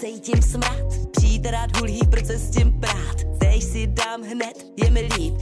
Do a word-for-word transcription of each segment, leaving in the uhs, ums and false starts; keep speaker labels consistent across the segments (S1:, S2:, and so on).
S1: cítím smrad, přijít rád hulí, proč se s tím prát, teď si dám hned, je mi líp.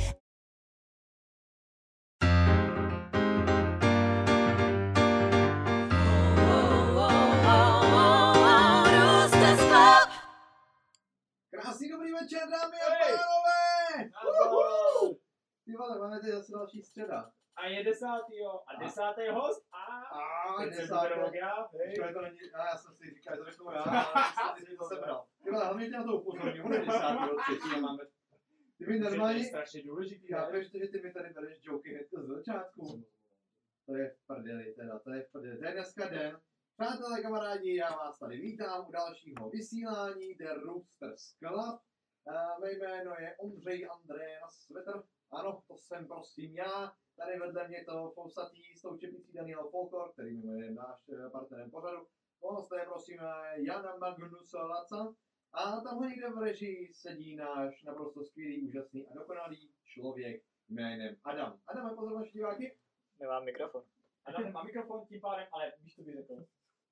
S2: Krásný dobrý večer, dámy a pánové! Ty vole, máme tady zase další středa.
S3: A je desátý, jo. A desátý host. A,
S2: a
S3: teď
S2: desátý.
S3: jsem já, hej.
S2: To není, a já jsem si říkal, že to řeknu já, ale ty jsi to sebral. Ty vole, hlavně tě na to upozorním, on je desátý od třetí a máme... Ty mi normálně...
S3: To je strašně důležitý,
S2: chápeš, že ty mi tady bereš joky hned z začátku. To je v prdeli teda, to je v prdeli. To je dneska den. Přátelé, kamarádi, já vás tady vítám u dalšího vysílání The Roosters Club. Mé jméno je Ondřej André na Svetr. Ano, to jsem prosím já. Tady vedle mě to fousatý s tou čepicí Daniel Folkor, který mimo je náš partnerem pořadu. Ono je prosím Jana Magnus Laca. A tam někde v režii sedí náš naprosto skvělý, úžasný a dokonalý člověk jménem Adam. Adam, pozor vaši diváky.
S4: Nemám mikrofon.
S3: Adam nemá mikrofon tím pádem, ale víš, to by řekl.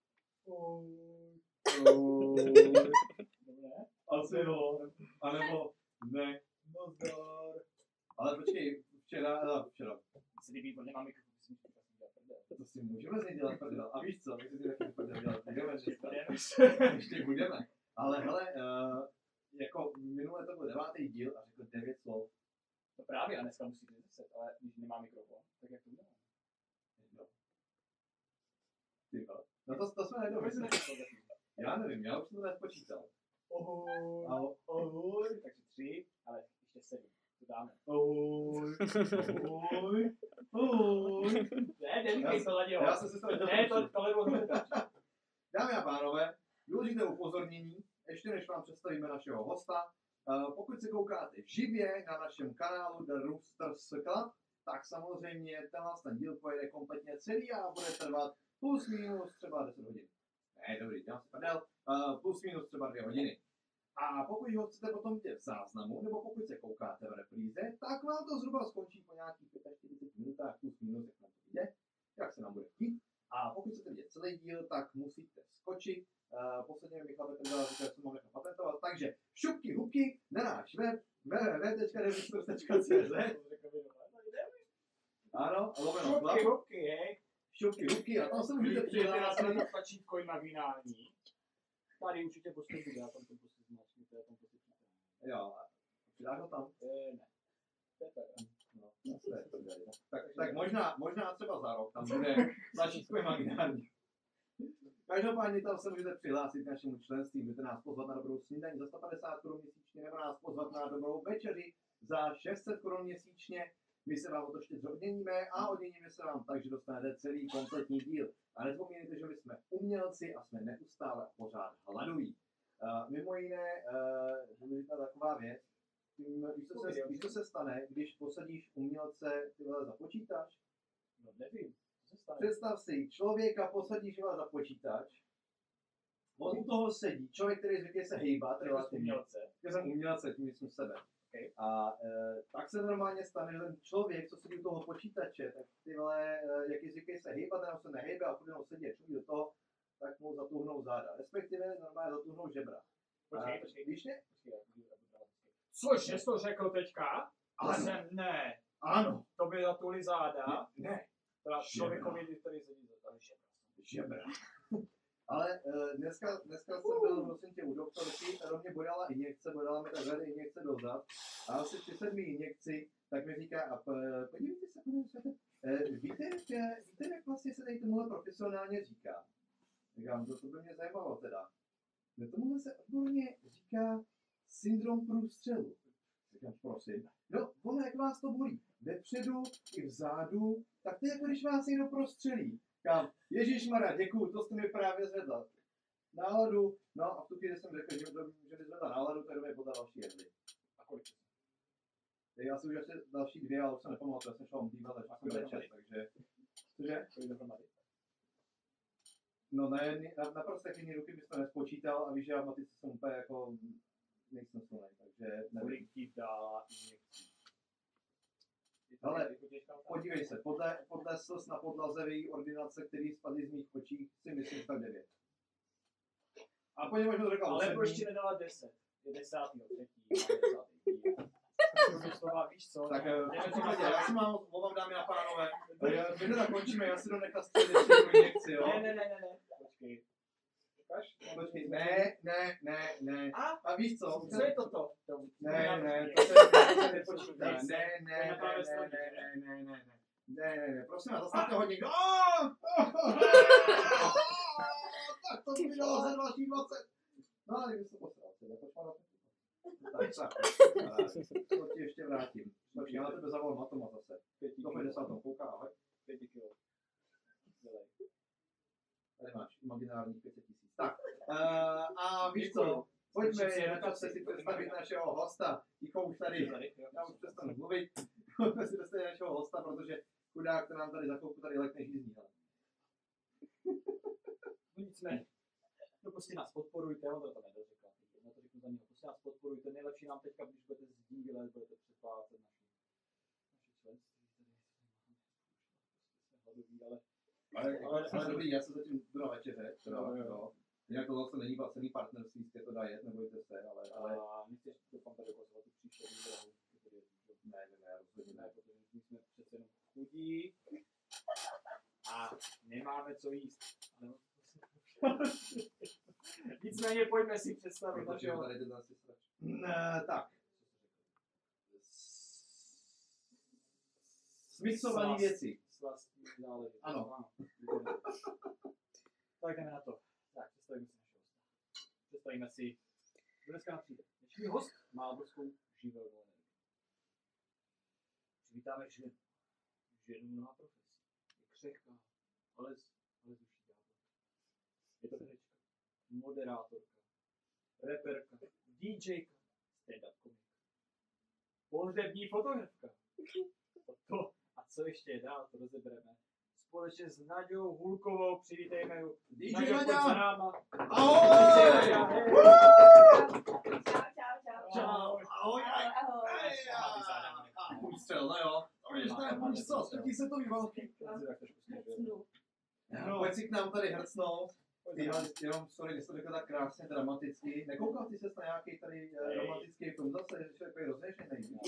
S2: Asi jo, anebo ne. Nazdar. Ale počkej, včera, no, včera.
S3: Se líbí, on nemá mikrofon, si můžeme vlastně dělat prdel.
S2: To si můžeme z něj dělat prdel. A víš co, my si si taky prdel dělat budeme dneska. Ještě budeme. Ale hele, uh, jako minule to byl devátý díl a řekl devět slov.
S3: To právě, a dneska musí být deset, ale když nemá mikrofon, tak jak to uděláme?
S2: Ty vole. No to, to jsme nedovedli. Já nevím, já už jsem to nespočítal.
S3: Ohoj,
S2: Ahoj.
S3: ahoj, takže tři, ale ještě sedm, to dáme.
S2: Ahoj, ahoj, ahoj.
S3: Ne, neříkej to, Laděho.
S2: Já jsem se to
S3: Ne, to, tohle bylo dobře.
S2: Dámy a pánové, důležité upozornění, ještě než vám představíme našeho hosta, pokud se koukáte živě na našem kanálu The Roosters Club, tak samozřejmě tenhle ten díl pojede kompletně celý a bude trvat plus minus třeba deset hodin. Ne, dobrý, dělám si prdel, uh, plus minus třeba dvě hodiny. A pokud ho chcete potom vidět v záznamu, nebo pokud se koukáte v repríze, tak vám to zhruba skončí po nějakých čtyřiceti pěti minutách plus minus, jak nám to jde, jak se nám bude chtít. A pokud chcete vidět celý díl, tak musíte skočit. Uh, posledně mi Michal Petr dal, že jsem mohl nechat patentovat. Takže šupky, hubky na náš web w w w tečka roosters tečka c z. Ano, lomeno
S3: Šupky, hubky, hej.
S2: Šupky, hubky a tam se můžete přihlásit.
S3: Na to tlačítko imaginální. Tady určitě postup bude, já tam to prostě zmáčknu, to je tam prostě připravím.
S2: Jo, přidáš ho tam?
S3: E, ne. To je tak.
S2: No, tak, tak možná, možná třeba za rok tam bude tlačítko imaginální. Každopádně tam se můžete přihlásit k našemu členství, můžete nás pozvat na dobrou snídaní za sto padesát korun měsíčně, nebo nás pozvat na dobrou večeři za šest set korun měsíčně. My se vám o to štědře odměníme a odměníme se vám tak, že dostanete celý kompletní díl. A nezapomínejte, že my jsme umělci a jsme neustále a pořád hladoví. Uh, mimo jiné, uh, je to taková věc, víš, co se, víš, co se stane, když posadíš umělce ty vole za počítač?
S3: No nevím, co se stane.
S2: Představ si, člověka posadíš vole za počítač, on u toho sedí, člověk, který zvyklý se hejbat relativně. Já jsem umělce, tím myslím sebe. Okay. A e, tak se normálně stane, že ten člověk, co sedí u toho počítače, tak ty vole, e, jak je zvyklý se hejbat, nebo se nehejbe a furt jenom sedí a čumí do toho, tak mu zatuhnou záda. Respektive normálně zatuhnou žebra.
S3: Počkej, počkej.
S2: Víš ne?
S3: Cože jsi to řekl teďka? Ale
S2: Ano.
S3: jsem ne.
S2: Ano.
S3: To by zatuli záda.
S2: Ne. ne.
S3: Teda člověkovi, který sedí za tady žebra.
S2: Žebra. Ale uh, dneska, dneska jsem byl prosím tě u doktorky, ta do mě bodala injekce, bodala mi takhle injekce do zad. A asi při sedmý injekci, tak mi říká, a podívejte se, podívejte se, uh, víte, jak, víte, jak vlastně se tady tomuhle profesionálně říká? Říkám, to, to by mě zajímalo teda. Tomuhle se odborně říká syndrom průstřelu. Říkám, prosím. No, ono, jak vás to bolí, vepředu i vzadu, tak to je jako když vás někdo prostřelí. Říkám, ježišmarja, děkuju, to jste mi právě zvedla náladu. No a v tu chvíli jsem řekl, že, že mi zvedla náladu, tak mi podala další jedli. A kolik? Já si už asi další dvě, ale už se nepamatuju, já jsem šel omdývat, takže jsem večer, takže... Cože?
S3: Kolik dohromady?
S2: No na, jedny, na, na prostých jedné ruky bys to nespočítal a víš, že já v matice jsem úplně jako nejsem silnej, takže nevím.
S3: Kolik ti dala injekcí?
S2: Ale podívej se, podle, podle slz na podlaze v její ordinace, který spadly z mých očí, si myslím tak devět. A po něm možná to řekla
S3: Ale
S2: osm
S3: ještě
S2: dní.
S3: nedala deset. Je desátý, třetí, desátý. Slova, víš co?
S2: Tak
S3: Jdeme
S2: eh,
S3: to
S2: případě,
S3: na-
S2: já se mám omlouvám, dámy a pánové. Eh, My to tak končíme, já si jdu nechat středit ještě injekci, jo?
S3: Ne, ne, ne, ne, ne. Počkej. Ukaž?
S2: Počkej, ne, ne, ne, ne.
S3: A?
S2: A víš co?
S3: Co je toto?
S2: Ne, ne, to se to se
S3: nepočítá.
S2: nepočítá. Ne, ne, ne, ne, ne, ne, ne, ne, ne. Ne, ne, ne, prosím vás, zastavte ho někdo. Aaaa! Tak to by dalo za další dvacet. No, ale kdyby se posral, teda, pojď mám na to. Tak, tak, to ti ještě vrátím. Počkej, já na tebe zavolám na Toma zase. To padesát tom kouká, ahoj.
S3: Pěti kilo. Dělej.
S2: Tady máš imaginární pět set tisíc. Tak, uh, a víš
S3: Děkuju.
S2: co? Pojďme
S3: Určitě si
S2: je na
S3: jednat
S2: čase
S3: si,
S2: si
S3: to
S2: představit
S3: nemá-
S2: našeho hosta. Ticho už tady,
S3: Tady, jo.
S2: já už přestanu mluvit. Pojďme si představit našeho hosta, protože chudák to nám tady za chvilku tady lekne žízní. hele.
S3: No nicméně. No prostě nás podporujte, on to tam nedořekla. Já to řeknu za něho. Prostě nás podporujte. Nejlepší nám teďka, když budete sdílet, budete přeplácet naše, naše členství. Tady jsme hladoví, ale
S2: Ale, ale, ale dobrý, já se zatím jdu na večeře. Teda,
S3: Jo, jo.
S2: jo. Jinak to zase není placený partnerství, jste to dajet, nebojte se, ale, ale
S3: a nechceš doufám tady ukazovat tu příšernou drahu.
S2: ne, ne, ne, rozhodně
S3: Ne,
S2: ne.
S3: protože my jsme přece jenom chudí a nemáme co jíst. Ale... Nicméně pojďme si představit
S2: Protože
S3: našeho...
S2: tady ten asi srač. Ne, tak. Smyslovaný
S3: Slast.
S2: věci.
S3: Slastní záležitost.
S2: Ano.
S3: Tak jdeme na to. Tak, představíme si našeho hosta. Představíme si, kdo dneska nám přijde. Dnešní host má obrovskou živelnou energii. Přivítáme ženu. Ženu na profesi. Je křehká, ale z, ale z duší ďábla. Je to herečka, moderátorka, reperka, DJka, stand-up komika, pohřební fotografka. A to, a co ještě je dál, to rozebereme. Společně s Naďou Hulkovou přivítejme ju.
S2: dý džej
S3: Naďo, pojď
S2: Naďa!
S3: za náma.
S2: Ahoj!
S3: Naďa, hej.
S4: Čau, čau, čau.
S3: Čau.
S2: Ahoj!
S4: Ahoj.
S2: Hej, a ústřel, no jo. To víš, to je víš co, sto tisícový války.
S3: Tak trošku směřuje.
S4: Hrcnu.
S2: No, pojď si k nám tady hrcnout. Ty jenom, jenom, sorry, že jsi to řekl tak krásně, dramaticky. Nekoukal ty ses na nějaký tady eh,
S3: Hej.
S2: romantický film zase, že jsi takový rozněšený.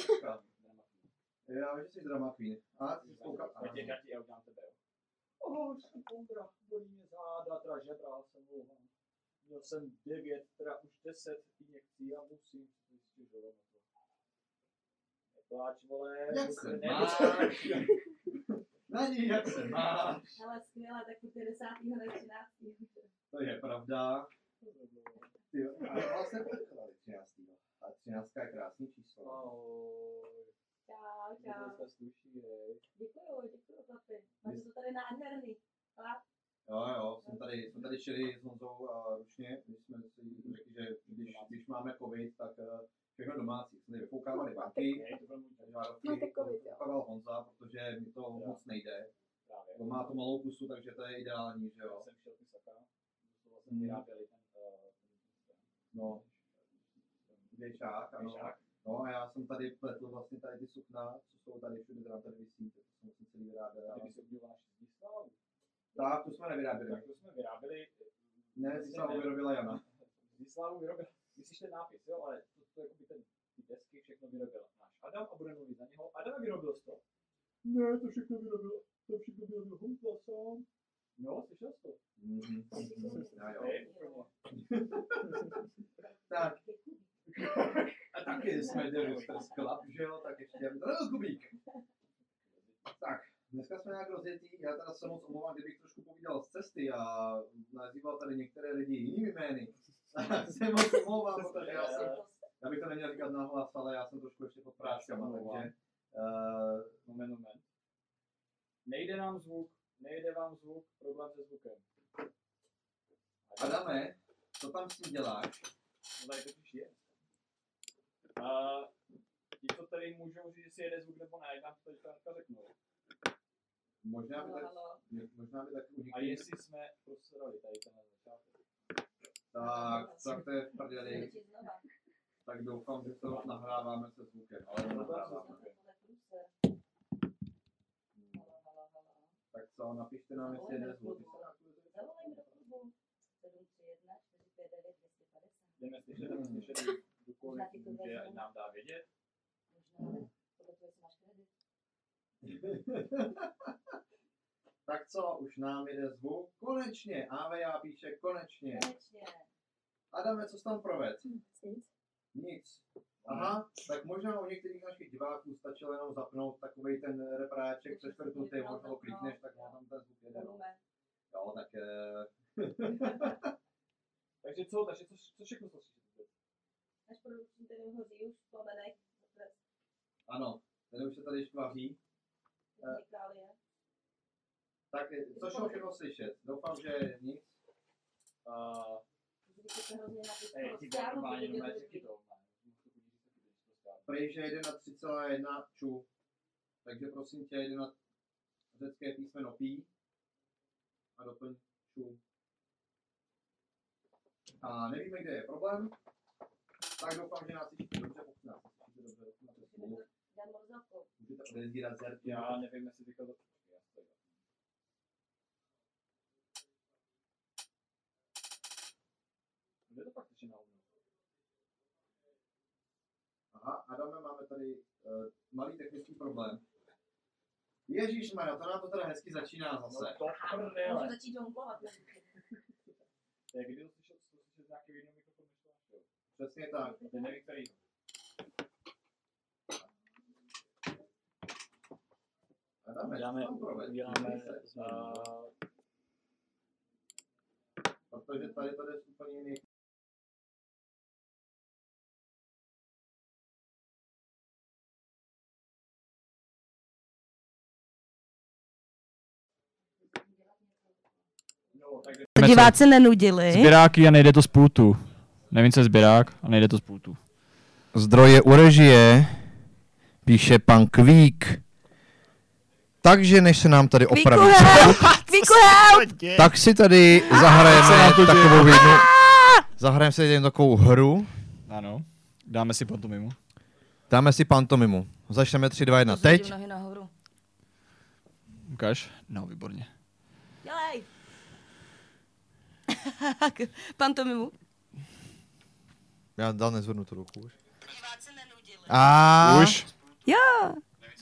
S2: Já vím, že jsi drama queen. A ty jsi koukal.
S3: Já ti, já ti, já udělám tebe, jo. Oh, jsem Ondra, bolí mě záda, teda žebra, jsem mluvám. Měl jsem devět, teda už deset injekcí a musím si stěžovat na to. Nepláč, vole.
S2: Jak
S3: to
S2: se
S3: ne-
S2: máš? Na ní, jak se máš?
S4: Ale skvěle, tak už je desátého na třináctého
S2: To je pravda. Ty jo, ale vlastně potkali třináctého A třináctka je krásný číslo.
S3: Ahoj.
S4: Čau,
S3: To
S4: čau.
S3: dneska sluší, hej.
S4: Děkuju, děkuju, chlapi. Máte to tady nádherný. Fakt?
S2: Jo, jo, jsme tady, jsme tady šli s Honzou a ručně, když jsme si řekli, že když, když máme covid, tak eh, všechno domácí. Jsme tady vyfoukávali banky,
S3: Hej, to byl můj
S2: takže dva roky
S4: Máte covid, jo?
S2: vyfoukával Honza, protože mi to moc nejde.
S3: právě.
S2: On má tu malou pusu, takže to je ideální, že
S3: Já
S2: jo.
S3: jsem šel ty saka, doslova jsem vyráběli ten, uh, ten,
S2: No, věšák, ano. No a já jsem tady pletl vlastně tady ty sukna, co jsou tady všude teda tady visí, to jsem si celý vyráběl.
S3: a kdyby se udělala naši Zdislavu,
S2: Tak, tu jsme nevyráběli.
S3: tak to jsme vyráběli,
S2: Ne, si sama vyrobila Jana.
S3: Zdislavu vyrobil, myslíš ten nápis, jo, ale to, to jako by ten, ty desky všechno vyrobil náš Adam a bude mluvit za něho. Adam vyrobil jsi to? Ne, to všechno vyrobil, to všechno vyrobil Honza sám. No, slyšel jsi to?
S2: Mhm. Já jo.
S3: Hej, úplně.
S2: Tak, a taky jsme dělali Stress Club, že jo, tak ještě no, Kubík. Tak, dneska jsme nějak rozjetí, já teda se moc omlouvám, kdybych trošku povídal z cesty a nazýval tady některé lidi jinými jmény. se moc omlouvám, protože já jsem, já bych to neměl říkat nahlas, ale já jsem trošku ještě pod práškama, takže... Uh,
S3: Moment, moment. Nejde nám zvuk, nejde vám zvuk, problém se zvukem.
S2: Adame, co tam s tím děláš?
S3: No tady totiž je. Uh, ti, co tady můžou říct, jestli jede zvuk nebo ne, jak nám to teďka řeknou.
S2: Možná by, tak,
S4: Halo.
S2: možná by taky u
S3: A
S2: některých...
S3: jestli jsme prosrali tady tenhle začátek.
S2: Tak, tak to je v prdeli.
S4: Začít znova.
S2: Tak doufám, že to nahráváme se zvukem, ale nenahráváme.
S4: Halo, halo, halo.
S2: Tak co, napište nám, jestli jede zvuk.
S4: Zavolej mi do klubu sedm tři jedna čtyři pět devět
S3: jdeme slyšet, jdeme slyšet, kdokoliv může, ať nám dá vědět.
S4: Možná, podle toho, jestli máš kredit.
S2: Tak co, už nám jde zvuk? Konečně, á vé á píše konečně.
S4: Konečně.
S2: Adame, co jsi tam provedl?
S4: Nic.
S2: Nic. Aha, tak možná u některých našich diváků stačilo jenom zapnout takovej ten repráček přeškrtnutý, možná ho klikneš, tak má tam ten zvuk jede. Jo, tak eh...
S3: Takže co, takže co, co všechno to slyšíte?
S4: Až produkční ten hoří už v plamenech.
S2: Ano, ten už se tady škvaří.
S4: Technikálie.
S2: Tak co šlo všechno slyšet? Doufám, že nic.
S3: Uh, Hej, ty
S4: Prostě
S3: normálně normálně řekni to.
S2: Prej, že jede na tři celá jedna ču. Takže prosím tě, jede na řecké písmeno pí. A doplň ču. A nevíme, kde je problém. Tak doufám, že nás slyšíte dobře, pokud nás slyšíte dobře, dokud máte spolu. Můžete odezírat zerky.
S3: Já nevím, jestli teďka to... Kde to pak začíná?
S2: Aha, Adame, máme tady uh, malý technický problém. Ježíšmarja, to nám to teda hezky začíná zase.
S3: No to prdele.
S4: Můžu začít jonglovat.
S3: Jak kdy to slyšel, to slyšel z nějakého jiného mikrofonu, než to máš, jo?
S2: Přesně tak.
S3: Ty neví, který.
S2: Adame,
S3: Uděláme,
S2: co tam proved?
S3: uděláme,
S2: Se,
S3: uh,
S2: protože tady to jde úplně jiný.
S3: no, tak
S1: Diváci nenudili.
S5: Sběráky a nejde to z pultu. Nevím, co je sběrák a nejde to z pultu.
S2: Zdroje u režie, píše pan Kvík. Takže než se nám tady opraví,
S1: Kvíku help!
S2: tak si tady zahrajeme takovou jednu, zahrajeme si jednu takovou hru.
S5: Ano, dáme si pantomimu.
S2: Dáme si pantomimu. Začneme tři, dva, jedna. Teď.
S1: Nohy nahoru.
S5: Ukáž? No, výborně.
S1: Dělej! Pantomimu.
S2: Já dál nezvednu tu ruku už.
S1: Diváci nenudili.
S2: A
S5: Už?
S1: Jo,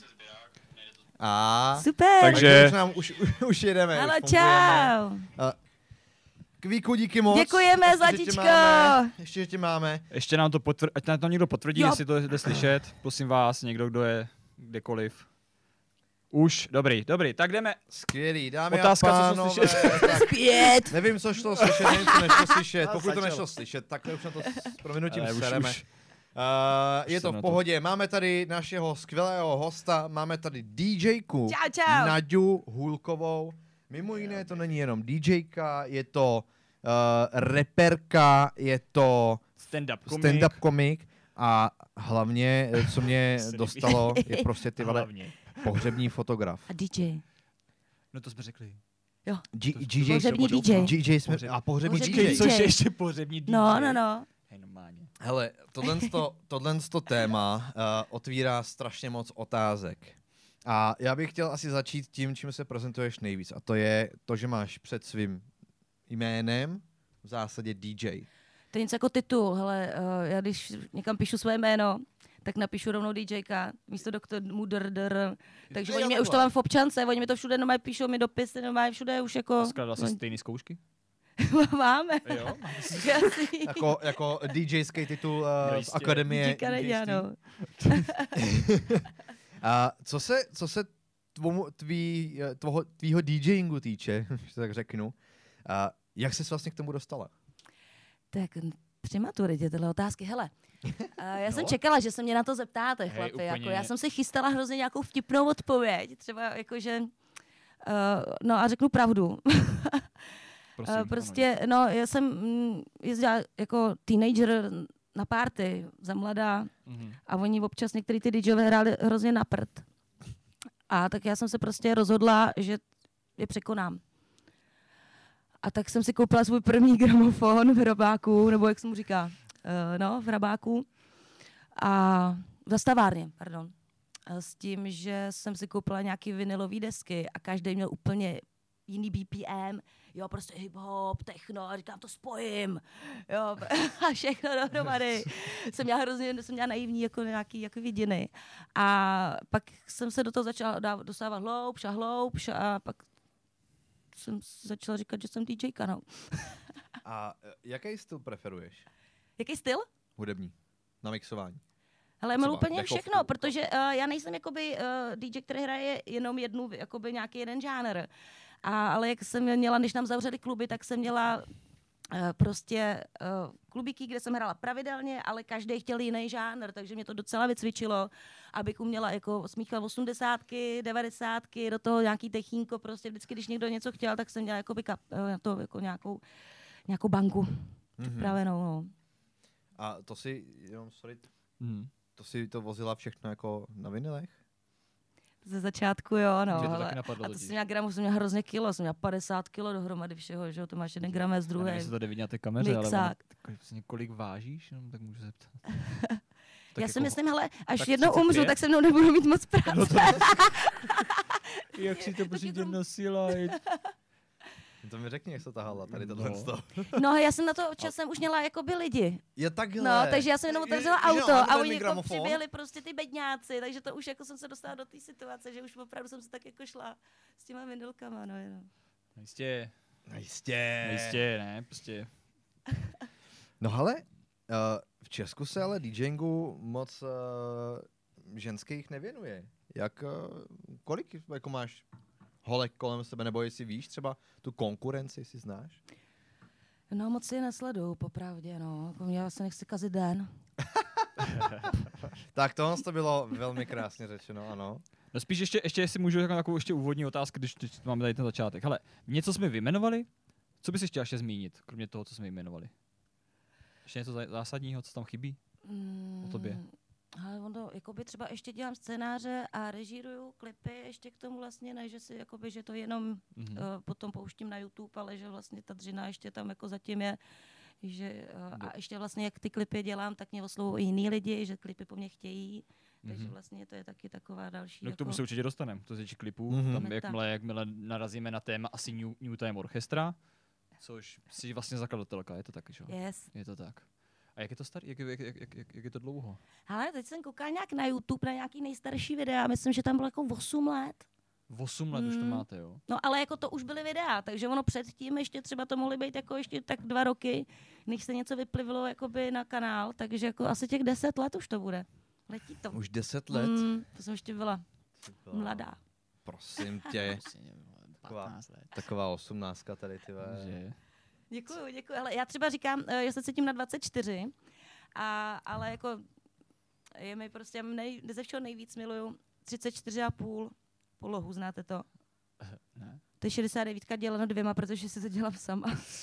S2: A
S1: super.
S5: Takže-
S2: už, nám, už, už jedeme.
S1: Hele,
S2: už fungujeme.
S1: čau.
S2: Kvíku, díky moc.
S1: Děkujeme,
S2: Ještě, že tě
S1: Zlatičko.
S2: máme, ještě, že tě máme.
S5: Ještě nám to potvrdí, ať nám to někdo potvrdí,
S1: Jo.
S5: jestli to jde slyšet. Prosím vás, někdo, kdo je kdekoliv. Už, dobrý, dobrý, tak jdeme.
S2: Skvělý, dámy
S5: Otázka,
S2: a
S5: co šlo
S2: pánové.
S5: slyšet.
S2: tak,
S1: Zpět.
S2: nevím, co šlo slyšet, nevím, co nešlo slyšet.
S5: A
S2: Pokud to
S5: začalo.
S2: nešlo slyšet, tak už na to s prominutím
S5: Ale už,
S2: sereme.
S5: už.
S2: Uh, je
S5: Už
S2: to
S5: jsem
S2: v
S5: na to.
S2: pohodě. Máme tady našeho skvělého hosta, máme tady DJku
S1: Čau, čau.
S2: Naďu Hůlkovou. Mimo jiné to není jenom DJka, je to uh, reperka, je to
S5: Stand-up komik.
S2: stand-up komik a hlavně, eh, co mě
S5: Se líbí.
S2: dostalo, je prostě ty vole
S5: Hlavně.
S2: pohřební fotograf.
S1: A D J.
S5: No to jsme řekli.
S2: G-
S5: To-
S2: D J,
S1: Pohřební D J.
S2: D J jsme,
S5: Pohřeb-
S2: a pohřební
S1: Pohřební
S2: D J.
S1: D J.
S5: Což je ještě pohřební D J.
S1: No, no, no.
S5: Hej, normálně.
S2: Hele, tohle to téma uh, otvírá strašně moc otázek. A já bych chtěl asi začít tím, čím se prezentuješ nejvíc. A to je to, že máš před svým jménem v zásadě D J.
S1: To je něco jako titul, hele, uh, já když někam píšu své jméno, tak napíšu rovnou DJka, místo doktor Mudr, dr. Takže
S2: Jo,
S1: oni mě už to
S2: takhle.
S1: mám v občance, oni mi to všude normálně píšou, mi dopisy, normálně všude už jako...
S5: Skladala jsi stejný zkoušky?
S1: Máme.
S5: Jo.
S1: Jasný.
S2: Jako, jako DJský titul
S5: No,
S2: uh, z
S5: jistě.
S2: akademie.
S1: DJka není,
S2: D J ství.
S1: ano.
S2: A co se, co se tvomu, tví, tvoho, tvýho DJingu týče, že to tak řeknu, a jak jsi vlastně k tomu dostala?
S1: Tak při maturitě tyhle otázky, hele. Uh, já jsem
S5: No.
S1: čekala, že se mě na to zeptáte,
S5: Hej,
S1: chlapi.
S5: úplně.
S1: Jako, já jsem si chystala hrozně nějakou vtipnou odpověď. Třeba jakože... Uh, no a řeknu pravdu.
S5: Prosím,
S1: Uh, prostě, no, já jsem mm, jezdila jako teenager na party za mladá
S5: Mhm.
S1: a oni občas některý ty DJové hráli hrozně na prd. A tak já jsem se prostě rozhodla, že je překonám. A tak jsem si koupila svůj první gramofon v hrabáku, nebo jak se mu říká, uh, no, v hrabáku. A v zastavárně, pardon. A s tím, že jsem si koupila nějaký vinylový desky a každý měl úplně jiný B P M. jo, prostě hip-hop, techno, a říkám, to spojím, jo, a všechno dohromady. jsem měla hrozně, jsem měla naivní jako nějaký jako vidiny. A pak jsem se do toho začala dávat, dostávat hloubš a hloubš a pak jsem začala říkat, že jsem DJka, no.
S6: A jaký styl preferuješ?
S1: Jaký styl?
S6: Hudební. Na mixování.
S1: Ale
S6: Třeba
S1: mám úplně
S6: dechovku.
S1: všechno, protože uh, já nejsem jakoby uh, D J, který hraje jenom jednu, jakoby nějaký jeden žánr. A, ale jak jsem měla, když nám zavřeli kluby, tak jsem měla uh, prostě uh, klubíky, kde jsem hrála pravidelně, ale každý chtěl jiný žánr, takže mě to docela vycvičilo, abych uměla jako smíchat osmdesátky, devadesátky, do toho nějaký techínko, prostě vždycky, když někdo něco chtěl, tak jsem měla jakoby kap, uh, to jako nějakou, nějakou banku připravenou. No.
S6: A to si, jenom sorry,
S5: Hmm.
S6: to si to vozila všechno jako na vinilech?
S1: Ze začátku jo, no.
S5: Mě to
S1: hele.
S5: taky napadlo
S1: A to
S5: totiž.
S1: jsem měla gramů, jsem měla hrozně kilo, jsem měla padesát kilo dohromady všeho, že jo, to máš jeden gram z
S5: Já nevím,
S1: druhé.
S5: jestli to jde vidět na té kameře, ale ono,
S1: Mixák.
S5: tak, vlastně, kolik vážíš, no, tak můžu zeptat.
S1: Já si myslím, hele, až
S6: tak
S1: jednou
S6: třicet
S1: umřu,
S6: pět?
S1: tak se mnou nebudu mít moc práce.
S5: No to... Jak si to
S1: Taky
S5: prostě
S1: to-
S5: nosila?
S6: To mi řekni, jak se tahala tady
S5: No.
S6: tohle. No.
S1: No já jsem na to časem už měla jakoby lidi.
S6: Je takhle.
S1: No, takže já jsem jenom
S6: Je-
S1: otevřela
S6: že
S1: auto
S6: ano,
S1: a
S6: ten
S1: oni jako
S6: gramofon.
S1: přiběhli prostě ty bedňáci, takže to už jako jsem se dostala do té situace, že už opravdu jsem se tak jako šla s těma vinylkama, no jenom.
S5: No jistě,
S6: No jistě.
S5: no jistě, ne, prostě.
S6: No ale uh, v Česku se ale DJingu moc uh, ženských nevěnuje. Jak, uh, kolik jako máš holek kolem sebe, nebo jestli víš třeba tu konkurenci, jestli znáš?
S1: No moc si nesleduju, popravdě, no. Jako mě vlastně nechci kazit den.
S6: Tak tohle to bylo velmi krásně řečeno, ano.
S5: No spíš ještě, ještě jestli můžu jako nějakou ještě úvodní otázku, když, když máme tady ten začátek. Hele, něco jsme vyjmenovali, co bys ještě ještě zmínit, kromě toho, co jsme vyjmenovali? Ještě něco zá- zásadního, co tam chybí?
S1: Mm,
S5: O tobě.
S1: Ale ono, jakoby třeba ještě dělám scénáře a režíruju klipy ještě k tomu vlastně, ne, že si jakoby, že to jenom
S5: Mhm.
S1: uh, potom pouštím na YouTube, ale že vlastně ta dřina ještě tam jako zatím je, že uh, a ještě vlastně jak ty klipy dělám, tak mě oslovují jiný lidi, že klipy po mně chtějí, takže
S5: Mhm.
S1: vlastně to je taky taková další
S5: No k tomu
S1: jako...
S5: se určitě dostaneme, to se týče klipů.
S6: Mhm.
S5: Tam
S1: Tak.
S5: jakmile, jakmile narazíme na téma asi New, New Time Orchestra, což jsi vlastně zakladatelka, je to tak, že jo?
S1: Yes.
S5: Je to tak. A jak je to starý, jak, jak, jak, jak, jak, jak je to dlouho?
S1: Ale teď jsem koukala nějak na YouTube na nějaký nejstarší videa, myslím, že tam bylo jako osm let.
S5: osm let už to
S1: Mm.
S5: máte, jo?
S1: No ale jako to už byly videa, takže ono předtím ještě třeba to mohly být jako ještě tak dva roky, než se něco vyplivilo jakoby na kanál, takže jako asi těch deset let už to bude. Letí to.
S6: Už deset let?
S1: Mm, to jsem ještě byla mladá.
S6: Prosím tě,
S5: Prostě,
S6: Taková-
S5: patnáct let.
S6: taková osmnáctka tady, ty vole.
S5: Že?
S1: Děkuju, děkuju. Ale já třeba říkám, eh, já se cítím na dvacet čtyři, a, ale jako je mi prostě nej, ze všeho nejvíc miluju třicet čtyři a půl polohu, znáte to?
S5: Ne?
S1: To je šedesát devět děleno dvěma, protože si to dělám sama.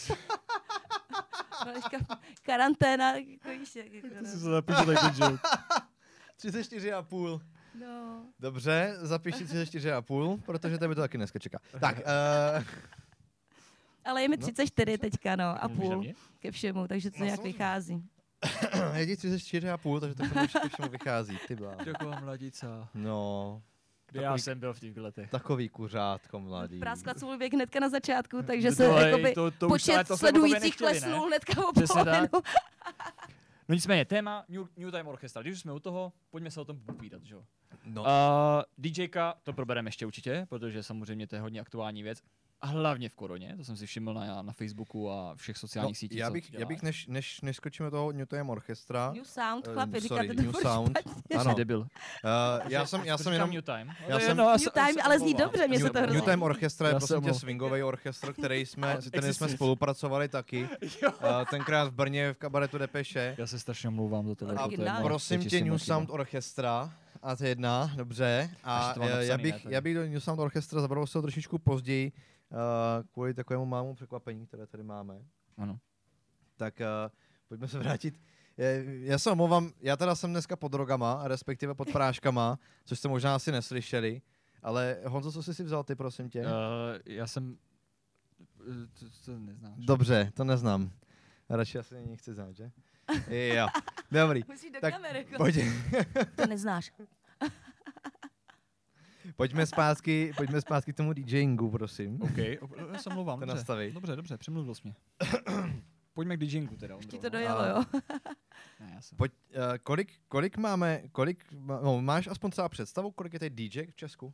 S1: No, teďka karanténa, jako víš, jak jako, no.
S5: zapíšu tady ten joke.
S6: třicet čtyři a půl.
S1: No.
S6: Dobře, zapiš si třicet čtyři a půl, protože tebe to taky dneska čeká. Tak, uh,
S1: Ale je mi
S6: No.
S1: třicet čtyři teďka, no, a
S5: Mluvíš na
S1: půl
S5: mě?
S1: ke všemu, takže to
S6: No,
S1: nějak
S6: samozřejmě.
S1: vychází.
S6: je ti třicet čtyři a půl, takže to k tomu určitě všemu vychází, ty bláho.
S5: Taková mladica.
S6: No,
S5: Kde já jsem byl v těch letech.
S6: takový kuřátko mladý.
S1: Práskla svůj věk hnedka na začátku, takže se
S5: To je-
S1: jakoby
S5: to, to už, ale
S1: počet
S5: to jsme po tobě
S1: sledujících
S5: nechtěli, ne?
S1: klesnul hnedka o
S5: Přesně tak.
S1: polovinu.
S5: No nicméně, téma New, New Time Orchestra. Když už jsme u toho, pojďme se o tom povídat, že jo?
S6: No,
S5: Uh, DJka, to probereme ještě určitě, protože samozřejmě to je hodně aktuální věc. A hlavně v koroně, to jsem si všiml na, na Facebooku a všech
S6: no
S5: sociálních sítích.
S6: já
S5: co
S6: bych, já
S5: děláš.
S6: bych než, než, než skočíme toho New Time Orchestra,
S1: New Sound,
S6: eh,
S1: chlapi,
S6: sorry,
S1: říkáte to
S6: New
S1: furt
S6: Sound,
S1: špatně.
S6: ano,
S5: Jsi debil.
S6: uh, já jsem, já jsem
S5: Říkám
S6: jenom,
S5: New Time.
S6: já jsem-
S5: no,
S1: New Time, ale zní dobře, mně se
S6: New,
S1: to hrozně
S6: New Time Orchestra je
S5: Já
S6: prosím
S5: jsem
S6: tě
S5: ho-
S6: swingový orchestr, který jsme, s kterým jsme
S5: Existence.
S6: spolupracovali taky,
S5: Jo.
S6: uh, tenkrát v Brně v kabaretu Depeše.
S5: Já se strašně omlouvám za tohle.
S1: A
S5: to je
S1: originál.
S5: moje
S6: Prosím tě,
S5: čistě
S6: New
S5: moje chyba.
S6: Sound Orchestra, a to je jedna, dobře. A
S5: Ještě to mám
S6: eh, já
S5: napsaný,
S6: bych,
S5: ne, tady.
S6: já bych do New Sound Orchestra zabrousil trošičku později, uh, kvůli takovému malému překvapení, které tady máme.
S5: Ano.
S6: Tak uh, pojďme se vrátit. Je- Já se omlouvám, já teda jsem dneska pod drogama, respektive pod práškama, což jste možná asi neslyšeli, ale Honzo, co jsi si vzal ty, prosím tě?
S5: Uh, já jsem... eh, To, to neznáš.
S6: Dobře, to neznám. Radši asi ani nechci znát, že? Jo, dobrý.
S1: Musíš do
S6: Tak
S1: kamery. jako.
S6: Pojď,
S1: To neznáš.
S6: Pojďme zpátky, pojďme zpátky k tomu DJingu, prosím.
S5: OK, o- já se mluvám.
S6: To
S5: Dobře.
S6: nastaví.
S5: Dobře, dobře, přemluvil jsi mě. Pojďme k DJingu teda.
S1: Už ti
S5: Ondro,
S1: to
S5: no.
S1: dojelo,
S6: Ale-
S1: jo?
S5: Ne, já jsem.
S6: Pojď, uh, kolik, kolik máme, kolik, má- no, máš aspoň třeba představu, kolik je teď D J v Česku?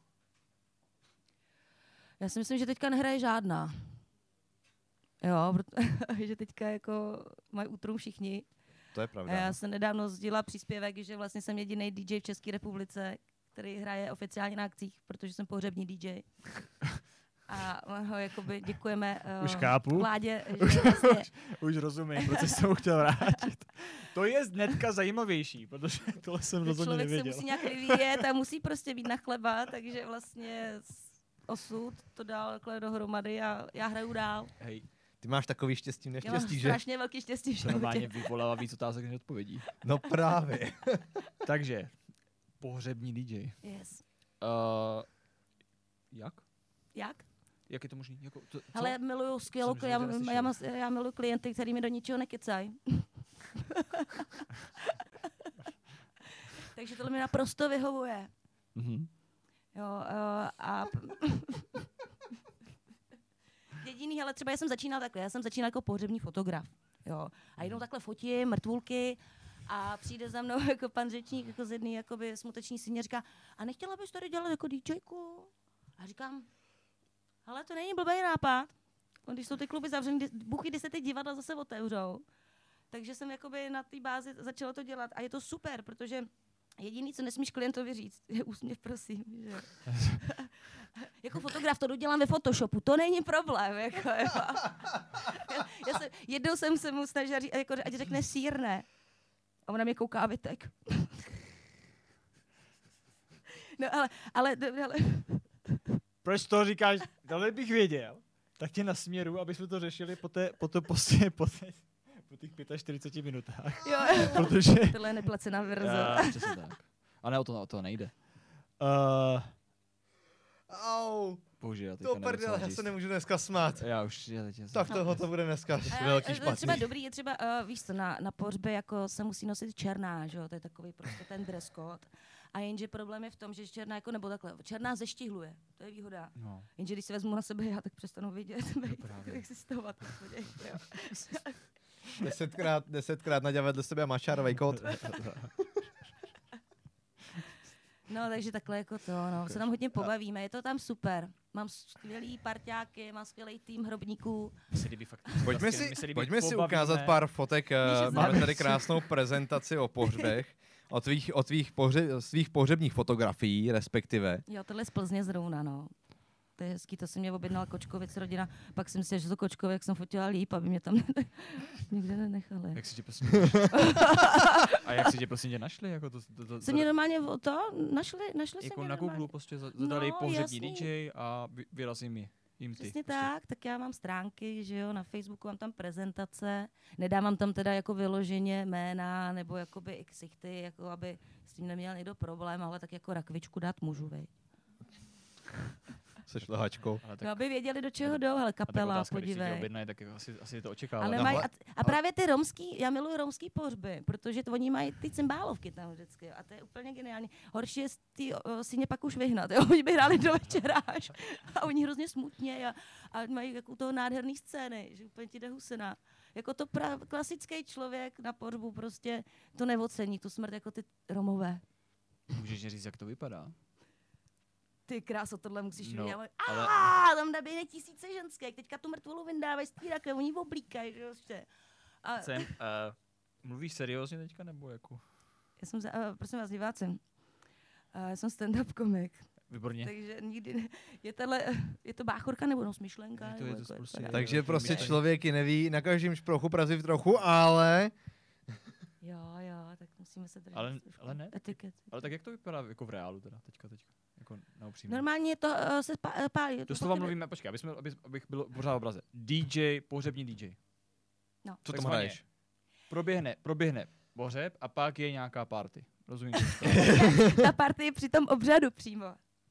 S1: Já si myslím, že teďka nehraje žádná. Jo, protože teďka jako mají útrum všichni.
S6: To je
S1: A
S6: pravda.
S1: já jsem nedávno sdílela příspěvek, že vlastně jsem jediný D J v České republice, který hraje oficiálně na akcích, protože jsem pohřební D J. A ho jakoby děkujeme uh,
S5: Už chápu.
S1: vládě, že vlastně
S5: Už rozumím, proč jsem ho chtěl vrátit. To je hnedka zajímavější, protože tohle jsem
S1: že
S5: rozhodně
S1: člověk se
S5: nevěděl.
S1: musí nějak vyvíjet a musí prostě být na chleba, takže vlastně s- osud to dal takhle dohromady a já hraju dál.
S5: Hej,
S6: Ty máš takový štěstí,
S1: Já mám
S6: neštěstí, že?
S1: strašně velký štěstí v
S5: to normálně
S1: životě.
S5: vyvolává víc otázek než odpovědí.
S6: No právě.
S5: Takže, pohřební D J.
S1: Yes.
S5: Uh, jak?
S1: Jak?
S5: Jak je to možný? Jako, to, co?
S1: Ale miluju skvělou,
S5: Jsem
S1: já,
S5: žádný
S1: já,
S5: neslyšel.
S1: já, já miluju klienty, který mi do ničeho nekecají. Takže tohle mi naprosto vyhovuje.
S5: Mhm.
S1: Jo, uh, a jediný, ale třeba já jsem začínala takhle, já jsem začínala jako pohřební fotograf. Jo. A jenom takhle fotím mrtvůlky a přijde za mnou jako pan řečník jako z jedný jakoby smuteční síně a říká, a nechtěla bys tady dělat jako DJku? A říkám, ale to není blbý nápad. Když jsou ty kluby zavřený, kdy- buchy, kdy se ty divadla zase otevřou. Takže jsem jakoby na té bázi začala to dělat a je to super, protože jediný, co nesmíš klientovi říct, je úsměv, prosím. Že? Jako fotograf to dodělám ve Photoshopu, to není problém. Jako, jo. Já, já jsem, jednou jsem se mu snažila říct, jako, ať řekne sýrné. A ona mě kouká a vytek. No ale, ale, ale,
S5: Proč to říkáš? Tohle bych věděl. Tak tě nasměru, aby jsme to řešili po, té, po, to, prostě, po, té, po těch čtyřiceti pěti minutách.
S1: jo,
S5: Protože...
S1: tohle je neplacená verze.
S5: Já, přesně tak. A ne, o to, o to nejde. Uh,
S6: Au,
S5: bože, já teďka
S6: to
S5: nevím, co
S6: prdele,
S5: mám
S6: já
S5: říct.
S6: se nemůžu dneska smát.
S5: Já už, já teď...
S6: Tak toho to bude dneska
S1: A
S6: velký
S1: je třeba
S6: špatný.
S1: dobrý, je třeba, uh, víš co, na, na pohřbě jako se musí nosit černá, že jo, to je takový prostě ten dress code. A jenže problém je v tom, že černá jako, nebo takhle, černá zeštihluje, to je výhoda.
S5: No.
S1: Jenže když si vezmu na sebe já, tak přestanu vidět, bejt,
S5: právě.
S1: existovat. Podívej, jo.
S6: Desetkrát, desetkrát nadělat vedle sebe Mašárovej kód.
S1: No, takže takhle jako to, no, se tam hodně pobavíme, je to tam super. Mám skvělý parťáky, mám skvělý tým hrobníků.
S5: Mně se líbí fakt.
S6: Pojďme
S5: vlastně,
S6: si,
S5: mně se líbí,
S6: pojďme si
S5: pobavíme.
S6: ukázat pár fotek. eh,
S1: Víš, že
S6: Máme
S1: znám.
S6: tady krásnou prezentaci o pohřbech. O tvých, o tvých pohře, svých pohřebních fotografií, respektive.
S1: Jo, tohle je z Plzně zrovna, no. To je hezký, to si mě objednala Kočkovic rodina, pak jsem si, že to Kočkovic jsem fotila líp, aby mě tam nikde nenechali.
S5: Jak si tě prosím tě A jak si tě prosím tě našli? Jako to, to, to,
S1: Se mě normálně o to našli, našli se
S5: jako
S1: mě
S5: na
S1: normálně.
S5: Google prostě za- zadali
S1: No,
S5: pohřební
S1: jasný.
S5: D J a vy- vyrazím ji. Jim ty.
S1: Přesně
S5: prostě.
S1: tak, tak já mám stránky, že jo, na Facebooku mám tam prezentace, nedávám tam teda jako vyloženě jména nebo jakoby i ksichty, jako aby s tím neměl někdo problém, ale tak jako rakvičku dát můžu, vej.
S6: Seš lehačkou.
S5: Ale tak,
S1: No, aby věděli, do čeho jdou, hele,
S5: a tak
S1: kapela,
S5: otázka, když si tě
S1: podívej.
S5: objednají, tak jako asi, asi to očekává.
S1: Ale
S6: No,
S1: mají,
S6: ale-
S1: a, a právě ty romský, já miluji romský pohřby, protože to, oni mají ty cymbálovky tam vždycky jo, a to je úplně geniální. Horší je z ty o, si ně pak už vyhnat, jo? Oni by hráli do večera až a oni hrozně smutně a, a mají jako toho nádherný scény, že úplně ti jde husina. Jako to pra, klasický člověk na pohřbu prostě to neocení, tu smrt jako ty Romové.
S5: Můžeš říct, jak to vypadá?
S1: Ty kráso, tohle musíš
S5: No,
S1: vidět.
S5: ale-
S1: Ale... tam nabíjene tisíce ženské, teďka tu mrtvolu vyndávají z té rakve, oni oblíkají, že jo, ještě. A
S5: Jsem, uh, mluvíš seriózně teďka, nebo jako?
S1: já jsem, za- uh, prosím vás, diváci, uh, já jsem stand-up komik,
S5: Výborně.
S1: takže nikdy ne, je, tahle, je to báchorka nebo no, smyšlenka?
S5: Ne, to
S1: nebo
S5: je to
S1: jako
S5: prostě-
S1: vypadá?
S6: Takže
S5: to
S6: prostě
S5: myšlení.
S6: člověk i neví, na každém šprochu praziv trochu, ale...
S1: Jo, jo, tak musíme se držet
S5: Ale-
S1: trošku
S5: ale ne.
S1: etiket.
S5: Ale tak jak to vypadá jako v reálu teda, teďka, teďka? Jako na upřímně.
S1: Normálně je to uh, se spá, uh, pálí. je to
S5: Doslova
S1: pokud-
S5: mluvíme, počkej, aby jsme, aby, abych byl pořád v obraze. D J, pohřební D J.
S1: No.
S6: Co tam
S5: Takzvaně.
S6: hraješ?
S5: Proběhne, proběhne pohřeb a pak je nějaká party. Rozumím?
S1: Ta party je při tom obřadu přímo.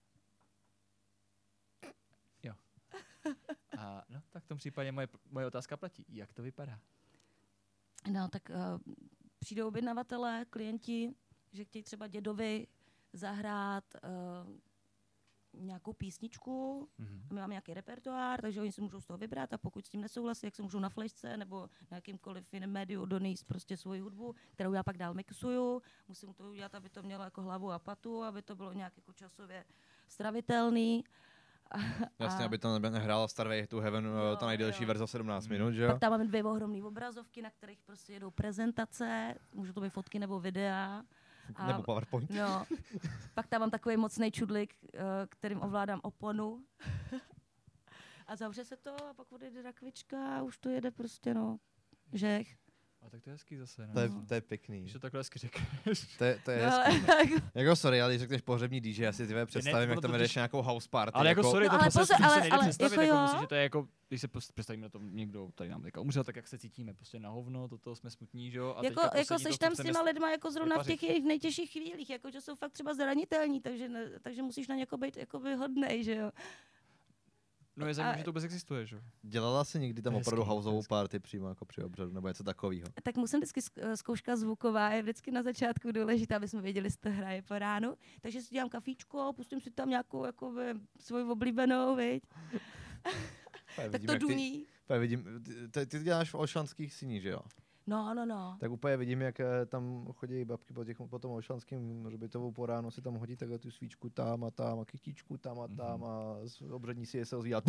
S5: A no, tak v tom případě moje, moje otázka platí. Jak to vypadá?
S1: No, tak uh, přijdou objednavatelé, klienti, že chtějí třeba dědovi zahrát uh, nějakou písničku,
S5: Mhm.
S1: my máme nějaký repertoár, takže oni si můžou z toho vybrat a pokud s tím nesouhlasí, jak se můžou na flešce nebo na jakýmkoliv jiném médiu donést prostě svoji hudbu, kterou já pak dál mixuju. Musím to udělat, aby to mělo jako hlavu a patu, aby to bylo nějak jako časově stravitelný. A,
S6: Jasně,
S1: a
S6: aby to nebe- nehrála Starway to Heaven,
S1: Jo,
S6: ta nejdelší
S1: jo.
S6: verze sedmnáct
S5: Mm.
S6: minut, že jo?
S1: pak tam máme dvě ohromné obrazovky, na kterých prostě jedou prezentace, můžou to být fotky nebo videa. A,
S6: Nebo PowerPoint.
S1: no, pak tam mám takový mocný čudlik, eh, kterým ovládám oponu. A zavře se to a pak odejde rakvička a už to jede prostě, no, žech.
S5: A tak to je hezký zase, no.
S6: To je, to je pěkný.
S5: Když to takhle hezky řekneš.
S6: To je, to je
S1: No,
S6: hezký.
S1: tak-
S6: Jako sorry, ale když řekneš pohřební D J, já si ty představím,
S5: ono
S6: jak tam
S5: to
S6: jdeš
S5: totiž-
S6: nějakou house party.
S5: Ale jako sorry,
S1: No,
S5: to,
S1: ale
S5: to se
S1: pozor,
S5: s tím
S1: ale-
S5: se nejde
S1: ale
S5: představit,
S1: jako
S5: jako
S1: jo.
S5: musí, že to je jako, když se post- představíme na to někdo, tady nám teďka umřel, tak jak se cítíme, prostě na hovno, toto jsme smutní, že jo? A
S1: jako,
S5: teďka
S1: jako
S5: poslední
S1: seš
S5: to
S1: tam s
S5: chceme
S1: těma lidma jako zrovna v
S5: vypařit.
S1: těch jejich nejtěžších chvílích, jako že jsou fakt třeba zranitelní, takže, ne, takže musíš na někoho být jakoby hodnej, že jo.
S5: No je zajímavé,
S1: a-
S5: že to vůbec existuje, že jo?
S6: Dělala jsi někdy tam
S5: Hezký,
S6: opravdu houseovou
S5: hezký.
S6: party přímo jako při obřadu, nebo něco takového?
S1: Tak musím vždycky zk- zkouška zvuková, je vždycky na začátku důležitá, aby jsme věděli, jestli to hraje po ránu. Takže si dělám kafíčko, pustím si tam nějakou jakoby, svoji oblíbenou, viď? Tak to duní.
S6: Vidím, ty, ty děláš v Olšanských síních, že jo?
S1: No, no, no.
S6: Tak úplně vidím, jak eh, tam chodí babky po, těch, po tom Olšanském hřbitovou po ránu, si tam hodí takhle tu svíčku tam a tam a kytičku tam a tam a z obřední si je se ozví a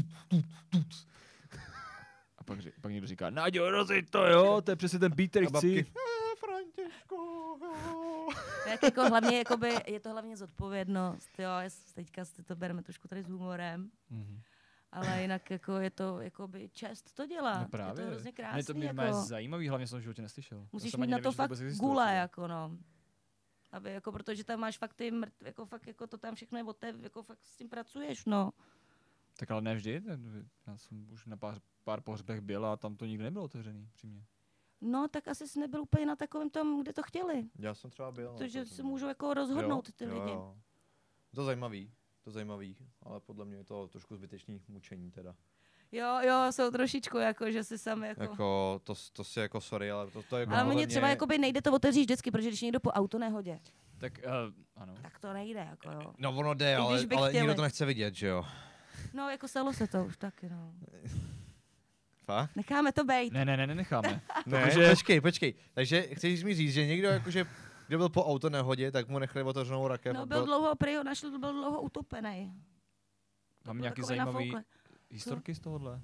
S5: A pak, ři- pak někdo říká, Náďo, rozjeď to, jo, to je přesně ten beat, který
S6: a babky.
S5: chci.
S6: "Eh, Františku, jo."
S1: Tak jako hlavně, jakoby, je to hlavně zodpovědnost, jo, jest- teďka si to bereme trošku tady s humorem,
S5: Mhm.
S1: ale jinak jako je to jakoby čest to dělat.
S5: No právě.
S1: Je to hrozně
S5: Ne,
S1: krásný,
S5: to mě
S1: jako.
S5: jako... zajímavý, hlavně jsem v životě neslyšel. Já
S1: Musíš
S5: jsem
S1: mít
S5: ani
S1: na
S5: nevěděl,
S1: to
S5: že
S1: fakt
S5: vůbec existuje
S1: gule,
S5: třeba.
S1: jako no. Aby, jako, protože tam máš fakt ty mrt, jako fakt jako to tam všechno je od té, jako fakt s tím pracuješ, no.
S5: Tak ale ne vždy, já jsem už na pár, pár pohřbech byl a tam to nikdy nebylo otevřený při mě.
S1: No, tak asi jsi nebyl úplně na takovém tom, kde to chtěli.
S6: Já jsem třeba byl. no,
S1: Protože
S6: to
S1: se
S6: jsem-
S1: můžou jako rozhodnout ty
S6: jo,
S1: lidi.
S6: Jo. To zajímavý, to zajímavý, ale podle mě je to trošku zbytečný mučení teda.
S1: Jo, jo, jsou trošičku jako, že si sami jako...
S6: Jako, to, to si jako sorry, ale to, to je jako
S1: Ale
S6: podle
S1: mně třeba jakoby nejde to otevřít vždycky, protože když někdo po autonehodě,
S5: Tak uh, ano.
S1: tak to nejde, jako jo.
S6: No ono jde,
S1: I
S6: ale,
S1: když by
S6: ale
S1: chtěli.
S6: nikdo to nechce vidět, že jo?
S1: No, jako stalo se to už taky, no.
S6: Fakt?
S1: Necháme to bejt.
S5: Ne, ne, ne, nenecháme.
S6: Ne,
S5: Protože-
S6: počkej, počkej. Takže chceš mi říct, že někdo jakože, kdo byl po auto nehodě, tak mu nechali otevřenou rakev.
S1: No,
S6: a
S1: byl dlouho, prý ho našli, byl dlouho utopený.
S5: Mám nějaký zajímavý historky z tohohle?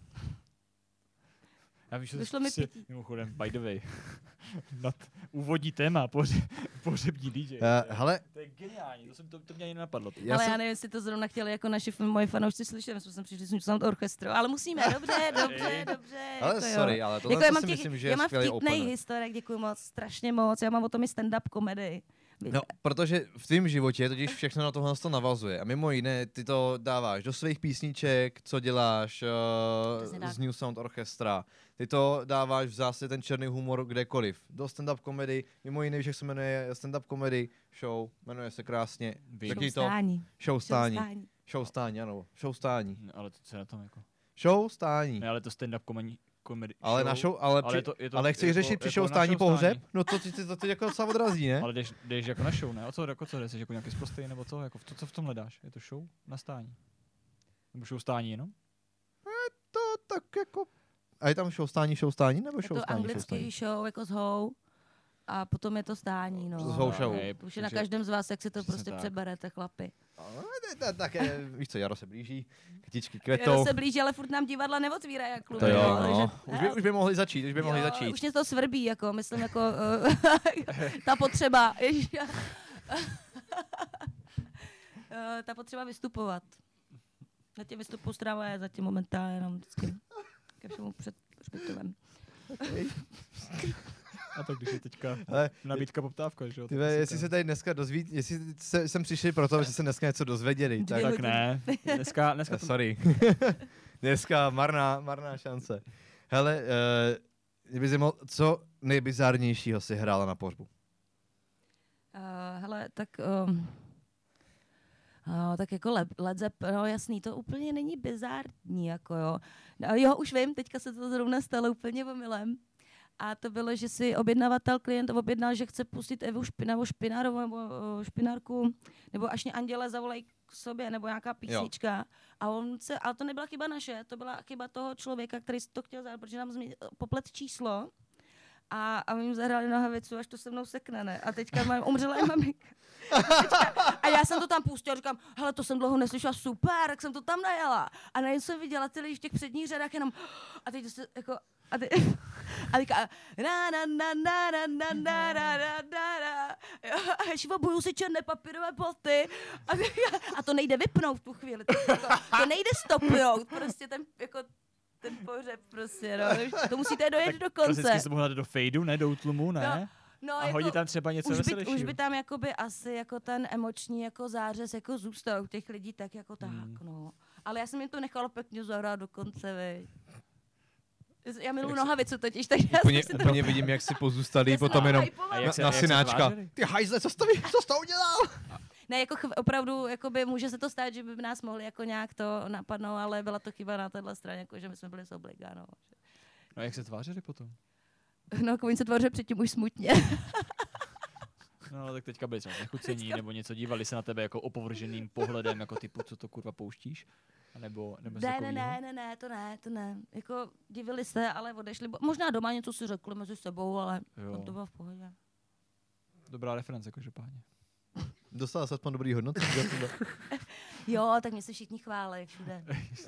S5: Já vím, že to
S1: Vyšlo mi
S5: prostě,
S1: pití.
S5: mimochodem, by the way, nad úvodní téma, pohře, pohřební D J.
S6: Uh, hele,
S5: To je geniální, to, jsem, to, to mě ani nenapadlo.
S6: já
S1: ale
S6: jsem,
S1: já nevím, jestli to zrovna chtěli jako naši f- moji fanoušci slyšeli, my jsme sem přišli s Sound Orchestru, ale musíme, dobře, dobře, dobře.
S6: ale
S1: jako jo.
S6: sorry, ale tohle
S1: Jako já
S6: si
S1: mám, těch,
S6: myslím, že
S1: já
S6: je
S1: mám
S6: skvělý
S1: vtipnej
S6: opener.
S1: historek, děkuji moc, strašně moc, já mám o tom i stand-up komedii.
S6: No, protože v tvém životě totiž všechno na tohle to navazuje. A mimo jiné, ty to dáváš do svých písniček, co děláš
S1: Přesně
S6: uh,
S1: tak.
S6: z New Sound Orchestra. Ty to dáváš v zásadě ten černý humor kdekoliv. Do stand-up comedy, mimo jiné, že se jmenuje stand-up comedy show, jmenuje se krásně.
S5: Vím.
S6: Taky to,
S1: Stání.
S6: show stání.
S1: Stání.
S6: Show stání, ano, show stání.
S5: No, ale to co je na tom jako?
S6: Show stání.
S5: Ne, ale to stand-up komedi, komedy
S6: Ale
S5: show,
S6: na show, ale,
S5: ale,
S6: při,
S5: to, je to
S6: ale chceš
S5: jako,
S6: řešit při
S5: jako
S6: show
S5: na
S6: stání
S5: show
S6: pohřeb? No to ti to, to, to jako docela odrazí, ne?
S5: Ale jdeš, jdeš jako na show, ne? O co, jako co jdeš? Jsi jako nějaký sprostej nebo co? Jako v to, co v tom hledáš? Je to show na stání? Nebo show stání jenom?
S6: To tak jako... A je tam show stání, show stání, nebo
S1: Je
S6: show
S1: to
S6: stání, show stání?
S1: anglický show jako s hou a potom je to stání, no.
S6: S hou show.
S5: Hej,
S1: Už je na
S5: takže-
S1: každém z vás, jak si to
S5: přesně
S1: prostě
S5: tak.
S1: přeberete, chlapi.
S6: Ale to je také, víš co, jaro se blíží, kytičky
S1: Jo,
S6: kvetou.
S1: se blíží, ale furt nám divadla neotvírají jak kluby.
S6: To jo,
S1: jo,
S6: no.
S1: že-
S6: Už by, už by mohli začít, už by mohli
S1: jo,
S6: začít.
S1: Už mě to svrbí, jako, myslím, jako uh, ta potřeba, ježiš, uh, ta potřeba vystupovat. Zatím vystupu strava je zatím momentálně jenom vždycky ke všemu před hřbitovem.
S5: A tak když je teďka
S6: Ale
S5: nabídka poptávka, že jo?
S6: ty
S5: tak
S6: ve,
S5: si
S6: jestli
S5: říkám.
S6: se tady dneska dozví, jestli se, sem přišli proto, že se dneska něco dozvěděli, tak,
S1: Dvě
S5: Tak ne, dneska, dneska to...
S6: sorry. Dneska marná, marná šance. Hele, uh, by mohl, co nejbizárnějšího si hrála na pohřbu?
S1: Uh, hele, tak... Um, no, tak jako Led, Led Zeppelin, no jasný, to úplně není bizární, jako jo. No, jo, už vím, teďka se to zrovna stalo úplně omylem. A to bylo, že si objednavatel, klient objednal, že chce pustit Evu Špinavou Špinárovou nebo uh, Špinárku, nebo až mě Anděle zavolají k k sobě, nebo nějaká písnička. A on se, ale to nebyla chyba naše, to byla chyba toho člověka, který si to chtěl zahrát, protože nám zmi, poplet číslo. A, a my jim zahrali Nohavicu, až to se mnou sekne, ne? A teďka mám umřela i maminka. A já jsem to tam pustila, říkám, hele, to jsem dlouho neslyšela, super, tak jsem to tam najela. A najednou jsem viděla ty lidi v těch předních řadách jenom, a teď se jako, a teď, a teďka, na na na na na na na na na na na a ježivo, budu si černé papírové boty. A, teďka, a to nejde vypnout v tu chvíli, to, jako, to nejde stopnout, prostě ten, jako, ten pohřeb prostě, no. To musíte dojet do konce.
S5: Klasicky se mohla dát do fejdu, ne, do útlumu, ne?
S1: No. No,
S5: a
S1: jako,
S5: hodit tam třeba něco
S1: už by,
S5: veselějšího.
S1: už by tam jakoby asi jako ten emoční jako zářez jako zůstal u těch lidí tak jako tak,
S5: Hmm.
S1: no. Ale já jsem jim to nechala pěkně zahrát do konce, vej. Já miluji
S6: Jak se-
S1: Nohavicu totiž, takže já
S6: Úplně,
S1: jsem si to...
S6: úplně vidím, jak si pozůstalí
S1: Já jsem
S6: potom
S1: to
S6: jenom
S1: hypovala.
S5: A
S6: na,
S5: jak se-
S6: na
S5: jak se
S6: synáčka.
S5: tvářili?
S6: Ty hajzle, co jsi to, co jsi to udělal?
S1: Ne, jako chv- opravdu, jakoby může se to stát, že by nás mohli jako nějak to napadnout, ale byla to chyba na téhle straně, jako že my jsme byli z obliga, no.
S5: No a jak se tvářili potom?
S1: No, jako oni se tvořili předtím už smutně.
S5: No tak teďka byli třeba nechucení, nebo něco dívali se na tebe jako opovrženým pohledem, jako typu, co to kurva pouštíš? A nebo, nebo něco
S1: Ne, ne,
S5: takovýho?
S1: ne, ne, ne, to ne, to ne. Jako divili se, ale odešli. Bo- Možná doma něco si řekli mezi sebou, ale
S5: Jo.
S1: tam to bylo v pohodě.
S5: Dobrá reference, každopádně.
S6: Dostala se aspoň dobrý hodnocení za tohle.
S1: Jo, tak mě se všichni chválí všude.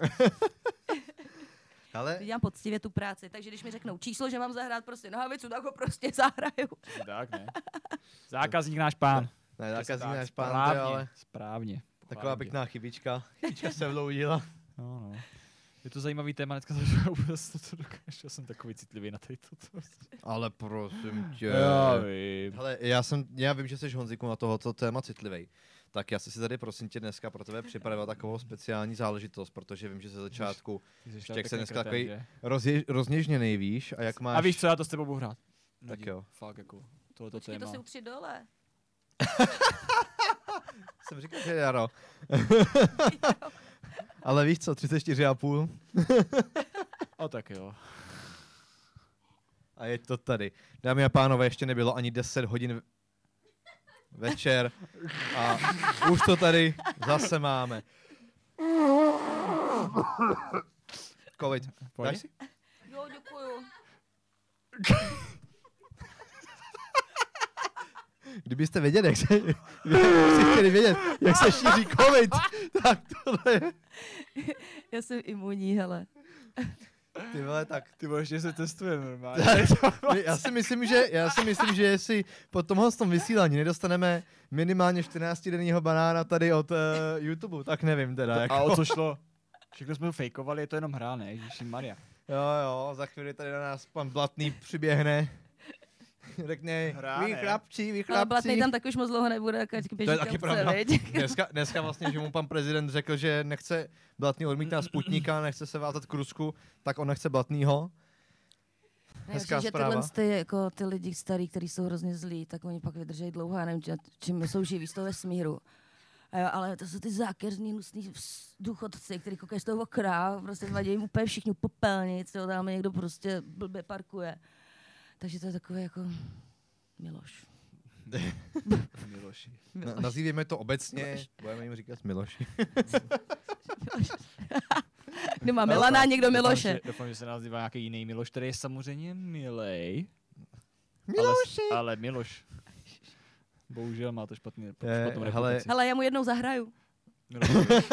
S6: Ale
S1: Dělám poctivě tu práci, takže když mi řeknou číslo, že mám zahrát prostě Nohavicu, tak ho prostě zahraju.
S5: Tak, ne? Zákazník náš pán.
S6: ne, zákazník
S5: Tak,
S6: náš pán,
S5: správně,
S6: ale
S5: správně.
S6: taková
S5: Pochválím tě.
S6: pěkná chybička. Chybička se vloudila.
S5: No, no. Je to zajímavý téma, dneska to vůbec to, co dokážu. Já jsem takový citlivý na tady toto.
S6: Ale prosím tě.
S5: Já vím.
S6: Hele, já jsem, já vím, že jsi Honziku na tohoto téma citlivý. Tak já jsem si tady prosím tě dneska pro tebe připravil takovou speciální záležitost, protože vím, že ze začátku
S5: Ty jsi
S6: jak se
S5: pěkný
S6: dneska
S5: kretén,
S6: takový-
S5: že?
S6: rozje, rozněžněnej, víš, a jak máš...
S5: A víš co, já to s tebou budu hrát.
S6: Tak
S5: Nadí,
S6: jo.
S5: Fakt jako, tohleto
S1: Počkej, to
S5: téma.
S1: si utři dole.
S6: Jsem říkal, že jaro. Ale víš co, třicet čtyři a půl
S5: O tak jo.
S6: a je to tady. Dámy a pánové, ještě nebylo ani deset hodin v- večer a už to tady zase máme. Covid.
S5: Pojď.
S6: Dáš si?
S1: Jo, děkuju.
S6: Kdybyste věděli, jak se, kdybyste chtěli vědět, jak se šíří covid, tak tohle je.
S1: Já jsem imunní, hele.
S6: Ty vole, tak.
S5: Ty vole, ještě se testuje normálně.
S6: Já si myslím, že, já si myslím, že jestli po tomhle tom vysílání nedostaneme minimálně čtrnáctidenního banána tady od uh, YouTube, tak nevím teda. Jako.
S5: A o co šlo? Všechno jsme to fejkovali, je to jenom hra, ne? Ježišimarja.
S6: Jo, jo, za chvíli tady na nás pan Blatný přiběhne. Řekne,
S5: Hra,
S6: vy
S5: ne?
S6: chlapci, vy
S1: Ale Blatný
S6: chlapci.
S1: tam tak už moc dlouho nebude, jak ať běží
S6: To je taky
S1: kam chce,
S6: pravda.
S1: viď?
S6: Dneska, dneska vlastně, že mu pan prezident řekl, že nechce Blatný odmítnout Sputnika, nechce se vázat k Rusku, tak on nechce Blatnýho.
S1: Ne,
S6: Hezká
S1: že
S6: zpráva.
S1: tyhle ty, jako, ty lidi starý, kteří jsou hrozně zlí, tak oni pak vydrží dlouho, já nevím, či- čím jsou živí z toho vesmíru. A jo, ale to jsou ty zákeřní, hnusný vs- důchodci, kteří koukají z toho okna, prostě vadí jim úplně všichni popelnic, jo, tam někdo prostě blbě parkuje. Takže to je takové jako Miloš.
S5: Miloši.
S6: Na, nazývíme to obecně, budeme jim říkat Miloši.
S1: Kdo má Milana, někdo
S5: Doufám,
S1: Miloše.
S5: že, doufám, že se nazývá nějaký jiný Miloš, který je samozřejmě milej.
S6: Miloši!
S5: Ale, ale Miloš. Bohužel má to špatný,
S6: Je,
S5: špatnou
S6: hele.
S5: reputaci.
S1: Hele, já mu jednou zahraju.
S5: Miloš.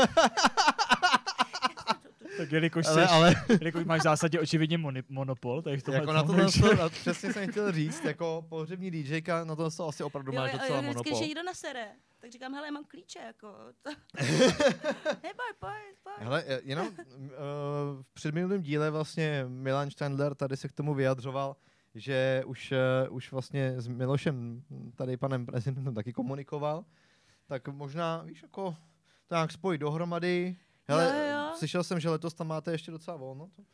S5: Tak jelikož,
S6: Ale,
S5: seš,
S6: ale
S5: jelikož máš v zásadě očividně moni- monopol, tak to
S6: jako na to, to, to přesně jsem chtěl říct, jako pohřební DJka, na to to asi opravdu
S1: Jo,
S6: máš
S1: jo,
S6: docela
S1: jo, vždycky,
S6: monopol.
S1: že někdo nasere. Tak říkám, hele, já mám klíče, jako. Neboj, pojď, pojď.
S6: Hele, eh, jenom uh, v předminulém díle vlastně Milan Steindler tady se k tomu vyjadřoval, že už, uh, už vlastně s Milošem, tady panem prezidentem taky komunikoval, tak možná, víš, jako to nějak spojit dohromady. Hele,
S1: Jo, jo.
S6: slyšel jsem, že letos tam máte ještě docela volno. To...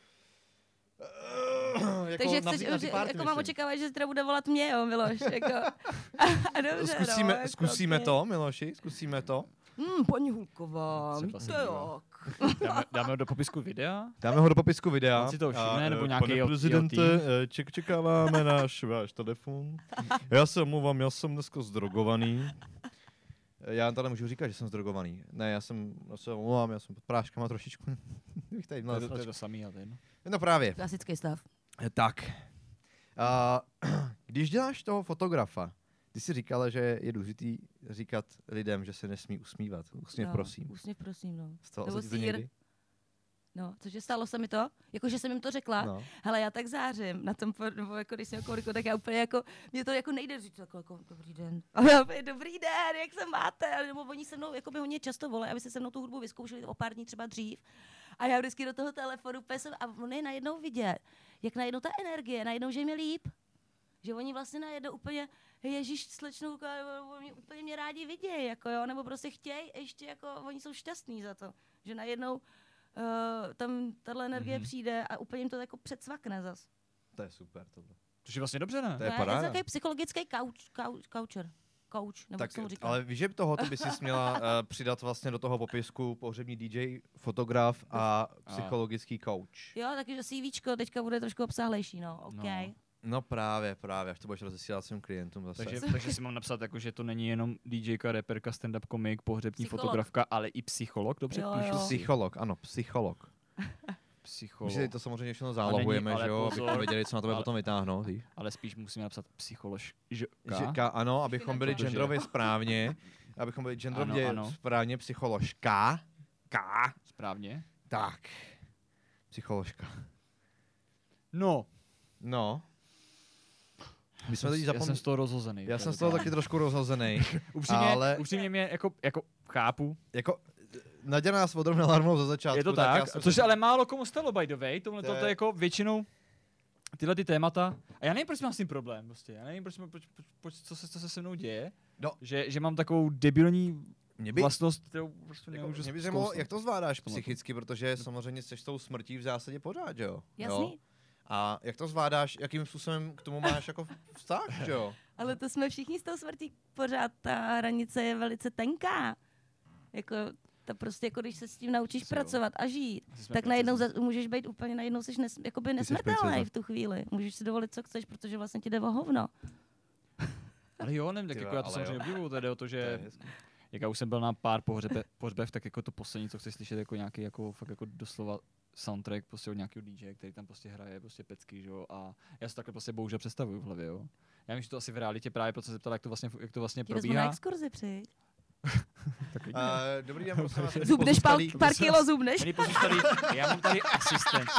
S6: Uh, jako
S1: Takže
S6: na,
S1: chceš,
S6: na
S1: že-
S6: party,
S1: jako mám
S6: myslím.
S1: očekávat, že zítra bude volat mě, jo, Miloš, jako. A dobře,
S6: Zkusíme,
S1: no, jako,
S6: zkusíme
S1: okay.
S6: to, Miloši, zkusíme to.
S1: Hmm, paní Hulková,
S5: Třeba se
S1: to
S5: dívá.
S1: jo.
S5: Dáme, dáme ho do popisku videa.
S6: Dáme ho do popisku videa.
S5: On si to všimne,
S6: A,
S5: nebo
S6: eh,
S5: nějaký
S6: Pane
S5: jeho-
S6: prezidente,
S5: jeho
S6: eh, ček, čekáváme náš váš telefon. Já se omlouvám, já jsem dneska zdrogovaný. Já tady můžu říkat, že jsem zdrogovaný. Ne, já jsem, já se omlouvám, já jsem pod práškama trošičku. Bych tady
S5: To
S6: měl
S5: je, to, to je
S6: sračku.
S5: to samý, ale to je jedno.
S6: No právě.
S1: Klasický stav.
S6: Tak. Uh, když děláš toho fotografa, ty jsi říkala, že je důležitý říkat lidem, že se nesmí usmívat. Úsměv,
S1: no,
S6: prosím.
S1: Úsměv, prosím, no.
S6: Stalo
S1: Nebo
S6: se ti to
S1: sír.
S6: někdy?
S1: No, cože stalo se mi to? Jakože jsem jim to řekla.
S6: No.
S1: Hele, já tak zářím na tom, po- nebo jako když jsem koliko, tak já úplně jako, mě to jako nejde říct jako, jako dobrý den. Ale já úplně, dobrý den, jak se máte? Nebo oni se mnou jako by hodně často volají, aby se se mnou tu hudbu vyzkoušeli o pár dní třeba dřív. A já vždycky do toho telefonu úplně jsem, a on je najednou vidět, jak najednou ta energie, najednou, že je mi líp. Že oni vlastně najednou úplně, ježíš, slečnou, oni úplně mě rádi vidějí, jako jo, nebo prostě chtějí, ještě jako, oni jsou šťastní za to, že najednou Uh, tam tahle energie
S5: Mhm.
S1: mm-hmm. přijde a úplně jim to jako předsvakne zas.
S6: To je super tohle.
S5: Což je vlastně dobře, ne?
S6: To je
S1: To je
S6: paráda.
S1: takový psychologický couch, couch, coucher. Coach, nebo
S6: Tak,
S1: jak se mu říká.
S6: ale víš, že tohoto by si směla uh, přidat vlastně do toho popisku pohřební D J, fotograf a psychologický coach.
S1: Jo, takže CVčko teďka bude trošku obsáhlejší, no, OK.
S5: No.
S6: No právě, právě, až to budeš rozesílat svým klientům zase.
S5: Takže, takže si mám napsat, jako, že to není jenom DJka, reperka, stand-up komik, pohřební
S1: Psycholog.
S5: fotografka, ale i psycholog, dobře
S1: Jo,
S5: píšu?
S1: jo.
S6: Psycholog, ano, psycholog.
S5: Psycholog.
S6: My si to samozřejmě všechno zálohujeme,
S5: ale
S6: že jo,
S5: pozor.
S6: abychom věděli, co na to bude
S5: Ale-
S6: potom vytáhnout. víš.
S5: Ale spíš musíme napsat psycholožka.
S6: Že, ka, ano, abychom byli
S5: Protože-
S6: genderově správně, abychom byli genderově
S5: Ano, ano.
S6: správně psycholožka. Ka.
S5: Správně.
S6: Tak. Psycholožka.
S5: No,
S6: No. My jsme teď
S5: já jsem
S6: zapomněli.
S5: z toho rozhozený.
S6: Já jsem z toho taky trošku rozhozený.
S5: Upřímně,
S6: ale-
S5: upřímně mě jako, jako chápu.
S6: Jako, Naděja nás odrovnala armou za začátku.
S5: Je to
S6: tak já
S5: tak,
S6: jsem
S5: což
S6: si-
S5: ale málo komu stalo, by the way. Tohle
S6: To
S5: to,
S6: je-
S5: to je jako většinou tyhle ty témata. A já nevím, proč mám s tím problém. Prostě. Já nevím, proč, proč, proč, proč co, se, co se se mnou děje.
S6: No.
S5: Že, že mám takovou debilní
S6: Mě by,
S5: vlastnost, kterou prostě
S6: jako,
S5: nemůžu
S6: mě by zajímalo,
S5: zkousnout.
S6: jak to zvládáš
S5: Tomhle to.
S6: psychicky, protože samozřejmě jsi s tou smrtí v zásadě pořád, že jo? Jo?
S1: Jasný,
S6: A jak to zvládáš, jakým způsobem k tomu máš jako vztah, že jo?
S1: ale to jsme všichni s tou smrtí pořád, ta hranice je velice tenká. Jako, to prostě jako když se s tím naučíš
S5: Asi jo.
S1: pracovat a žít,
S5: Asi jsme
S1: tak najednou
S5: precizní.
S1: za, můžeš být úplně, najednou jsi nes, jakoby
S6: jsi
S1: nesmrtelný
S6: princeza.
S1: v tu chvíli. Můžeš si dovolit, co chceš, protože vlastně ti jde o hovno.
S5: Ale jo, nevím, tak
S6: Ty
S5: jako
S6: vole,
S5: já to
S6: ale
S5: samozřejmě
S6: jo.
S5: obdivuju, to jde o to,
S6: To je
S5: že
S6: hezký.
S5: jak já už jsem byl na pár pohřebe, pohřbev, tak jako to poslední, co chci slyšet, jako nějaký jako fakt jako doslova soundtrack prostě od nějakého D J, který tam prostě hraje prostě pecky, že jo, a já si takhle prostě bohužel představuju v hlavě, jo. Já vím, že to asi v realitě právě, proto se zeptal, jak to vlastně, jak to vlastně
S1: Ti vezmu na
S5: probíhá.
S1: exkurzi, přijď.
S5: Tak
S6: Uh, dobrý den, prosím vás.
S1: Zubneš pár,
S6: pozůstalí-
S1: pár kilo, zubneš.
S5: Milí pozůstalí, já mám tady asistent.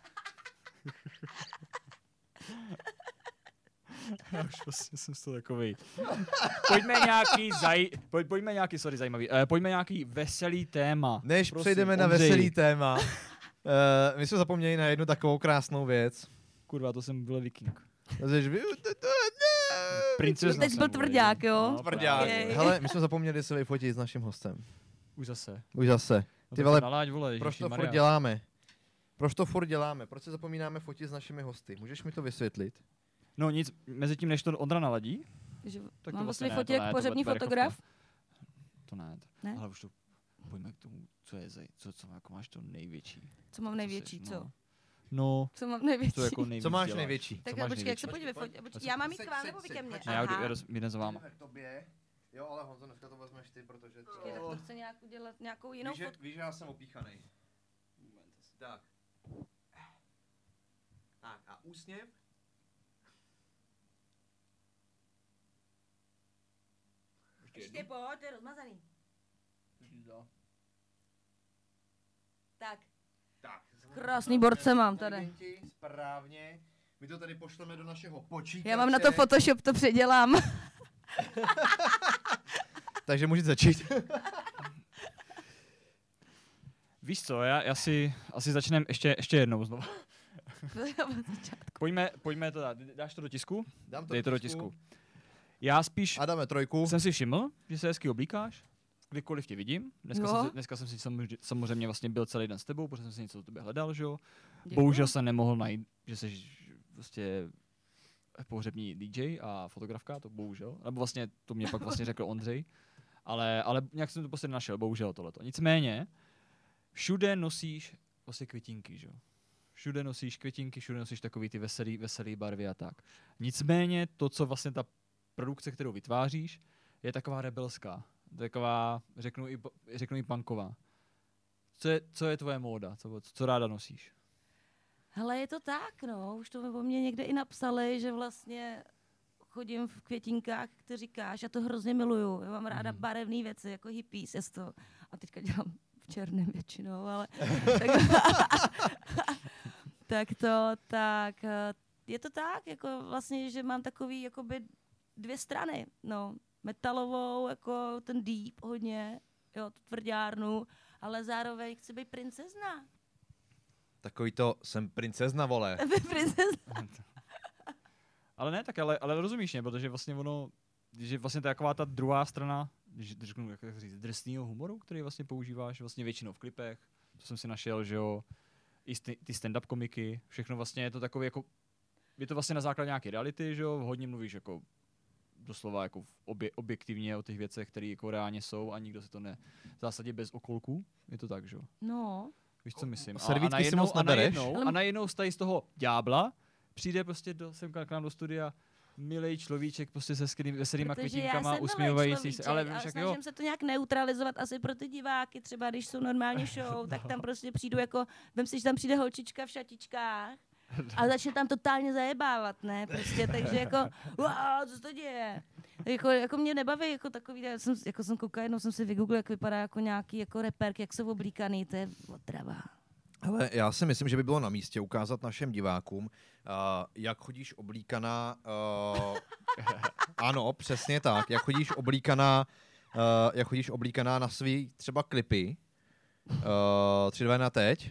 S5: Já už vlastně jsem z toho takovej. Pojďme nějaký zaj... Poj, pojďme nějaký, sorry, zajímavý. Uh, pojďme nějaký veselý téma.
S6: Než
S5: Prosím,
S6: přejdeme na
S5: Ondřej.
S6: veselý téma, uh, my jsme zapomněli na jednu takovou krásnou věc.
S5: Kurva, to jsem byl viking.
S6: Zeš, vy- to- to- ne.
S5: Princezna
S1: Teď
S5: jsem,
S1: byl
S5: vole.
S1: tvrdák, jo?
S5: No,
S6: Tvrdák.
S5: právě.
S6: Hele, my jsme zapomněli se vyfotit s naším hostem.
S5: Už zase.
S6: Už zase.
S5: No
S6: Ty
S5: tak
S6: vole,
S5: to naláď, vole,
S6: Proč to
S5: ježišimarja.
S6: furt děláme? Proč to furt děláme? Proč se zapomínáme fotit s našimi hosty? Můžeš mi to vysvětlit?
S5: No nic, mezi tím, než to Ondra naladí,
S1: Že
S5: tak
S1: mám
S5: to
S1: vlastně
S5: vlastně ne,
S1: fotě
S5: to ne,
S1: jak
S5: to
S1: pořební
S5: bude
S1: fotograf.
S5: to ne.
S1: Ne?
S5: Ale už to, pojďme k tomu, co je, zaj- co, co jako máš to největší.
S1: Co mám největší,
S5: seš,
S1: co?
S5: no. No,
S1: Co mám největší?
S5: co jako nejvíc
S6: Co máš
S5: děláš.
S6: největší?
S1: Tak
S5: co
S1: já
S5: máš
S1: počkej, jak se
S5: největší?
S1: podívej, fotě, počkej,
S6: Pojď,
S1: já mám jít
S6: pojď,
S1: k vám
S6: seď,
S1: nebo vy
S6: seď,
S1: ke mně?
S6: pojď.
S5: Ne, já jdu,
S1: Aha.
S5: já jdu, jdem za váma.
S6: K tobě. Jo, ale Honzo, dneska to vezmeš ty, protože...
S1: Počkej, tak to chce nějak udělat nějakou jinou
S6: Víš, že,
S1: fotku.
S6: víš, že já jsem opíchaný. Tak. Tak a úsměv.
S1: Ještě pojď, to je rozmazaný. Tak,
S6: Tak.
S1: krásný borce mám tady.
S6: Inteligenti, Správně. My to tady pošleme do našeho počítače.
S1: Já mám na to Photoshop, to předělám.
S6: Takže můžete začít.
S5: Víš co, já, já si asi začneme ještě, ještě jednou znovu. Pojďme, pojďme to dát. Dáš to do tisku?
S6: Dám
S5: Dej to do tisku. Já spíš
S6: A dáme trojku.
S5: jsem si všiml, že se hezky oblíkáš, kdykoliv tě vidím. Dneska,
S1: Jo.
S5: jsem, si- dneska jsem si samozřejmě, samozřejmě vlastně byl celý den s tebou, protože jsem si něco o tebe hledal, že jo.
S1: Děkuju.
S5: Bohužel jsem nemohl najít, že jsi prostě pohřební D J a fotografka, to bohužel. Nebo vlastně to mě pak vlastně řekl Ondřej. Ale, ale nějak jsem to prostě nenašel, bohužel tohleto. Nicméně, všude nosíš vlastně květinky, že jo. Všude nosíš květinky, všude nosíš takový ty veselý, veselý barvy a tak. Nicméně to, co vlastně ta produkce, kterou vytváříš, je taková rebelská. Taková, řeknu i, řeknu i punková. Co je, co je tvoje móda? Co, co ráda nosíš?
S1: Hele, je to tak, no. Už to o mě někde i napsali, že vlastně chodím v květinkách, jak ty říkáš, já to hrozně miluju. Já mám ráda
S5: Mhm.
S1: barevné věci, jako hippies, jest to. A teďka dělám v černém většinou, ale... tak, tak to, tak... eh, Je to tak, jako vlastně, že mám takový, jakoby dvě strany, no. Metalovou, jako ten deep hodně, jo, tu tvrdárnu, ale zároveň chci být princezna.
S6: Takový to, jsem princezna, vole.
S1: princezna.
S5: Ale ne, tak ale, ale rozumíš mě, protože vlastně ono, když je vlastně taková ta druhá strana, když řeknu, jak jak říct, drsného humoru, který vlastně používáš vlastně většinou v klipech, to jsem si našel, že jo, i sti, ty stand-up komiky, všechno vlastně je to takový jako, je to vlastně na základě nějaké reality, že jo, hodně mluvíš jako doslova jako obje, objektivně o těch věcech, které jako reálně jsou a nikdo se to ne, v zásadě bez okolků, je to tak, že jo.
S1: No,
S5: Víš, co myslím? A, a
S6: Servítky si
S5: najednou,
S6: moc
S5: a
S6: nebereš?
S5: najednou,
S1: Ale-
S5: a najednou z tady z toho ďábla přijde prostě do, sem k nám do studia milej človíček prostě se skrytým, veselýma
S1: protože já
S5: květinkama,
S1: jsem
S5: usmívající
S1: človíček,
S5: se, ale
S1: ale
S5: však jo.
S1: snažím se to nějak neutralizovat asi pro ty diváky, třeba když jsou normálně show, tak tam prostě přijdu jako, vem si, že tam přijde holčička v šatičkách a začne tam totálně zajebávat, ne, prostě, takže jako, wow, co se to děje? Jako, jako mě nebaví jako takový, já jsem, jako jsem koukala, jednou jsem si vygooglila, jak vypadá jako nějaký jako reperk, jak jsou oblíkaný, to je otrava.
S6: Ale já si myslím, že by bylo na místě ukázat našim divákům, uh, jak chodíš oblíkaná, uh, ano, přesně tak, jak chodíš oblíkaná, uh, jak chodíš oblíkaná na svý třeba klipy, uh, tři, dva, na teď.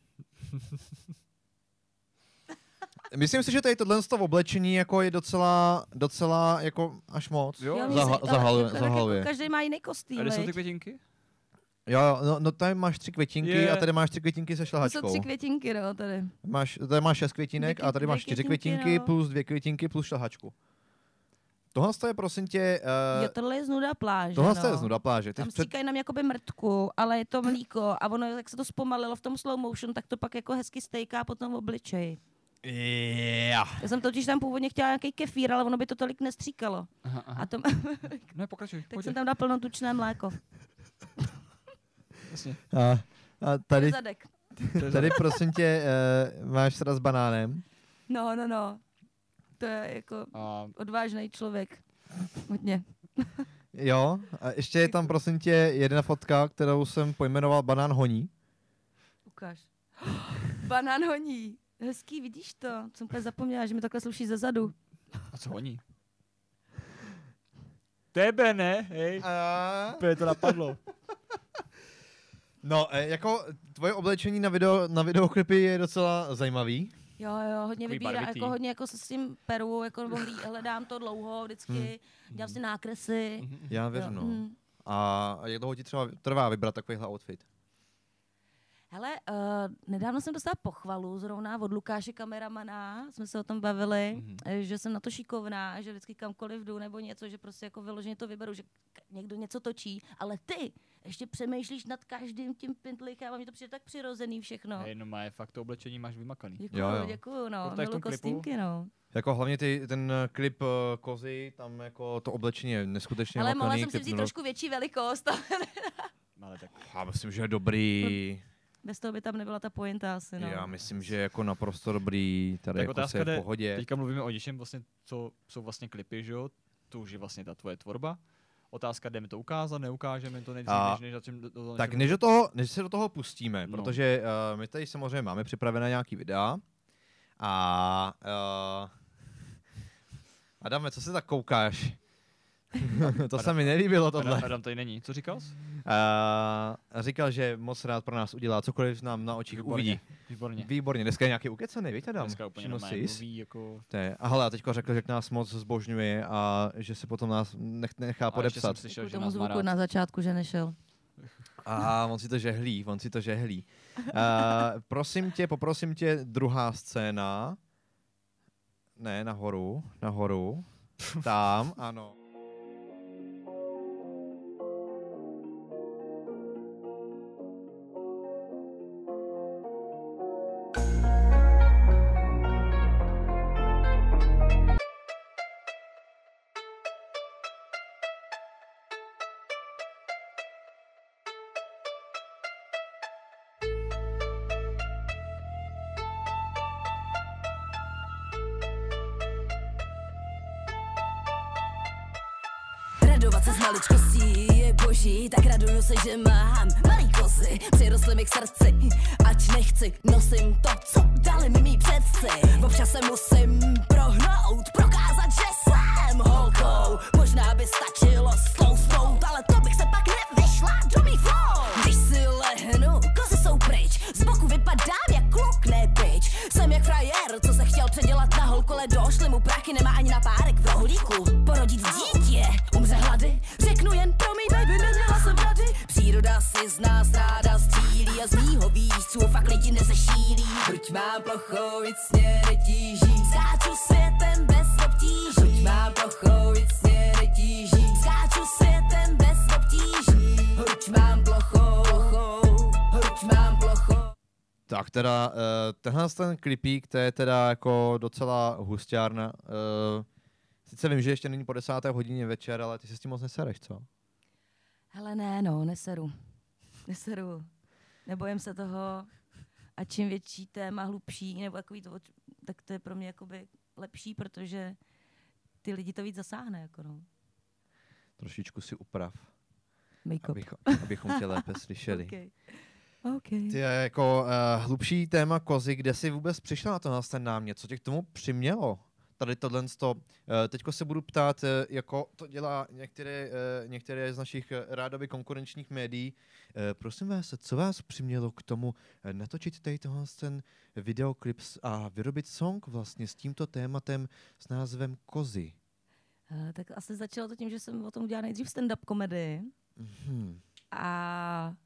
S6: Myslím si, že tady tohle z toho oblečení jako je docela, docela jako až moc.
S5: Jo,
S1: Jo, mě
S6: Zaha-
S1: se- ale
S6: zahaluje-
S1: jako- tak
S6: zahaluje.
S1: Jako každý má jiný kostým,
S5: A kde jsou ty
S1: veď?
S5: květinky?
S6: Jo, jo, no, no tady máš tři květinky
S5: Je.
S6: a tady máš tři květinky se
S1: To jsou
S6: šlehačkou.
S1: tři květinky, no, tady.
S6: Máš, tady máš šest květinek
S1: Dvě
S6: a tady
S1: květ-
S6: máš
S1: dvě
S6: čtyři
S1: květinky,
S6: květinky
S1: no.
S6: plus dvě květinky plus šlehačku. Tohle je prosím tě, uh,
S1: Jo, tohle je z nuda pláže,
S6: tohle
S1: no.
S6: je z nuda pláže. Ty
S1: Tam
S6: před,
S1: stříkají nám jakoby mrtku, ale je to mlíko a ono, jak se to zpomalilo v tom slow motion, tak to pak jako hezky stejká po tom obličeji.
S6: yeah.
S1: Já jsem totiž tam původně chtěla nějaký kefír, ale ono by to tolik nestříkalo.
S5: Aha, aha.
S1: A to,
S5: Ne, pokračuj,
S1: tak
S5: pojď.
S1: jsem tam dala plnotučné mléko.
S5: Jasně.
S6: A, a tady,
S1: Zadek.
S5: To je
S6: tady
S5: za-
S6: prosím tě, uh, máš teda s banánem.
S1: No, no, no. To je jako
S5: A
S1: odvážný člověk. Hodně.
S6: Jo, a ještě je tam prosím tě jedna fotka, kterou jsem pojmenoval Banán honí.
S1: Ukáž. Banán honí. Hezký, vidíš to? Jsem úplně zapomněla, že mi takhle sluší ze zadu.
S5: a co honí? Tebe ne, hej.
S6: A...
S5: Úplně to napadlo.
S6: No, eh, jako tvoje oblečení na, video, na videoklipy je docela zajímavý.
S1: Jo, jo, hodně
S5: Takový
S1: vybírám,
S5: barvitý.
S1: jako hodně jako se s tím peru, jako nebo hlí- hledám to dlouho vždycky, dělám si nákresy.
S6: Já věřím,
S1: Jo,
S6: no.
S1: mm.
S6: A jak dlouho ti třeba trvá vybrat takovýhle outfit?
S1: Hele, uh, nedávno jsem dostala pochvalu zrovna od Lukáše kameramana, jsme se o tom bavili,
S5: Mhm.
S1: eh, že jsem na to šikovná, že vždycky kamkoliv jdu nebo něco, že prostě jako vyloženě to vyberu, že k- někdo něco točí, ale ty ještě přemýšlíš nad každým tím pintlichem a mně to přijde tak přirozený všechno.
S5: Hej, no má je fakt to oblečení máš vymakaný.
S1: Děkuju,
S6: Jo, jo.
S1: děkuju, no,
S5: Proto je v
S1: miluji
S5: tom klipu-
S1: kostýmky, no.
S6: Jako hlavně ty, ten eh, klip uh, kozy, tam jako to oblečení je neskutečně
S1: Ale mohla
S6: vymakaný,
S1: jsem si
S6: klip
S1: vzít
S6: měl-
S1: trošku větší velikost, ale
S5: Ale tak
S6: Já myslím, že je dobrý.
S1: bez toho by tam nebyla ta pointa asi, no.
S6: Já myslím, že je jako naprosto dobrý. Tady
S5: Tak
S6: jako
S5: otázka
S6: se je
S5: jde-
S6: v pohodě.
S5: teďka mluvíme o něčem, vlastně, co jsou vlastně klipy, že jo? To už je vlastně ta tvoje tvorba. Otázka, jdeme to ukázat, neukážeme to nejdřív,
S6: A-
S5: než, než začneme do, do,
S6: Tak než, do toho, než se do toho pustíme,
S5: No.
S6: protože uh, my tady samozřejmě máme připravené nějaký videa a uh, Adame, co se tak koukáš? To se mi nelíbilo tohle.
S5: Adam, Adam tady není. Co říkal jsi?
S6: Uh, říkal, že moc rád pro nás udělá cokoliv nám na očích uvidí.
S5: Výborně.
S6: Výborně, dneska je nějaký ukecaný, víte Adam?
S5: Dneska úplně
S6: Všiml
S5: normálně
S6: sis?
S5: mluví, jako...
S6: To je- A hele, a teďko řekl, že k nás moc zbožňuje a že se potom nás nech, nechá
S5: A ještě
S6: podepsat.
S5: jsem slyšel,
S1: Děkuju
S5: že
S1: tomu
S5: nás má
S1: zvuku
S5: rád.
S1: na začátku, že nešel.
S6: A on si to žehlí, on si to žehlí. Uh, prosím tě, poprosím tě, druhá scéna. Ne, nahoru, nahoru. Tam, ano.
S7: se z maličkostí je boží, tak raduju se, že mám malý kozy. Přirostly mi k srdci, ať nechci, nosím to, co dali mi mý předci. Občas se musím prohnout, prokázat, že jsem holkou. Možná by stačilo stlousnout, ale to bych se pak nevyšla do mých flow. Když si lehnu, kozy jsou pryč, z boku vypadám jak kluk, ne bitch. Jsem jak frajer, co se chtěl předělat na holku, ale došly mu prachy, nemá ani na párek v rohlíku. Porodit dítě, umře hlady, řeknu jen promiň baby, neměla jsem rady. Příroda si z nás ráda sdílí a z mýho výzcu fakt lidi nezešílí. Buď mám plochou, nic mě netíží, skáču světem bez obtíží. Buď mám plochou, nic mě netíží, skáču světem bez obtíží. Buď mám plochou, plochou, buď mám plochou.
S6: Tak teda, uh, tenhle ten klipík, to je teda jako docela husťárna. Uh, sice vím, že ještě není po desáté hodině večer, ale ty se s tím moc nesereš, co?
S1: Hele ne, no, neseru. Neseru. Nebojím se toho. A čím větší téma, hlubší, nebo takový to, tak to je pro mě jakoby lepší, protože ty lidi to víc zasáhne, jako no.
S6: Trošičku si uprav,
S1: Make-up.
S6: abychom, abychom tě lépe slyšeli.
S1: Okay. Okay.
S6: Ty jako uh, hlubší téma kozy, kde jsi vůbec přišla na tohle ten námět? Co tě k tomu přimělo? Tady tohle sto. Uh, teďko se budu ptát, uh, jako to dělá některé, uh, některé z našich uh, rádoby konkurenčních médií. Uh, prosím vás, co vás přimělo k tomu uh, natočit tady tohle ten videoklip a vyrobit song vlastně s tímto tématem s názvem Kozy?
S1: Uh, tak asi začalo to tím, že jsem o tom udělala nejdřív stand-up komedii.
S6: Mm-hmm.
S1: A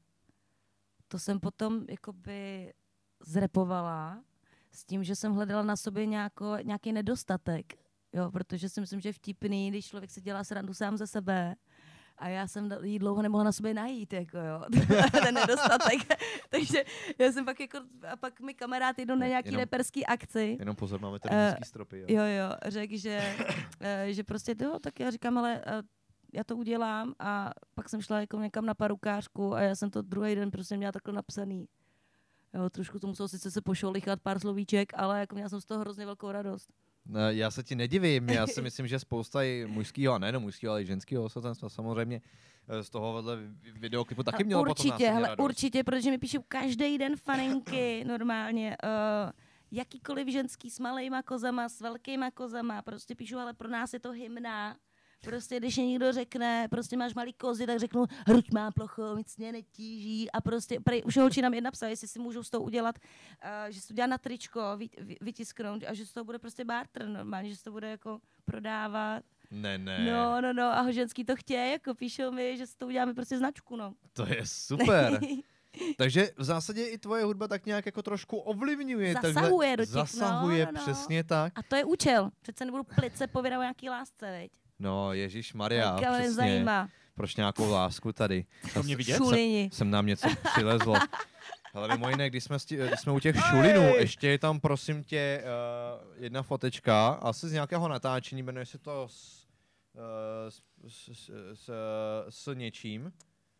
S1: to jsem potom jakoby zrepovala s tím, že jsem hledala na sobě nějako, nějaký nedostatek, jo, protože si myslím, že je vtipný, když člověk si dělá srandu sám ze sebe a já jsem jí dlouho nemohla na sobě najít, jako jo, ten nedostatek. Takže já jsem pak jako, a pak mi kamarád jednou na nějaký
S6: Jenom-
S1: reperský akci,
S6: Jenom pozor, máme tady
S1: Uh,
S6: nízký stropy. Jo.
S1: jo, jo, řekl, že, eh, že prostě jo, tak já říkám, ale eh, já to udělám a pak jsem šla jako někam na parukářku a já jsem to druhý den prostě měla takhle napsaný. Jo, trošku to muselo sice se pošolichat pár slovíček, ale jako měla jsem z toho hrozně velkou radost.
S6: Ne, já se ti nedivím, já si myslím, že spousta i mužského, a nejenom mužského, ale i ženského osazenstva samozřejmě eh, z tohohle videoklipu taky mělo potom
S1: Určitě,
S6: následně
S1: hele,
S6: radost.
S1: určitě, protože mi píšou každý den faninky normálně. Uh, jakýkoliv ženský s malejma kozama, s velkýma kozama, prostě píšu, ale pro nás je to hymna. Prostě když někdo řekne, prostě máš malý kozy, tak řeknu, hruď má plochou, nic mě netíží a prostě, prej, už holči nám jedna psala, jestli si můžou s tou udělat, uh, že se to udělá na tričko, vy, vy, vytisknout a že z toho bude prostě barter normálně, že se to bude jako prodávat.
S6: Ne, ne,
S1: No, no, no, a ženský to chtějí, jako píšou mi, že si to uděláme prostě značku, no.
S6: to je super. Takže v zásadě i tvoje hudba tak nějak jako trošku ovlivňuje.
S1: Zasahuje
S6: takhle,
S1: do těch,
S6: Zasahuje,
S1: no, no, no.
S6: přesně tak.
S1: A to je účel. Přece nebudu plice povědat o nějaký lásce, veď?
S6: No, Ježíš Maria,
S1: Tak, ale
S6: přesně.
S1: nezajímá.
S6: Proč nějakou lásku tady?
S5: To mě vidět?
S1: Šulini.
S6: Sem nám něco přilezlo. Ale mimo jiné, když jsme, sti- když jsme u těch šulinů, ještě je tam prosím tě uh, jedna fotečka, asi z nějakého natáčení, jmenuje se to s, uh, s, s, s, s, s něčím.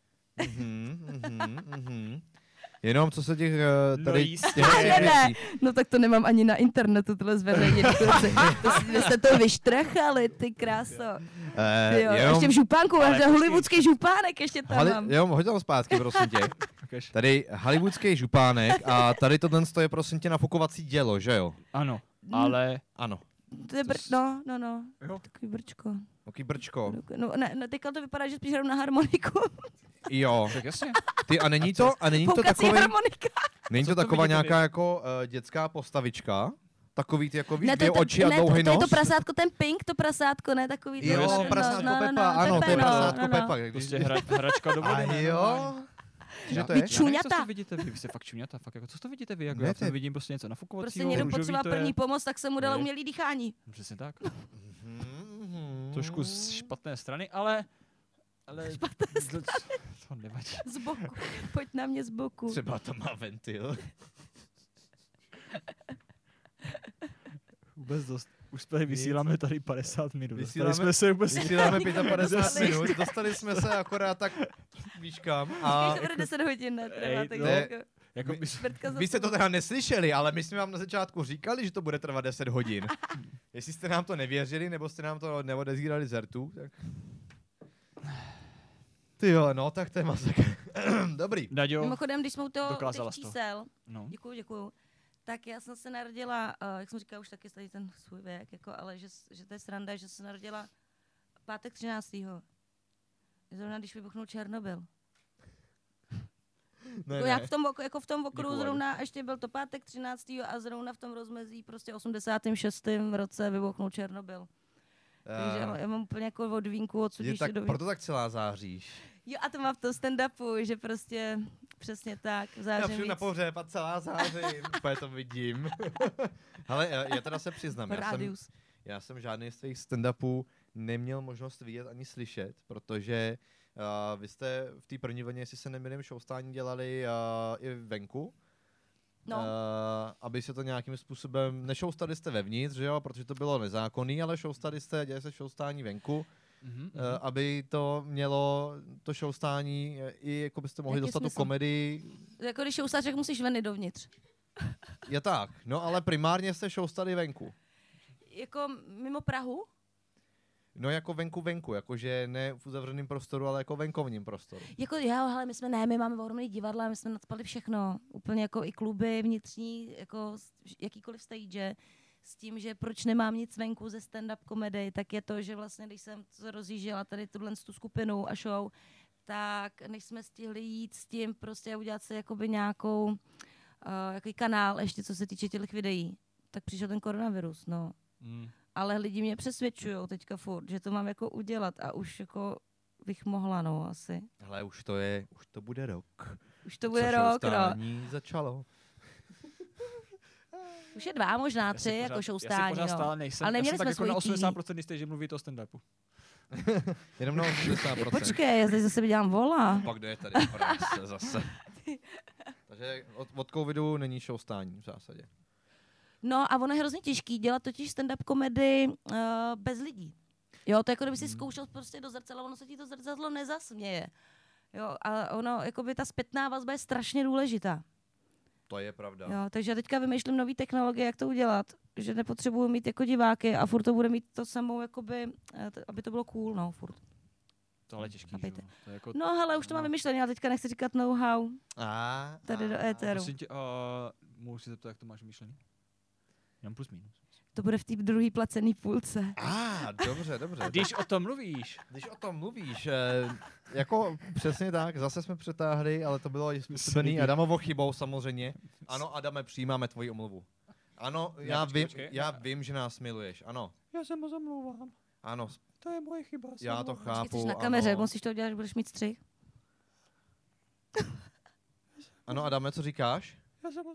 S6: Mhm, mhm, mhm. Jenom co se těch uh,
S5: No
S6: tady
S5: jistě.
S6: těch
S1: Ne, ne, ne.
S6: věcí.
S1: No tak to nemám ani na internetu, tohle zveřejnění. To si- Vy jste to vyštrachali, ty kráso.
S6: Eh,
S1: Ty jo,
S6: jenom,
S1: ještě v župánku,
S5: Ale
S1: máš
S5: počkej.
S1: hollywoodský župánek, ještě tam
S6: hali,
S1: mám.
S6: jenom hoď tam zpátky, prosím tě.
S5: Ukaž.
S6: Tady hollywoodský župánek a tady tohle je prosím tě nafukovací dělo, že jo?
S5: Ano, ale
S6: Ano.
S1: To je br- no, no, no,
S5: jo.
S1: takový brčko.
S6: Oký brčko.
S1: No, ne, ne, teďka to vypadá, že spíš hraju na harmoniku.
S6: Jo.
S5: Tak jasně.
S6: Ty a není to, a není to
S1: Foukací
S6: takový,
S1: harmonika.
S6: není
S5: Co
S6: to
S5: to
S6: taková
S5: vidíte
S6: nějaká jako uh, dětská postavička? Takový ty jako víš,
S1: Ne, to
S6: dvě
S1: je, to,
S6: oči a
S1: ne, to,
S6: dlouhý
S1: to je to
S6: nos?
S1: prasátko, ten pink, to prasátko, ne, takový.
S6: Jo,
S5: no,
S6: prasátko
S1: no, no,
S6: Pepa,
S1: no,
S6: ano, to je
S1: Pepe, no,
S6: prasátko
S1: no, no.
S6: Pepa. Když-
S5: Prostě hra, hračka do vody.
S6: A
S5: ne,
S6: jo?
S5: normálně.
S6: Že to
S5: Já-
S6: je?
S5: já nevím, co
S1: Čuňata.
S5: to vidíte vy, vy jste fakt čuňata, fakt jako, co to vidíte vy, jako
S6: Ne,
S5: já
S6: ty-
S5: tam vidím prostě něco nafukovacího,
S1: Prostě někdo
S5: růžový
S1: potřeboval
S5: to je.
S1: první pomoc, tak jsem mu dala
S5: Ne.
S1: umělý dýchání.
S5: Přesně tak.
S6: Mhm.
S5: Trošku z špatné strany, ale... ale
S1: Špatné
S5: to, to nevadí.
S1: Z boku. Pojď na mě z boku.
S6: Třeba to má ventil.
S5: Vůbec dost. Už tady vysíláme tady padesát minut.
S6: Vysíláme-
S5: Dostali jsme se vůbec...
S6: Vysíláme padesát
S1: Dostali.
S6: pět minut, dostali jsme se akorát tak víš kam.
S1: A
S6: A
S1: to bude deset hodin, ne? Trvá,
S5: Ej,
S1: tak
S5: no.
S1: jako
S5: Jako by,
S1: čtvrtka za
S6: vy jste to
S1: sebou.
S6: teda neslyšeli, ale my jsme vám na začátku říkali, že to bude trvat deset hodin. Jestli jste nám to nevěřili, nebo jste nám to neodezírali z rtu, tak... Ty jo, no tak to je masakr. Dobrý.
S5: Daďo,
S1: Mimochodem, když jsme u toho
S5: dokázala
S1: těch
S5: jsi to.
S1: čísel,
S5: no.
S1: děkuju, děkuju, tak já jsem se narodila, uh, jak jsem říkala už taky tady ten svůj věk, jako, ale že, že to je sranda, že se narodila pátek třináctého Zrovna když vybuchnul Černobyl.
S6: Ne,
S1: Jako,
S6: ne.
S1: jak v tom, ok- jako v tom okruhu
S5: Děkuju,
S1: zrovna, ještě byl to pátek třináctého a zrovna v tom rozmezí prostě osmdesátém šestém roce vybuchnul Černobyl. Takže já, já mám úplně jako od vínku od
S6: je
S1: sudíš
S6: tak,
S1: do
S6: proto tak celá záříš.
S1: Jo, a to má v tom stand-upu, že prostě přesně tak,
S6: Já
S1: zářím
S6: přijdu na
S1: víc.
S6: pohřeb a celá zářím, úplně to vidím. Ale já, já teda se přiznám, já jsem,
S1: Rádius.
S6: já jsem žádný z tvých stand-upů neměl možnost vidět ani slyšet, protože uh, vy jste v té první vlně, jestli se nemýlím, showstání dělali uh, i venku.
S1: No.
S6: Uh, aby se to nějakým způsobem, nešoustali jste vevnitř, že jo, protože to bylo nezákonný, ale šoustali jste, dělali se showstání venku,
S5: Mhm,
S6: uh, aby to mělo to showstání i jako byste mohli
S1: Jaký
S6: dostat
S1: smysl?
S6: tu komedii.
S1: Jako když šousáš, tak musíš ven i dovnitř.
S6: Je tak, no ale primárně jste showstali venku.
S1: Jako mimo Prahu?
S6: No jako venku venku, jakože ne v uzavřeném prostoru, ale jako venkovním prostoru.
S1: Jako jo, ale my jsme ne, my máme ohromný divadla, my jsme nadspali všechno. Úplně jako i kluby vnitřní, jako s- jakýkoliv stage. S tím, že proč nemám nic venku ze stand-up komedy, tak je to, že vlastně, když jsem to rozjížděla tady tuhle tu skupinu a show, tak než jsme stihli jít s tím prostě a udělat si jakoby nějakou, uh, jaký kanál, ještě co se týče těch videí, tak přišel ten koronavirus, no.
S5: Mm.
S1: Ale lidi mě přesvědčují teďka furt, že to mám jako udělat a už jako bych mohla, no, asi.
S6: Hele, už to je, už to bude rok.
S1: Už to bude
S6: co
S1: rok, no.
S6: showstání začalo.
S1: Už je dva, možná
S5: Já si
S1: tři,
S5: pořád-
S1: jako
S5: Já si
S1: showstání,
S5: pořád
S1: no.
S5: stále nejsem,
S1: Ale
S5: já
S1: neměli
S5: jsem tak
S1: jsme
S5: jako na
S1: svoji
S5: osmdesát procent jistý, že mluví to stand-upu.
S6: Jenom na osmdesát procent.
S1: Počkej, já teď zase dělám vola.
S6: Pak jde tady prase zase. Takže od, od covidu není showstání v zásadě.
S1: No a ono je hrozně těžký dělat totiž stand-up komedy uh, bez lidí. Jo, to je jako kdyby si
S5: Hmm.
S1: zkoušel prostě do zrcadla, ono se ti to zrcadlo nezasměje. Jo, a ono, jakoby ta zpětná vazba je strašně důležitá.
S6: To je pravda.
S1: Jo, takže já teďka vymýšlím nové technologie, jak to udělat, že nepotřebuju mít jako diváky a furt to bude mít to samou, jakoby, eh, t- aby to bylo cool, no, furt.
S5: Tohle je těžký, že
S1: Chápejte.
S5: jo. To je jako,
S1: No, hele, už to mám vymyšlené, já teďka nechci říkat know-how
S6: A,
S1: tady do
S6: a,
S1: éteru.
S5: Prosím tě, uh, můžu si zeptat, jak to máš myšlený? Jenom plus minus.
S1: To bude v té druhé placené půlce.
S6: a, dobře, dobře.
S5: Když o tom mluvíš,
S6: Když o tom mluvíš, eh, jako přesně tak, zase jsme přetáhli, ale to bylo způsobený Adamovou chybou samozřejmě. Ano, Adame, přijímáme tvoji omluvu. Ano,
S5: Ne,
S6: já,
S5: počkej,
S6: vím,
S5: počkej.
S6: já vím, že nás miluješ, ano.
S5: já se moc omlouvám.
S6: Ano,
S5: To je moje chyba.
S6: já to
S1: Počkej,
S6: chápu.
S1: jsi na kameře,
S6: ano.
S1: musíš to udělat, až budeš mít střih.
S6: Ano, Adame, co říkáš?
S5: Já se moc...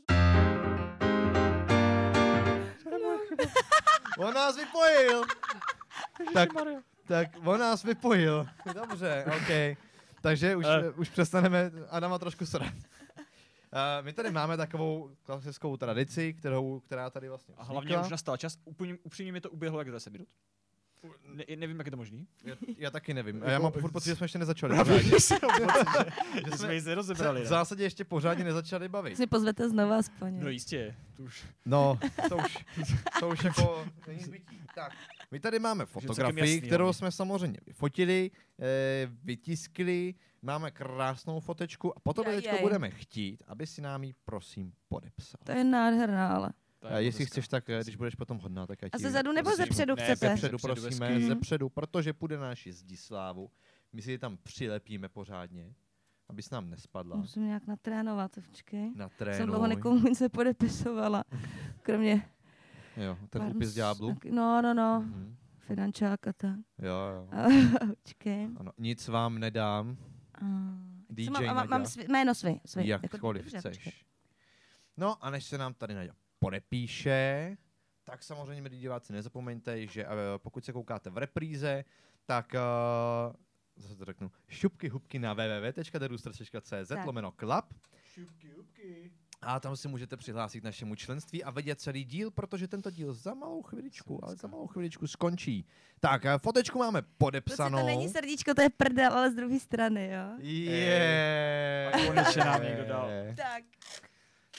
S6: On nás vypojil! tak, tak on nás vypojil. Dobře, OK. Takže už,
S5: Eh.
S6: už přestaneme Adama trošku srat. Uh, my tady máme takovou klasickou tradici, kterou, která tady vlastně
S5: A hlavně
S6: vznikla.
S5: už nastal čas, úplně, upřímně mi to uběhlo jak deset minut. Ne, nevím, jak je to možný.
S6: Já, já taky nevím. A já mám furt pocit, že jsme ještě nezačali.
S5: Právě,
S6: pořádně.
S5: že jsme
S6: jsme
S5: ji nerozebrali.
S6: v
S5: ne?
S6: zásadě ještě pořádně nezačali bavit.
S1: Si pozvete znova aspoň.
S5: No jistě, to už.
S6: No, to už, to už jako není zbytí. Tak, my tady máme
S5: celkem
S6: fotografii,
S5: jasný,
S6: kterou
S5: hlavně.
S6: jsme samozřejmě vyfotili, eh, vytiskli, máme krásnou fotečku a potom
S1: Jej,
S6: teďka
S1: jej.
S6: budeme chtít, aby si nám ji prosím podepsal.
S1: To je nádherná, ale.
S5: To je
S6: A jestli
S5: hezká.
S6: chceš, tak eh, když budeš potom hodná, tak ať
S1: A
S6: ji-
S1: ze zadu nebo ze
S5: prosím.
S1: předu
S5: Ne,
S1: chcete?
S5: ze
S6: Zepředu,
S5: Zepředu
S6: prosíme,
S5: hezky.
S6: zepředu, protože půjde na naši Zdislávu. My si ji tam přilepíme pořádně, aby se nám nespadla.
S1: Musím nějak natrénovat, počkej.
S6: Na
S1: Jsem dlouho
S6: trénuj.
S1: nikomu nic nepodepisovala. Kromě...
S6: Jo, ten
S1: pár
S6: úpis
S1: ms-
S6: ďáblu.
S1: No, no, no.
S6: Mhm.
S1: Finančák a tak.
S6: Jo, jo.
S1: Počkej.
S6: Ano, nic vám nedám,
S1: A...
S6: D J
S1: Co mám, a mám,
S6: Naďa.
S1: mám svý, jméno svý. svý.
S6: Jakkoliv
S1: dobře,
S6: chceš.
S1: počkej.
S6: No a než se nám tady Naďa podepíše, tak samozřejmě, milí diváci, nezapomeňte, že uh, pokud se koukáte v repríze, tak uh, zase to řeknu, šupky hubky na w w w tečka derooster tečka c z
S1: Tak.
S6: lomeno klap
S5: Šupky, šupky.
S6: a tam si můžete přihlásit k našemu členství a vidět celý díl, protože tento díl za malou chviličku, ale za malou chviličku skončí. Tak, uh, fotečku máme
S1: Kluci,
S6: podepsanou.
S1: to není srdíčko, to je prdel, ale z druhé strany, jo.
S6: Je.
S5: A konečně nám někdo dal.
S1: Tak.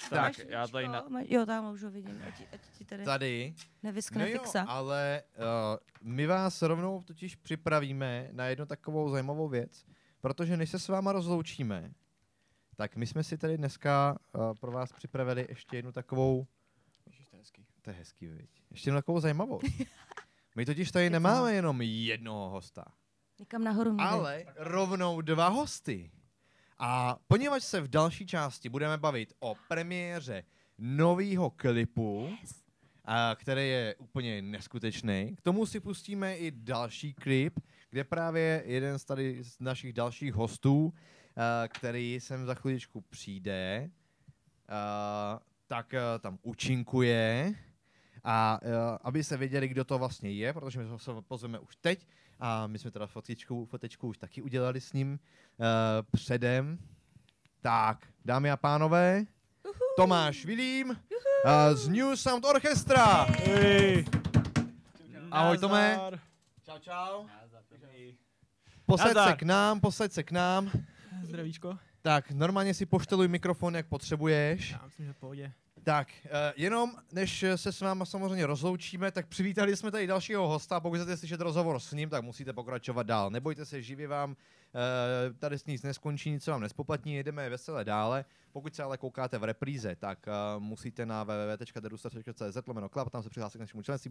S5: Tak, já tady na...
S1: Na... Jo, tam už ho vidím, ať, ať ti tady
S6: Tady.
S1: nevyskne
S6: No jo,
S1: fixa.
S6: ale uh, my vás rovnou totiž připravíme na jednu takovou zajímavou věc, protože než se s váma rozloučíme, tak my jsme si tady dneska uh, pro vás připravili ještě jednu takovou...
S5: Ježiš, to je hezký.
S6: To je hezký, viď? Ještě jednu takovou zajímavost. My totiž tady nemáme jenom jednoho hosta,
S1: Někam nahoru mě
S6: ale rovnou dva hosty. A poněvadž se v další části budeme bavit o premiéře nového klipu, a který je úplně neskutečný, k tomu si pustíme i další klip, kde právě jeden z tady z našich dalších hostů, a, který sem za chviličku přijde, a, tak a, tam účinkuje. A uh, aby se věděli, kdo to vlastně je, protože my se pozveme už teď a my jsme teda fotičku, fotečku už taky udělali s ním uh, předem. Tak, dámy a pánové, Uhu. Tomáš Vilím uh, z New Sound Orchestra.
S5: Hey.
S6: Ahoj Tome. Čau, čau. Posaď se k nám, posaď se k nám.
S8: Zdravíčko.
S6: Tak, normálně si pošteluj mikrofon, jak potřebuješ.
S8: Já myslím, že v pohodě.
S6: Tak, uh, jenom než se s váma samozřejmě rozloučíme, tak přivítali jsme tady dalšího hosta. Pokud chcete slyšet rozhovor s ním, tak musíte pokračovat dál. Nebojte se, živě vám uh, tady s nic neskončí, nic se vám nespoplatní, jedeme veselé dále. Pokud se ale koukáte v repríze, tak uh, musíte na w w w tečka dedustar tečka c z lomeno klap, tam se přihlásit k našemu členství.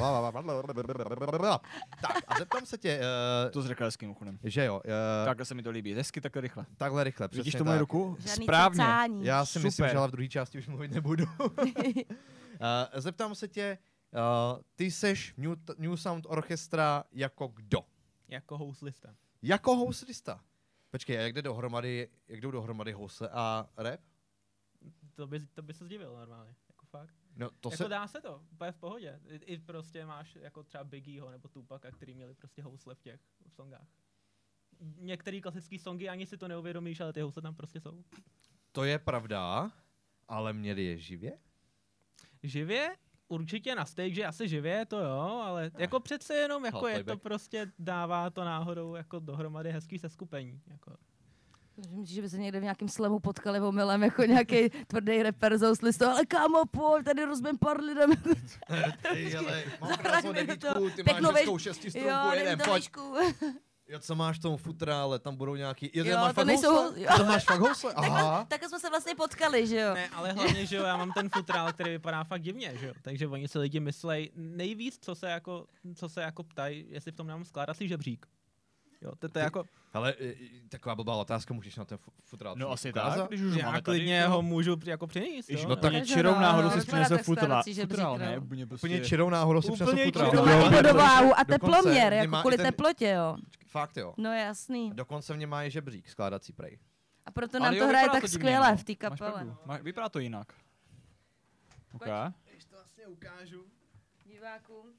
S6: Tak, a zeptám se tě... Uh,
S5: To řekl hezkým uchonem.
S6: že jo. Uh,
S5: Takhle se mi to líbí. Hezky, takhle rychle.
S6: takhle rychle, přesně
S5: Vidíš tu moji
S6: tak.
S5: ruku?
S1: Žádný
S5: Správně.
S1: cecání.
S6: Já si myslím,
S5: Super.
S6: že ale v druhé části už mluvit nebudu. uh, zeptám se tě, uh, ty seš New, New Sound Orchestra jako kdo?
S8: Jako houslista.
S6: Jako houslista. Počkej, a jak jde dohromady, jak jdou dohromady housle a rap?
S8: To by, to by se zdivil normálně. Jako fakt.
S6: No to
S8: jako
S6: se...
S8: dá se to, úplně v pohodě. I, I prostě máš jako třeba Biggieho nebo Tupaca, který měli prostě housle v těch v songách. Některé klasické songy ani si to neuvědomíš, ale ty housle tam prostě jsou.
S6: To je pravda, ale měli je živě?
S8: Živě? Určitě na stage asi živě, to jo, ale jako přece jenom jako
S6: Half
S8: je to
S6: playback.
S8: prostě dává to náhodou jako dohromady hezký seskupení. Jako.
S1: Myslím, že by se někde v nějakém slemu potkali omylem jako nějaký tvrdý rapper z houslistou, ale kámo, pojď, tady rozbím pár lidem.
S6: Ej, ale mám
S1: Tak
S6: krásnou
S1: by to-
S6: devítku, ty
S1: pěknou
S6: máš
S1: vej-
S6: hezkou šestistrunku,
S1: Jo,
S6: jeden,
S1: dej
S6: pojď.
S1: to
S6: Jo, co máš v tom futrále, tam budou nějaký... Jo,
S1: Jo,
S6: máš
S1: to
S6: fakt
S1: nejsou
S6: housle?
S1: hou- jo.
S6: To máš fakt housle? Aha.
S1: Tak jsme se vlastně potkali, že jo?
S8: Ne, ale hlavně, že jo, já mám ten futrál, který vypadá fakt divně, že jo. Takže oni si lidi myslej, nejvíc, co se jako, co se jako ptají, jestli v tom nám skládací žebřík. Jo, to, to je jako,
S6: Ale e, e, taková blbá otázka, můžeš na ten fu- futrál
S5: No
S6: přijít
S5: asi
S6: ukázat?
S5: tak, když už
S8: já
S5: máme
S8: klidně
S5: tady,
S8: ho můžu při- jako přinést,
S5: Ježiš,
S8: jo.
S5: no tak
S1: Takže
S5: čirou
S1: no,
S5: náhodou si
S1: vypadá
S5: přinesl
S1: tak
S5: futrál.
S1: skládací žebřík,
S5: Futrál,
S1: no.
S5: ne? Úplně prostě...
S6: Úplně čirou náhodou si
S8: Úplně
S6: přinesl futrál.
S8: čirou
S1: To má i
S8: Jo,
S1: vodováhu a
S6: dokonce
S1: teploměr,
S6: mě
S1: jako
S6: má i
S1: kvůli
S6: ten-
S1: teplotě, jo.
S6: Fakt jo.
S1: No jasný.
S6: Dokonce v něm má i žebřík skládací prej.
S1: A proto
S5: Ale
S1: nám
S5: jo,
S1: to hraje
S5: vypadá
S1: tak
S5: divně,
S1: skvěle
S5: no.
S1: v té
S5: Máš
S1: kapele.
S5: pravdu. Má- Vypadá to jinak. OK.
S6: Když to vlastně ukážu.
S1: Divákům.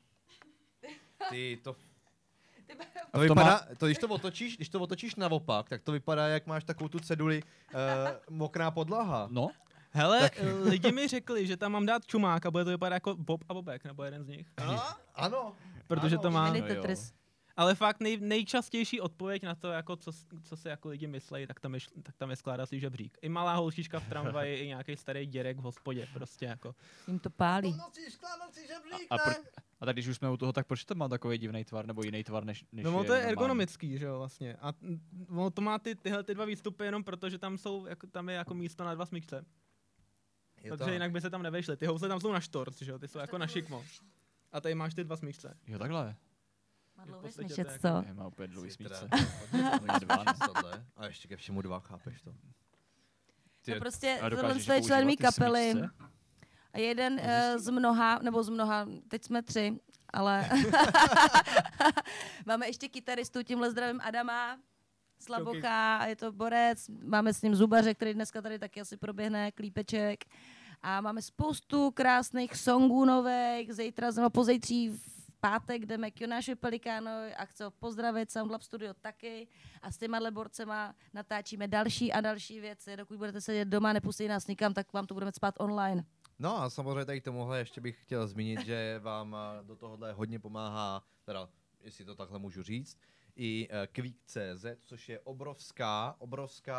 S6: Ty to...
S1: Ty
S6: To vypadá, to, když to otočíš, když to otočíš naopak, tak to vypadá, jak máš takovou tu ceduli uh, mokrá podlaha.
S5: No,
S8: Hele,
S6: Tak-
S8: lidi mi řekli, že tam mám dát čumák a bude to vypadat jako Bob a Bobek, nebo jeden z nich.
S6: Ano, ano.
S8: Protože
S6: ano.
S8: to má...
S1: Mini
S5: No jo.
S1: Tetris.
S8: Ale fakt nej, nejčastější odpověď na to, jako co, s- co se jako lidi myslejí, tak tam je, š- tak tam je skládací žebřík. I malá holčička v tramvaji, i nějaký starý děrek v hospodě, prostě jako.
S1: Jim to pálí.
S6: nosíš skládací žebřík,
S5: a, pro, a tak když už jsme u toho, tak proč to má takový divný tvar, nebo jiný tvar, než, než
S8: No ono to je
S5: normální?
S8: ergonomický, že jo, vlastně. A mm, ono to má ty, tyhle ty dva výstupy jenom proto, že tam jsou, jako, tam je jako místo na dva smyčce. Protože jinak by se tam nevešly. Ty housle tam jsou na štorc, že jo, ty jsou jako na šikmo. A tady máš ty dva smyčce.
S5: Jo, takhle.
S1: Má
S8: V
S1: dlouhý
S8: podstatě
S1: smyčec,
S8: to je
S1: co?
S5: Je, má úplně dlouhý smíčce.
S6: tohle. A ještě ke všemu dva, chápeš to?
S1: No prostě
S5: A
S1: tohle
S5: dokážeš
S1: je člen mý
S5: používat ty
S1: kapely.
S5: smyčce?
S1: A jeden uh, z mnoha, nebo z mnoha, teď jsme tři, ale máme ještě kytaristu, tímhle zdravím Adama, Slabocha, a je to borec, máme s ním zubaře, který dneska tady taky asi proběhne, klípeček. A máme spoustu krásných songů nových, zítra, nebo pozejtří v pátek jdeme k Jonášovi Pelikánovi a chci ho pozdravit, Soundlab Studio taky. A s těma borcema natáčíme další a další věci. Dokud budete sedět doma, nepustí nás nikam, tak vám to budeme spát online.
S6: No a samozřejmě tady k tomuhle ještě bych chtěl zmínit, že vám a, do tohohle hodně pomáhá, teda jestli to takhle můžu říct, i uh, Quick tečka cé zet, což je obrovská, obrovská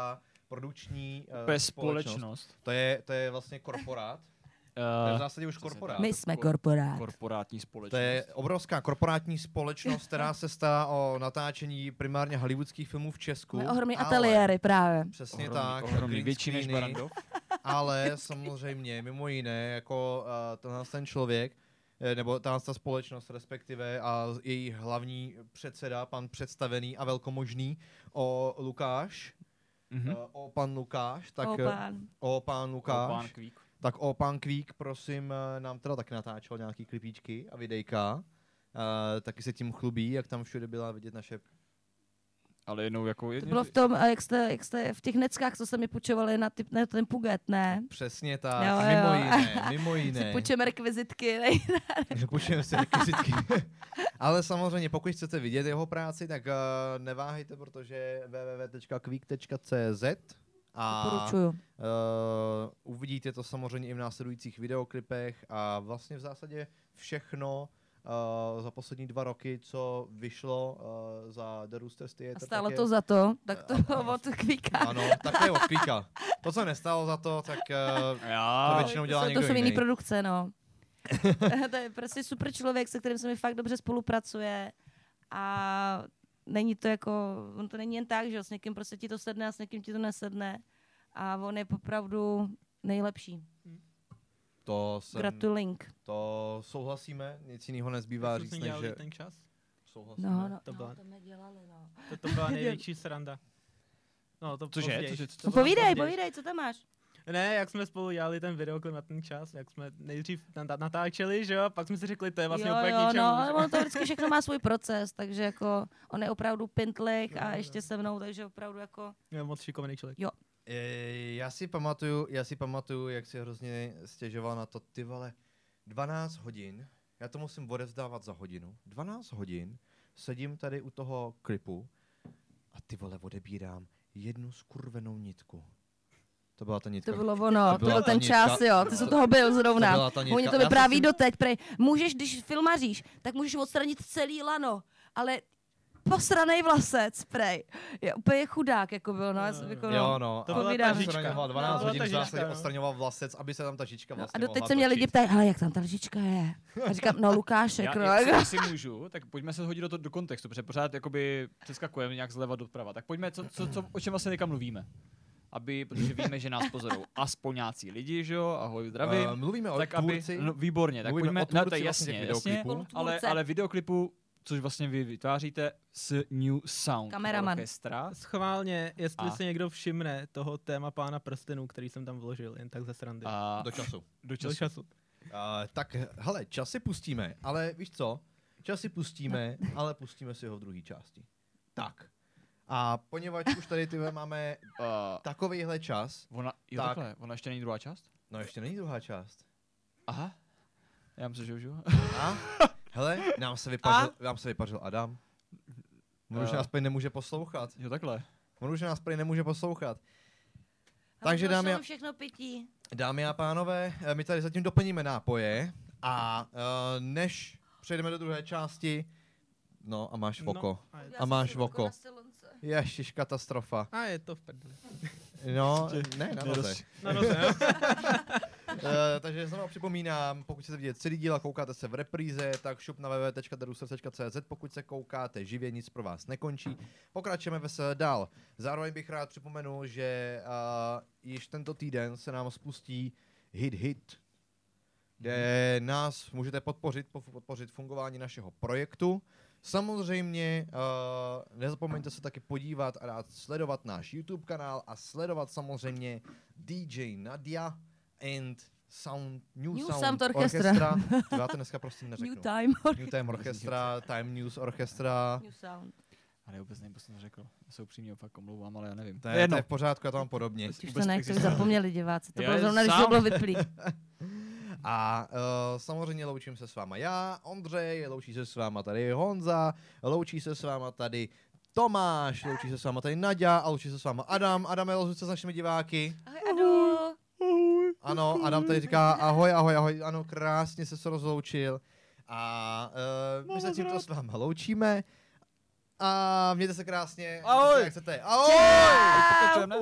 S6: produkční uh,
S5: To je
S6: společnost.
S5: společnost.
S6: To je, to je vlastně korporát. To je v
S5: Uh,
S6: zásadě už korporát.
S1: My jsme
S5: Kor-
S1: korporát.
S5: korporátní společnost.
S6: To je obrovská korporátní společnost, která se stará o natáčení primárně hollywoodských filmů v Česku.
S1: Máme ohromný
S6: ale-
S1: ateliéry právě.
S6: Přesně
S5: ohromný,
S6: tak.
S5: ohromný,
S6: green
S5: větší než
S6: screeny,
S5: Barandov.
S6: ale samozřejmě, mimo jiné, jako uh, tenhle ten člověk, eh, nebo tahle ta společnost respektive a její hlavní předseda, pan představený a velkomožný, o Lukáš,
S5: Mhm.
S6: uh, o pan Lukáš, tak
S1: O
S6: eh,
S1: pán.
S6: o pán Lukáš,
S5: Pán Kvík.
S6: tak o pán Kvík, prosím, eh, nám teda taky natáčel nějaký klipíčky a videjka. Uh, taky se tím chlubí, jak tam všude byla vidět naše...
S5: Ale jednou jako...
S1: To
S5: Jedně,
S1: bylo v tom, a jak jste, jak jste v těch neckách, co se mi půjčovali na, typ, na ten puget, ne?
S6: Přesně tak,
S1: Jo,
S6: mimo
S1: jo.
S6: jiné, mimo
S1: Si
S6: jiné.
S1: půjčeme rekvizitky, ne?
S6: že půjčujeme si rekvizitky. Ale samozřejmě, pokud chcete vidět jeho práci, tak uh, neváhejte, protože w w w tečka kvík tečka c z a
S1: Doporučuju.
S6: uh, uvidíte to samozřejmě i v následujících videoklipech a vlastně v zásadě všechno uh, za poslední dva roky, co vyšlo uh, za The Roosters
S1: A
S6: Theatre.
S1: stálo
S6: tak je-
S1: to za to, tak to
S6: Ano, ano.
S1: od Kvíka.
S6: Ano, tak to je od Kvíka. To, co nestálo za to, tak uh, to
S5: Já,
S6: většinou dělá
S1: to,
S6: někdo
S1: to jsou jiný
S6: jiný.
S1: produkce, no. To je prostě super člověk, se kterým se mi fakt dobře spolupracuje a není to jako, on to není jen tak, že jo, s někým prostě ti to sedne a s někým ti to nesedne a on je opravdu nejlepší.
S6: To, jsem,
S1: Gratulink.
S6: to souhlasíme, nic jiného nezbývá
S8: Jak jsme
S6: říct,
S8: s ní
S6: než
S8: dělali
S6: že
S8: ten čas?
S6: souhlasíme.
S1: No, no,
S8: To
S1: no,
S8: byla-
S1: to jsme dělali, no.
S8: To, to byla největší sranda. No, to
S5: Cože?
S8: později.
S5: Cože? Co-
S8: To
S1: No
S8: bylo
S1: povídej,
S8: později.
S1: povídej, co tam máš?
S8: Ne, jak jsme spolu dělali ten videoklip na ten čas, jak jsme nejdřív nat- natáčeli, že jo, pak jsme si řekli, to je vlastně
S1: jo,
S8: úplně
S1: jo,
S8: k ničemu.
S1: no,
S8: že?
S1: ale ono to vždycky všechno má svůj proces, takže jako on je opravdu pintlik
S8: Jo,
S1: a
S8: jo.
S1: ještě se mnou, takže opravdu jako,
S8: Je moc šikovný člověk.
S6: E, já si pamatuju, já si pamatuju, jak si hrozně stěžoval na to, ty vole, dvanáct hodin, já to musím odevzdávat za hodinu, dvanáct hodin, sedím tady u toho klipu a ty vole odebírám jednu skurvenou nitku. To byla ta nitka.
S1: to bylo ono, to,
S6: byla
S1: byl
S6: ta
S1: ten
S6: nitka.
S1: čas, jo, ty jsi u toho byl
S6: To
S1: zrovna.
S6: byla ta nitka.
S1: Oni to
S6: Já jsem
S1: vypráví
S6: si-
S1: doteď, prej, můžeš, když filmaříš, tak můžeš odstranit celý lano, ale posranej vlasec, prej, je úplně chudák, jako byl, no, já jsem jako, no.
S6: Jo, no.
S8: To
S6: a
S8: byla ta
S1: povídám.
S8: žička.
S6: odstraňoval
S8: No,
S6: dvanáct
S8: byla
S6: hodin
S8: ta
S6: v zásadě
S8: žička, no.
S6: odstraňoval vlasec, aby se tam ta žička
S1: No,
S6: vlastně
S1: a doteď
S6: mohla
S1: se mě lidi
S6: točit.
S1: ptají, hele, jak tam ta lžička je? A říkám, no Lukášek,
S5: já,
S1: no.
S5: já,
S1: jako-
S5: jestli můžu, tak pojďme se hodit do, to, do kontextu, protože pořád jakoby přeskakujeme nějak zleva doprava. Tak pojďme, co, co, co, o čem vlastně teďka mluvíme. Aby, protože víme, že nás pozorují aspoň nějací lidi, že jo, ahoj, zdravím.
S6: Uh, mluvíme o
S5: tak aby,
S6: tvůrci.
S5: no, výborně, tak
S6: Mluvíme
S5: pojďme,
S6: o
S5: no, to
S6: tvůrci
S5: je
S6: vlastně
S5: jasně,
S6: těch
S5: jasně,
S6: videoklipů.
S5: ale,
S1: Tvůrce.
S5: ale videoklipu, což vlastně vy vytváříte s New Sound
S1: Kameraman.
S5: Orchestra.
S8: Schválně, jestli
S5: A?
S8: si někdo všimne toho téma Pána prstenů, který jsem tam vložil, jen tak ze srandy.
S5: A
S6: Do času.
S5: do
S8: Do
S5: času.
S8: času.
S6: Uh, tak hele, čas si pustíme, ale víš co? Čas si pustíme, ale pustíme si ho v druhé části. Tak. A poněvadž už tady tyhle máme
S5: Uh,
S6: takovejhle čas,
S5: ona, jo,
S6: Tak.
S5: takhle, ona ještě není druhá část?
S6: no ještě není druhá část.
S5: Aha. Já myslím, že už jo.
S6: A? Hele, nám se vypařil, nám se vypařil Adam. On už
S5: Eh.
S6: nás prý nemůže poslouchat.
S5: Jo, takhle.
S6: On už nás prý nemůže poslouchat.
S1: Ale
S6: Takže dámy
S1: došlo
S6: a-
S1: mi všechno pití.
S6: Dámy a pánové, eh, my tady zatím doplníme nápoje a uh, než přejdeme do druhé části, no a máš voko.
S8: No, a, je,
S6: A máš voko. Ježiš, katastrofa.
S8: a je to v prdeli.
S6: No, ne, na noze.
S8: Na noze, jo?
S6: Uh, takže znovu připomínám, pokud chcete vidět celý díl a koukáte se v repríze, tak šup na w w w tečka the roosters tečka c z, pokud se koukáte živě, nic pro vás nekončí. Pokračujeme veselé dál. Zároveň bych rád připomenul, že uh, již tento týden se nám spustí Hit Hit, kde nás můžete podpořit, po- podpořit fungování našeho projektu. Samozřejmě uh, nezapomeňte se taky podívat a dát sledovat náš YouTube kanál a sledovat samozřejmě D J Nadia and Sound, New,
S1: New
S6: Sound,
S1: Sound Orchestra.
S6: To já to dneska prostě neřeknu.
S1: New Time.
S6: New Time Orchestra, Time News Orchestra.
S1: New Sound.
S5: Ale vůbec nevím, co jsem řekl. Já se upřímně fakt omlouvám, ale já nevím.
S6: To je, to je v pořádku, já to mám podobně.
S1: Už
S5: Vůbec
S1: to ne, jak to
S5: existuje.
S1: zapomněli diváci. To
S5: Jo,
S1: bylo zrovna, když
S5: sám.
S1: to bylo vyplý.
S6: A uh, samozřejmě loučím se s váma já, Ondřej, loučí se s váma tady Honza, loučí se s váma tady Tomáš, loučí se s váma tady Naďa a loučí se s váma Adam. Adam, rozluč se s našimi diváky.
S1: Ahoj, Adu.
S6: Ano, Adam tady říká ahoj, ahoj, ahoj, ano, krásně se se rozloučil. A uh, my se tímto s váma loučíme. a mějte se krásně.
S5: Ahoj.
S6: Jak chcete. Ahoj!
S5: Pokračujeme, ne?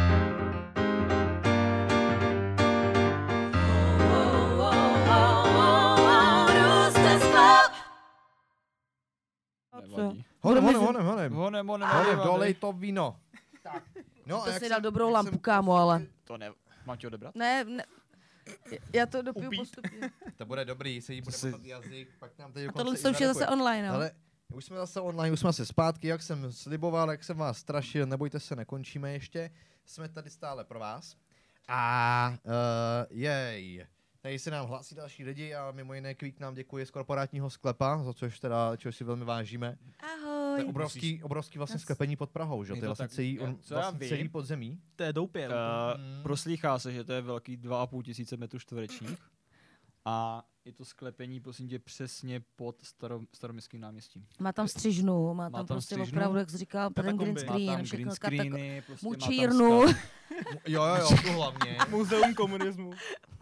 S5: Nevadí.
S6: Honem, honem, honem, honem.
S5: Honem, honem,
S6: Honem,
S5: honem.
S6: dolej to víno. Tak. No,
S1: To
S6: jak
S1: si
S6: jsem-
S1: dal dobrou
S6: jak
S1: lampu,
S6: jsem-
S1: kámo, ale.
S5: To ne... Mám ti odebrat?
S1: Ne, ne. Já to dopiju
S8: Upít.
S1: postupně.
S6: To bude dobrý, se jí bude
S5: si-
S6: motat jazyk, pak nám tady
S1: A
S6: dokonce
S1: tohle
S6: i
S1: to už je zase
S6: zareaguje.
S1: online, no.
S6: Ale už jsme zase online, už jsme se zpátky, jak jsem sliboval, jak jsem vás strašil, nebojte se, nekončíme ještě. Jsme tady stále pro vás. A uh, jej, tady se nám hlásí další lidi a mimo jiné Kvík nám děkuje z korporátního sklepa, za což teda, čeho si velmi vážíme. To
S1: Ahoj.
S6: je obrovský, obrovský vlastně
S1: Yes.
S6: sklepení pod Prahou, že?
S5: Je
S6: To je
S5: to
S6: vlastně
S5: tak,
S6: celý,
S5: já-
S6: on,
S5: co já
S6: vlastně
S5: vím.
S6: celý podzemí.
S8: To je doupě.
S5: Uh,
S6: Mm.
S5: proslýchá se, že to je velký dva a půl tisíce metrů čtverečních. A je to sklepení, prosím tě, přesně pod staro, staroměstským náměstím.
S1: Má tam střižnu, má tam,
S5: tam
S1: prostě
S5: střižnu.
S1: opravdu, jak jsi říkal, ten green
S8: Katakomby.
S5: Má
S1: screen,
S5: tam
S1: všechno,
S5: green
S1: katak-
S5: screeny, prostě má tam
S1: mučírnu.
S5: ska-
S6: Jo, jo, jo, tu hlavně.
S8: Muzeum komunismu.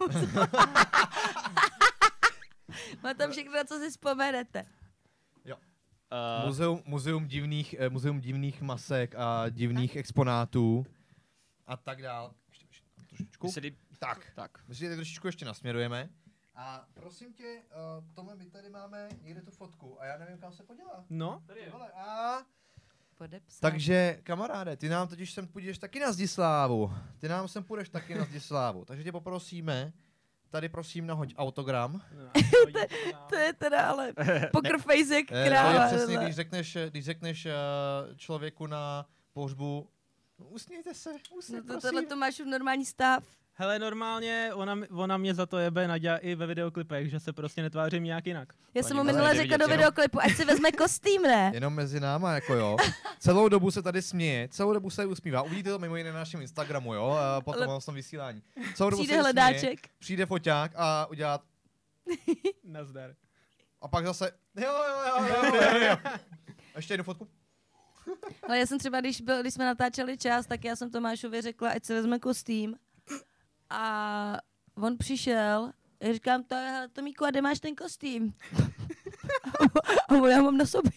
S1: Má tam všechno, na co si vzpomenete.
S5: Uh,
S6: Muzeum, muzeum, divných, eh, muzeum divných masek a divných exponátů a tak dál. Ještě, ještě trošičku.
S5: Ty se lí-
S6: Tak,
S5: tak.
S6: my si tady trošičku ještě nasměrujeme. A prosím tě, uh, Tome, my tady máme někde tu fotku a já nevím, kam se podělá.
S8: No,
S6: Ty vole, a...
S1: Podepsat.
S6: Takže, kamaráde, ty nám totiž sem půjdeš taky na Zdislávu. Ty nám sem půjdeš taky na Zdislávu. Takže tě poprosíme, tady prosím nahoď autogram.
S8: no
S1: To je teda ale poker face jak
S6: Eh, to
S1: kráva.
S6: je přesně,
S1: hele.
S6: když řekneš, když řekneš uh, člověku na pohřbu, usmějte se, usmějte,
S1: No to,
S6: prosím.
S1: tohle to máš v normální stav.
S8: hele, normálně ona, mi- ona mě za to jebe, Naďa, i ve videoklipech, že se prostě netvářím nějak jinak.
S1: Já
S5: To
S1: jsem mu
S5: ani
S1: minule
S5: nejde
S1: řekla
S5: vidět,
S1: do
S5: jo.
S1: videoklipu, ať si vezme kostým, ne?
S6: Jenom mezi náma, jako jo. Celou dobu se tady směje, celou dobu se usmívá. Uvidíte to mimo jiné na našem Instagramu, jo, a potom
S1: Ale
S6: v tom vysílání. Celou dobu
S1: Přijde
S6: se usměje,
S1: hledáček.
S6: přijde foťák a udělá,
S8: Nazdar.
S6: a pak zase, jo, jo, jo, jo, jo, jo. Ještě jednu fotku.
S1: Ale já jsem třeba, když, byl, když jsme natáčeli čas, tak já jsem Tomášovi řekla, ať si vezme kostým. A on přišel, já říkám, to, hele, Tomíku, a kde máš ten kostým? A on, já mám na sobě.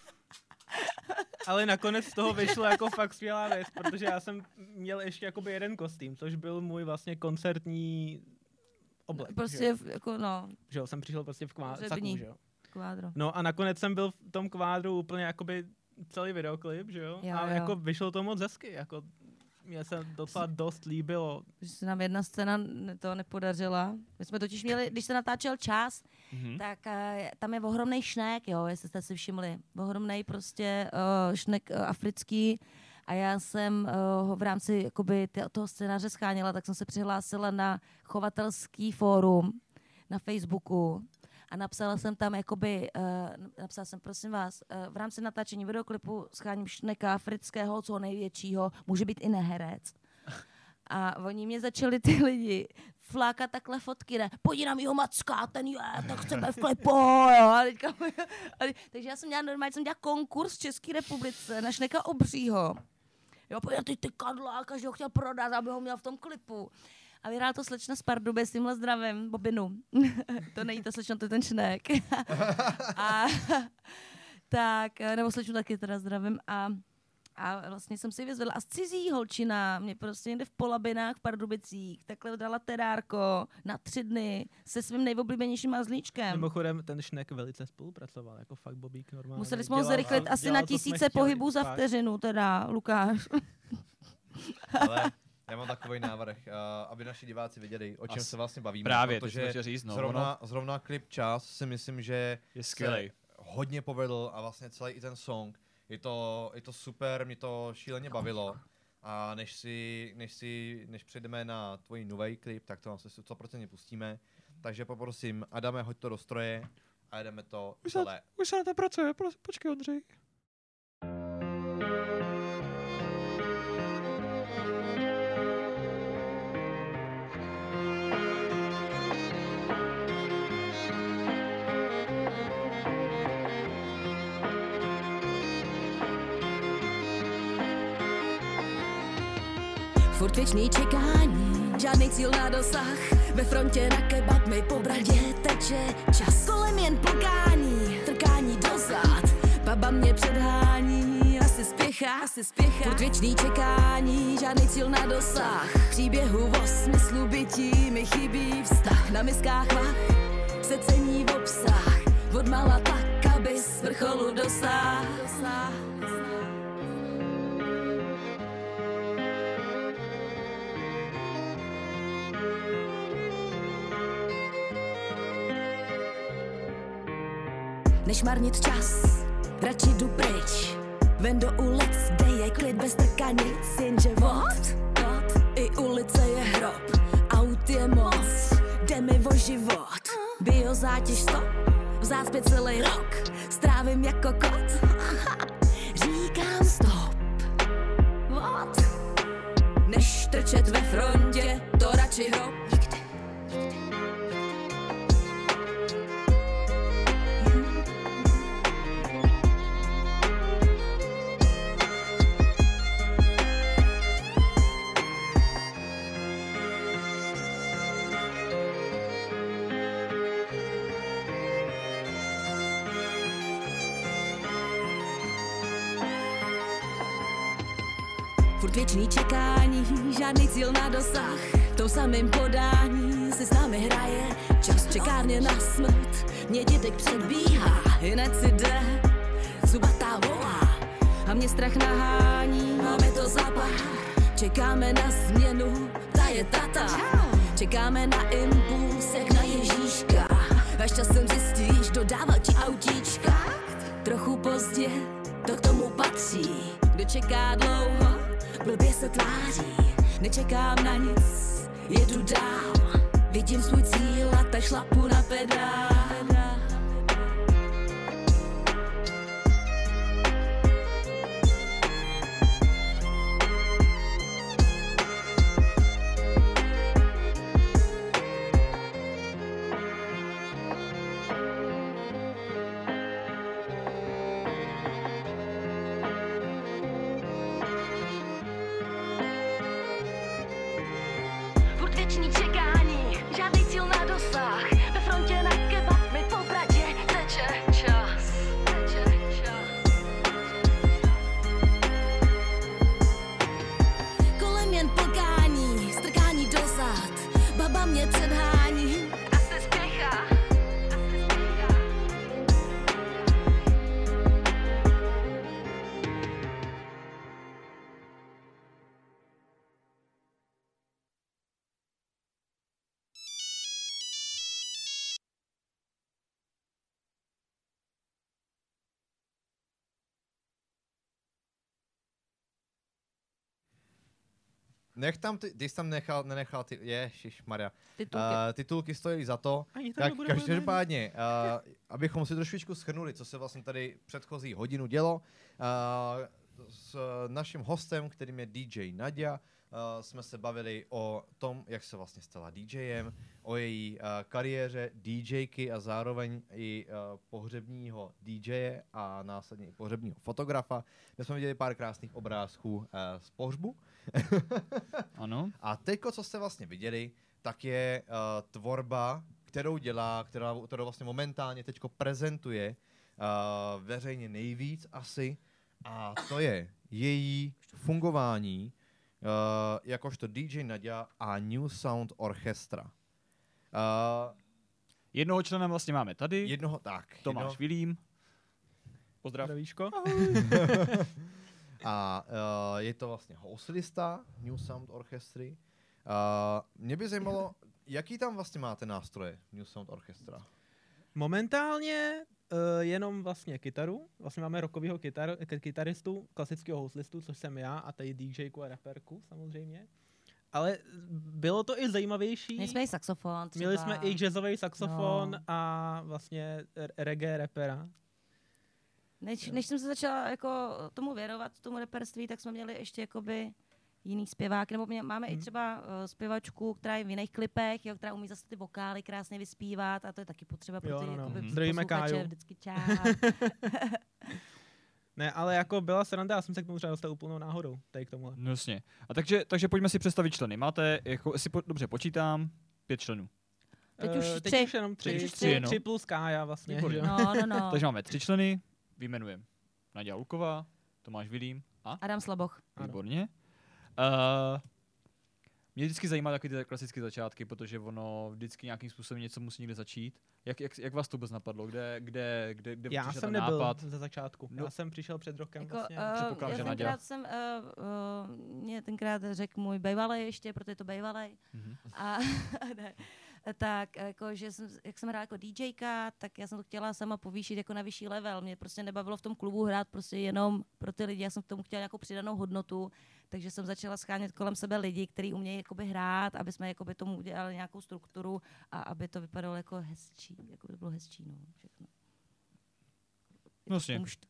S8: Ale nakonec z toho vyšlo jako fakt skvělá věc, protože já jsem měl ještě jakoby jeden kostým, což byl můj vlastně koncertní oblek. že
S1: Prostě,
S8: jo?
S1: v- jako no,
S8: Že jo, jsem přišel prostě v kvá- v saku,
S1: Řební.
S8: že jo.
S1: kvádro.
S8: No a nakonec jsem byl v tom kvádru úplně jakoby celý videoklip, že jo?
S1: Jo,
S8: a
S1: jo.
S8: jako vyšlo to moc hezky, jako mně se docela dost líbilo.
S1: Že se nám jedna scéna ne- to nepodařila. My jsme totiž měli, když se natáčel čas,
S5: Mhm.
S1: tak uh, tam je ohromný šnek, jo, jestli jste si všimli. Ohromný prostě uh, šnek uh, africký. A já jsem uh, ho v rámci jakoby, tě, toho scénáře scháněla, tak jsem se přihlásila na chovatelský fórum na Facebooku a napsala jsem tam, jakoby, uh, napsala jsem, prosím vás, uh, v rámci natáčení videoklipu scháním šneka afrického, co největšího, může být i neherec. A oni mě začali ty lidi flákat takhle fotky, ne, pojď na mýho macka, ten je, tak chceme v klipu, jo. A teďka, a, takže já jsem měla normálně, jsem dělala konkurs v České republice na šneka obřího. Jo, pojď ty, ty kadla, každý ho chtěl prodat, aby ho měl v tom klipu. A vyhrála to slečna z Pardubic s tímhle zdravím, Bobinu. To není ta slečna, to je ten šnek. A tak, nebo slečnu taky teda zdravím. A A vlastně jsem si ji vyzvedla. A z cizí holčina mě prostě někde v Polabinách v Pardubicích takhle dala terárko na tři dny se svým nejoblíbenějším mazlíčkem.
S8: Mimochodem ten šnek velice spolupracoval, jako fakt Bobík normálně.
S1: Museli jsme ho
S8: Dělal-
S1: zrychlit asi
S8: dělal,
S1: na
S8: co jsme
S1: tisíce
S8: chtěli,
S1: pohybů za
S8: fakt.
S1: vteřinu, teda, Lukáš.
S6: Ale já mám takový návrh, uh, aby naši diváci věděli, o čem
S5: As-
S6: se vlastně bavíme.
S5: Právě, to
S6: protože
S5: jsem chtěl říct, no,
S6: zrovna, zrovna klip Čas si myslím, že
S5: Je skvělej.
S6: se hodně povedl a vlastně celý i ten song. Je to, je to super, mě to šíleně bavilo. A než si, než si, než přejdeme na tvůj nový klip, tak to vám se sto procent pustíme. Takže poprosím, Adame, hoď to do stroje a jedeme to
S5: Už se,
S6: celé.
S5: už se na to pracuje, pro, počkej Ondřej.
S7: Furt věčný čekání, žádný cíl na dosah. Ve frontě na kebab mi po bradě teče čas. Kolem jen plkání, trkání do zád. Baba mě předhání, asi spěchá, asi spěchá. Furt věčný čekání, žádný cíl na dosah. Příběhu o smyslu bytí mi chybí vztah. Na miskách vach se cení v obsah. Odmala tak, aby z vrcholu dosáhl. Než marnit čas, radši jdu pryč. Ven do ulic, kde je klid bez trkanic. Jenže vod, vod, i ulice je hrob. Aut je moc, jde mi o život. Biozátěž stop, v zácpě celý rok. Strávím jako kot, říkám stop. Vod, než trčet ve frontě, to radši hrob. Furt věčný čekání, žádný cíl na dosah. V tom samém podání si s námi hraje čas. Čekárně na smrt, mě dědek předbíhá. Hned si jde, zubatá volá a mě strach nahání. Máme to zapach, čekáme na změnu, ta je tata. Čekáme na impuls, jak na Ježíška. Až časem zjistíš, dodával ti autíčka. Trochu pozdě, to k tomu patří. Kdo čeká dlouho, blbě se tváří. Nečekám na nic, jedu dál. Vidím svůj cíl a tak šlapu na pedál. Věčný čekání, žádný cíl na dosah. Ve frontě na kebab mi po bradě teče čas. Teče čas. Kolem jen plkání, strkání dozad. Baba mě předhání, asi spěchá. Asi spěchá.
S6: Nech tam, ty, ty jsi tam nechal, nenechal ty, ježišmarja.
S1: Titulky.
S6: Uh, titulky stojí za to. Tak každopádně, uh, abychom si trošičku shrnuli, co se vlastně tady předchozí hodinu dělo. Uh, s naším hostem, kterým je D J Nadia, uh, jsme se bavili o tom, jak se vlastně stala DJem, o její uh, kariéře DJky a zároveň i uh, pohřebního DJe a následně i pohřebního fotografa, kde jsme viděli pár krásných obrázků uh, z pohřbu.
S5: Ano.
S6: A teďko, co jste vlastně viděli, tak je uh, tvorba, kterou dělá, která, kterou vlastně momentálně teďko prezentuje uh, veřejně nejvíc asi, a to je její fungování uh, jakožto D J Nadia a New Sound Orchestra. Uh,
S5: Jednoho člena vlastně máme tady.
S6: Jednoho, tak.
S5: Tomáš
S6: jednoho...
S5: Vilím. Pozdrav.
S8: Zdravíčko.
S6: A uh, je to vlastně houslista New Sound Orchestry. Uh, mě by zajímalo, jaký tam vlastně máte nástroje New Sound Orchestra?
S8: Momentálně uh, jenom vlastně kytaru. Vlastně máme rockovýho kytar, kytaristu, klasického houslistu, což jsem já, a tady DJku a raperku samozřejmě. Ale bylo to i zajímavější.
S1: Měli jsme i saxofon třeba.
S8: Měli jsme i jazzový saxofon
S1: no.
S8: a vlastně reggae rapera.
S1: Než, než jsem se začala jako tomu věnovat, tomu reperství, tak jsme měli ještě jakoby jiný zpěváky, nebo mě, máme hmm. i třeba uh, zpěvačku, která je v jiných klipech, jo, která umí zase ty vokály krásně vyspívat, a to je taky potřeba pro ty
S8: no, no.
S1: jakoby,
S8: hmm.
S1: posluchače vždycky čát.
S8: Ne, ale jako byla sranda, já jsem se k tomu třeba dostal úplnou náhodou, tady k tomuhle.
S5: No jasně. A takže, takže pojďme si představit členy. Máte, jako, jestli po, dobře počítám, pět členů.
S1: Teď už
S8: uh,
S1: tři.
S8: už jenom tři,
S5: Teď už
S8: tři,
S5: tři, no.
S8: tři plus Kája vlastně.
S5: Výborně.
S1: No, no, no.
S5: Takže máme tři členy, vyjmenujeme. Naděja Luková, Tomáš Vilím a?
S1: Adam Slaboch.
S5: Výborně. Uh, mě vždycky zajímá taky ty klasické začátky, protože ono vždycky nějakým způsobem něco musí někde začít. Jak, jak, jak vás to vůbec napadlo? Kde, kde, kde, kde
S8: Já
S5: přišel
S8: jsem
S5: ten
S8: nebyl
S5: nápad?
S8: ze začátku.
S5: No.
S8: Já jsem přišel před rokem
S1: Jako,
S8: vlastně.
S1: uh,
S5: Předpokládám,
S1: já
S5: že Naděja.
S1: tenkrát jsem, uh, uh, mě tenkrát řekl můj bejvalej ještě, protože je to bejvalej.
S5: Mhm.
S1: A ne, tak jako, že jsem, jak jsem hrála jako DJka, tak já jsem to chtěla sama povýšit jako na vyšší level. Mě prostě nebavilo v tom klubu hrát prostě jenom pro ty lidi, já jsem k tomu chtěla nějakou přidanou hodnotu, takže jsem začala schánět kolem sebe lidi, kteří umějí jakoby hrát, aby jsme jakoby tomu udělali nějakou strukturu a aby to vypadalo jako hezčí, jako by bylo hezčí, no, všechno.
S5: Vlastně.
S1: Už to-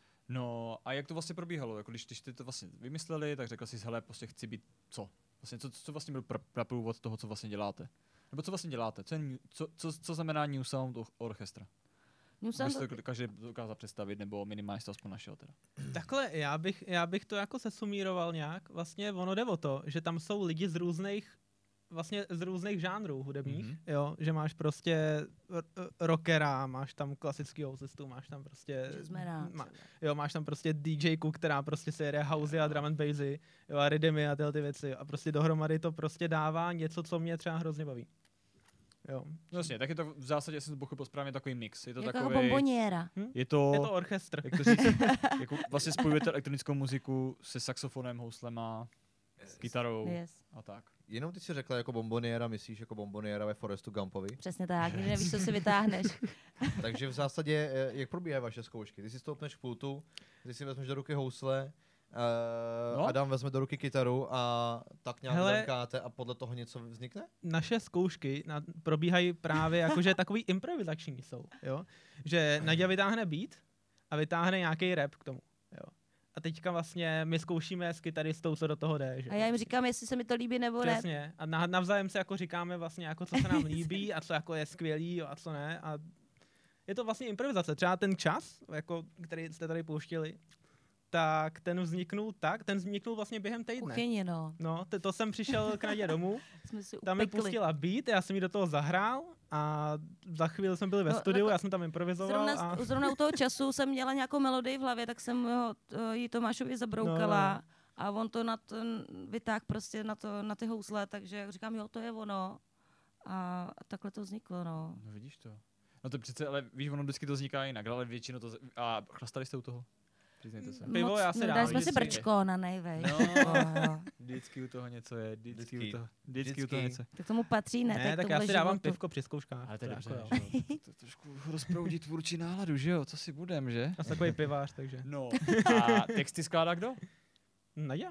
S5: No a jak to vlastně probíhalo? Jako když, když ty to vlastně vymysleli, tak řekl jsi, hele, prostě chci být co? Vlastně, co, co vlastně byl pr- prapůvod toho, co vlastně děláte? Nebo co vlastně děláte? Co, je, new- co, co, co znamená New Sound Orchestra?
S1: New
S5: Můžeš
S1: Sound-
S5: to každý dokázat představit, nebo minimálně to aspoň našel teda.
S8: Takhle, já bych, já bych to jako sesumíroval nějak. Vlastně ono jde o to, že tam jsou lidi z různých vlastně z různých žánrů hudebních,
S5: Mhm.
S8: jo, že máš prostě r- r- rockera, máš tam klasický housistu, máš tam prostě,
S1: Jazzmana
S8: ma,
S1: třeba.
S8: jo, máš tam prostě DJku, která prostě se jede housey a drum and bassy, jo, a rhythmy a tyhle ty věci a prostě dohromady to prostě dává něco, co mě třeba hrozně baví. Jo.
S5: Vlastně, tak je to v zásadě, jestli jsem to pochopil správně, takový mix. Je to
S1: Jako
S5: takový,
S1: bomboniera.
S5: je to,
S8: Je to orchestr.
S5: jak to říct, jako vlastně spojujete elektronickou muziku se saxofonem, houslema, s kytarou
S1: Yes.
S5: a tak.
S6: Jenom ty si řekla jako bomboniera, myslíš jako bomboniera ve Forestu Gumpovi.
S1: Přesně tak, nikdy nevíš, co si vytáhneš.
S6: Takže v zásadě, eh, jak probíhají vaše zkoušky? Ty si stoupneš k pultu, ty si vezmeš do ruky housle, uh,
S5: No.
S6: Adam vezme do ruky kytaru a tak nějak
S8: Hele.
S6: dankáte a podle toho něco vznikne?
S8: Naše zkoušky na, probíhají právě jakože takový improvizační jsou, jo? Že Naděja vytáhne beat a vytáhne nějaký rap k tomu, jo? A teďka vlastně my zkoušíme s kytaristou, co do toho jde, že?
S1: A já jim říkám, jestli se mi to líbí nebo ne.
S8: Přesně. A na, navzájem se jako říkáme vlastně, jako co se nám líbí a co jako je skvělý jo, a co ne. A je to vlastně improvizace. Třeba ten čas, jako, který jste tady pouštěli, tak ten vzniknul tak, ten vzniknul vlastně během týdne.
S1: Kuchyni, no.
S8: No, to, to jsem přišel k Nadě domů,
S1: Jsme si
S8: tam mi
S1: upekli.
S8: pustila beat, já jsem jí do toho zahrál a za chvíli jsme byli ve
S1: No,
S8: studiu,
S1: jako
S8: já jsem tam improvizoval
S1: Zrovna,
S8: a...
S1: zrovna u toho času jsem měla nějakou melodii v hlavě, tak jsem ho, to, jí Tomášovi zabroukala
S8: No.
S1: a on to na ten vytáhl prostě na, to, na ty housle, takže říkám, jo, to je ono. A, a takhle to vzniklo, no.
S5: No vidíš to. No to přece, ale víš, ono vždycky to vzniká jinak, ale většinou to... z- A chlastali jste u toho? Přiznejte se.
S8: Pivo
S1: Moc-
S8: já si
S1: no,
S8: dám,
S1: dali jsme si
S8: vždycky.
S1: brčko na nejvej.
S5: No.
S1: Jo, jo.
S5: Vždycky u toho něco je, vždycky,
S6: Vždycky.
S5: u toho, vždycky, u
S6: Vždycky.
S5: toho něco.
S1: Tak tomu patří, ne?
S8: Ne, tak
S1: to
S8: já
S1: bude
S8: si dávám
S1: životu.
S8: pivko při zkouškách.
S5: Ale to je
S8: to
S5: dobře,
S8: jako, jo.
S5: že jo. To, to trošku rozproudí tvůrčí náladu, že jo? Co si budem, že?
S8: Já jsem takový pivář, takže...
S5: No. A texty skládá kdo?
S8: Naděja.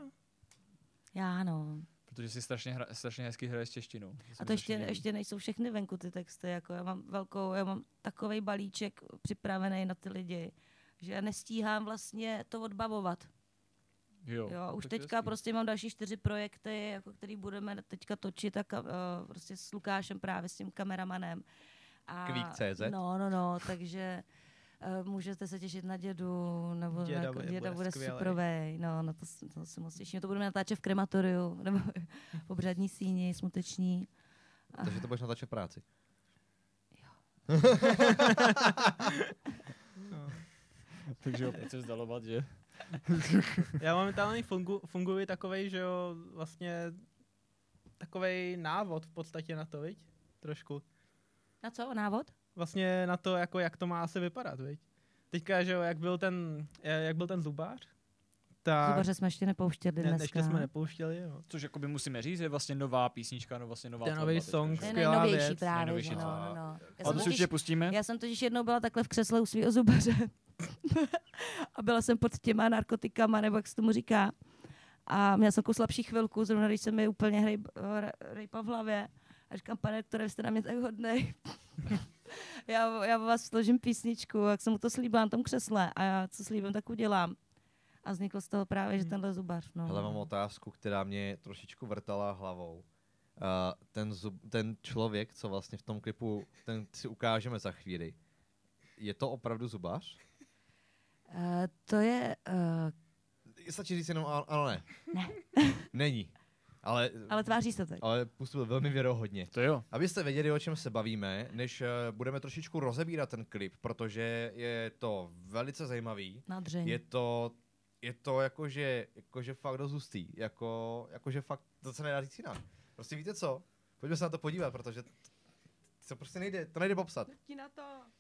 S1: Já, no.
S5: Protože si strašně, hra, strašně hezky hraje s češtinou. To se
S1: A
S5: mi
S1: to ještě,
S5: strašně líbí.
S1: ještě nejsou všechny venku ty texty, jako já mám velkou, já mám takovej balíček připravený na ty lidi, že já nestíhám vlastně to odbavovat.
S5: Jo,
S1: Jo, už
S5: tak to je
S1: teďka
S5: hezký.
S1: prostě mám další čtyři projekty, jako který budeme teďka točit a ka, uh, prostě s Lukášem právě, s tím kameramanem. A,
S6: Kvík tečka cé zet.
S1: No, no, no, takže uh, můžete se těšit na dědu, nebo
S8: Děda
S1: děda,
S8: bude-
S1: jako, děda
S8: bude
S1: bude
S8: skvělej.
S1: superovej, no, no to, s- to se moc těším. To budeme natáčet v krematoriu, nebo v obřadní síni, smuteční. A,
S6: Takže to budeš natáčet práci.
S5: Takže ho chce vzdalovat, že?
S8: Já momentálně fungu, funguji takovej, že jo, vlastně takovej návod v podstatě na to, viď? Trošku.
S1: na co, návod?
S8: Vlastně na to, jako jak to má asi vypadat, viď? Teďka, že jo, jak byl ten, jak byl ten zubář, tak...
S1: Zubaře jsme ještě nepouštěli
S8: ne,
S1: dneska.
S8: ještě jsme nepouštěli, jo.
S5: Což jakoby musíme říct, je vlastně nová písnička, no vlastně nová
S8: To je
S5: tvorba
S8: nový
S5: teďka,
S8: song,
S5: že?
S1: To je
S8: skvělá
S1: nejnovější
S8: věc.
S1: právě,
S5: Nejnovější,
S1: že no,
S5: no.
S1: no, no. Já
S5: A
S1: jsem
S5: to si
S1: totiž-
S5: určitě pustíme.
S1: Já jsem totiž jednou byla takhle v křesle u svého zubaře a byla jsem pod těma narkotikama, nebo jak se tomu říká. A měla jsem takovou slabší chvilku, zrovna když se mi úplně hrej, rejpa v hlavě. A říkám, pane doktore, vy jste na mě tak hodnej. já, já vás složím písničku, jak jsem mu to slíbila na tom křesle. A já co slíbím, tak udělám. A vzniklo z toho právě, že tenhle zubař. No.
S6: Hele, mám otázku, která mě trošičku vrtala hlavou. Uh, ten, zub, ten člověk, co vlastně v tom klipu, ten si ukážeme za chvíli, je to opravdu zubař?
S1: Uh, to je... Uh,
S6: Stačí říct jenom ano, ano ne.
S1: Ne.
S6: Není. Ale,
S1: Ale tváří se tak.
S6: ale působil velmi věrohodně.
S5: To jo.
S6: Abyste věděli, o čem se bavíme, než uh, budeme trošičku rozebírat ten klip, protože je to velice zajímavý.
S1: Nadřeň.
S6: Je to, je to jakože, jakože fakt dost hustý. Jako, jakože fakt, to se nedá říct jinak. Prostě víte co? Pojďme se na to podívat, protože to, to prostě nejde, to nejde popsat.
S1: Ti na to.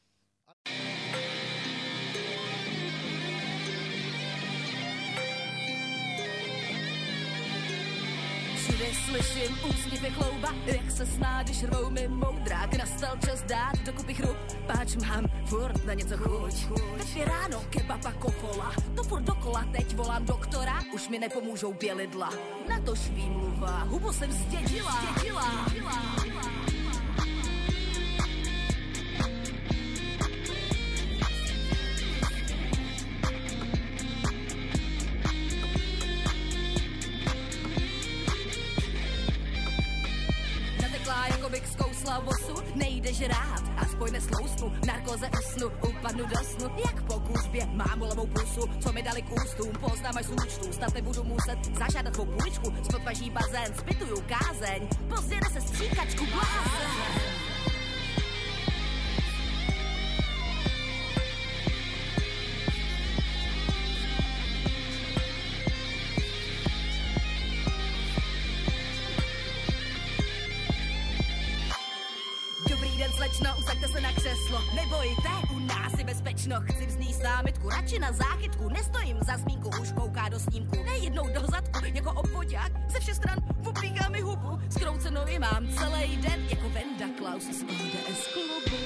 S7: Všude slyším úsměvy chlouba, jak se sná, když rvou mi moudrák. Nastal čas dát dokupy chrup, páč mám furt na něco chuť. Teď je ráno, kebab a kofola, to furt dokola, teď volám doktora, už mi nepomůžou bělidla. Na to výmluva, hubu jsem zdědila. zdědila. Jako bych zkousla vosu, nejde žrát, aspoň neslousnu, v narkoze usnu, upadnu do snu, jak po kuřbě, mám bolavou pusu, co mi dali k ústům, poznám až z účtů, snad nebudu muset zažádat tvou půličku, spod vaší bazén, zpytuju kázeň, pozdě nese stříkačku blázen. Slečno, usaďte se na křeslo, nebojte, u nás je bezpečno. Chci vznést námitku, radši na záchytku, nestojím za zmínku, už kouká do snímku. Nejednou do zadku, jako obvodák, ze všech stran oblíká mi hubu. Zkroucenový mám celý den, jako Venda Klaus z O D S klubu.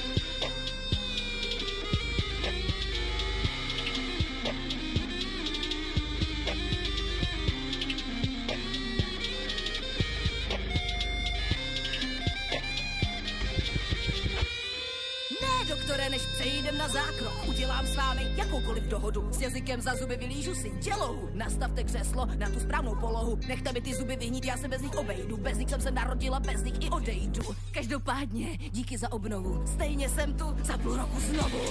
S7: Doktore, než přejdem na zákrok, udělám s vámi jakoukoliv dohodu. S jazykem za zuby vylížu si dělohu. Nastavte křeslo na tu správnou polohu. Nechte mi ty zuby vyhnít, já se bez nich obejdu. Bez nich jsem se narodila, bez nich i odejdu. Každopádně, díky za obnovu. Stejně jsem tu za půl roku znovu.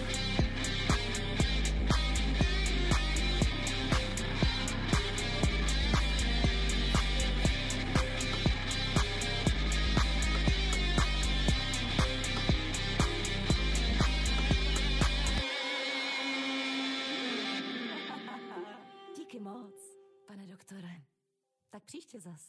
S7: Tak příště zas.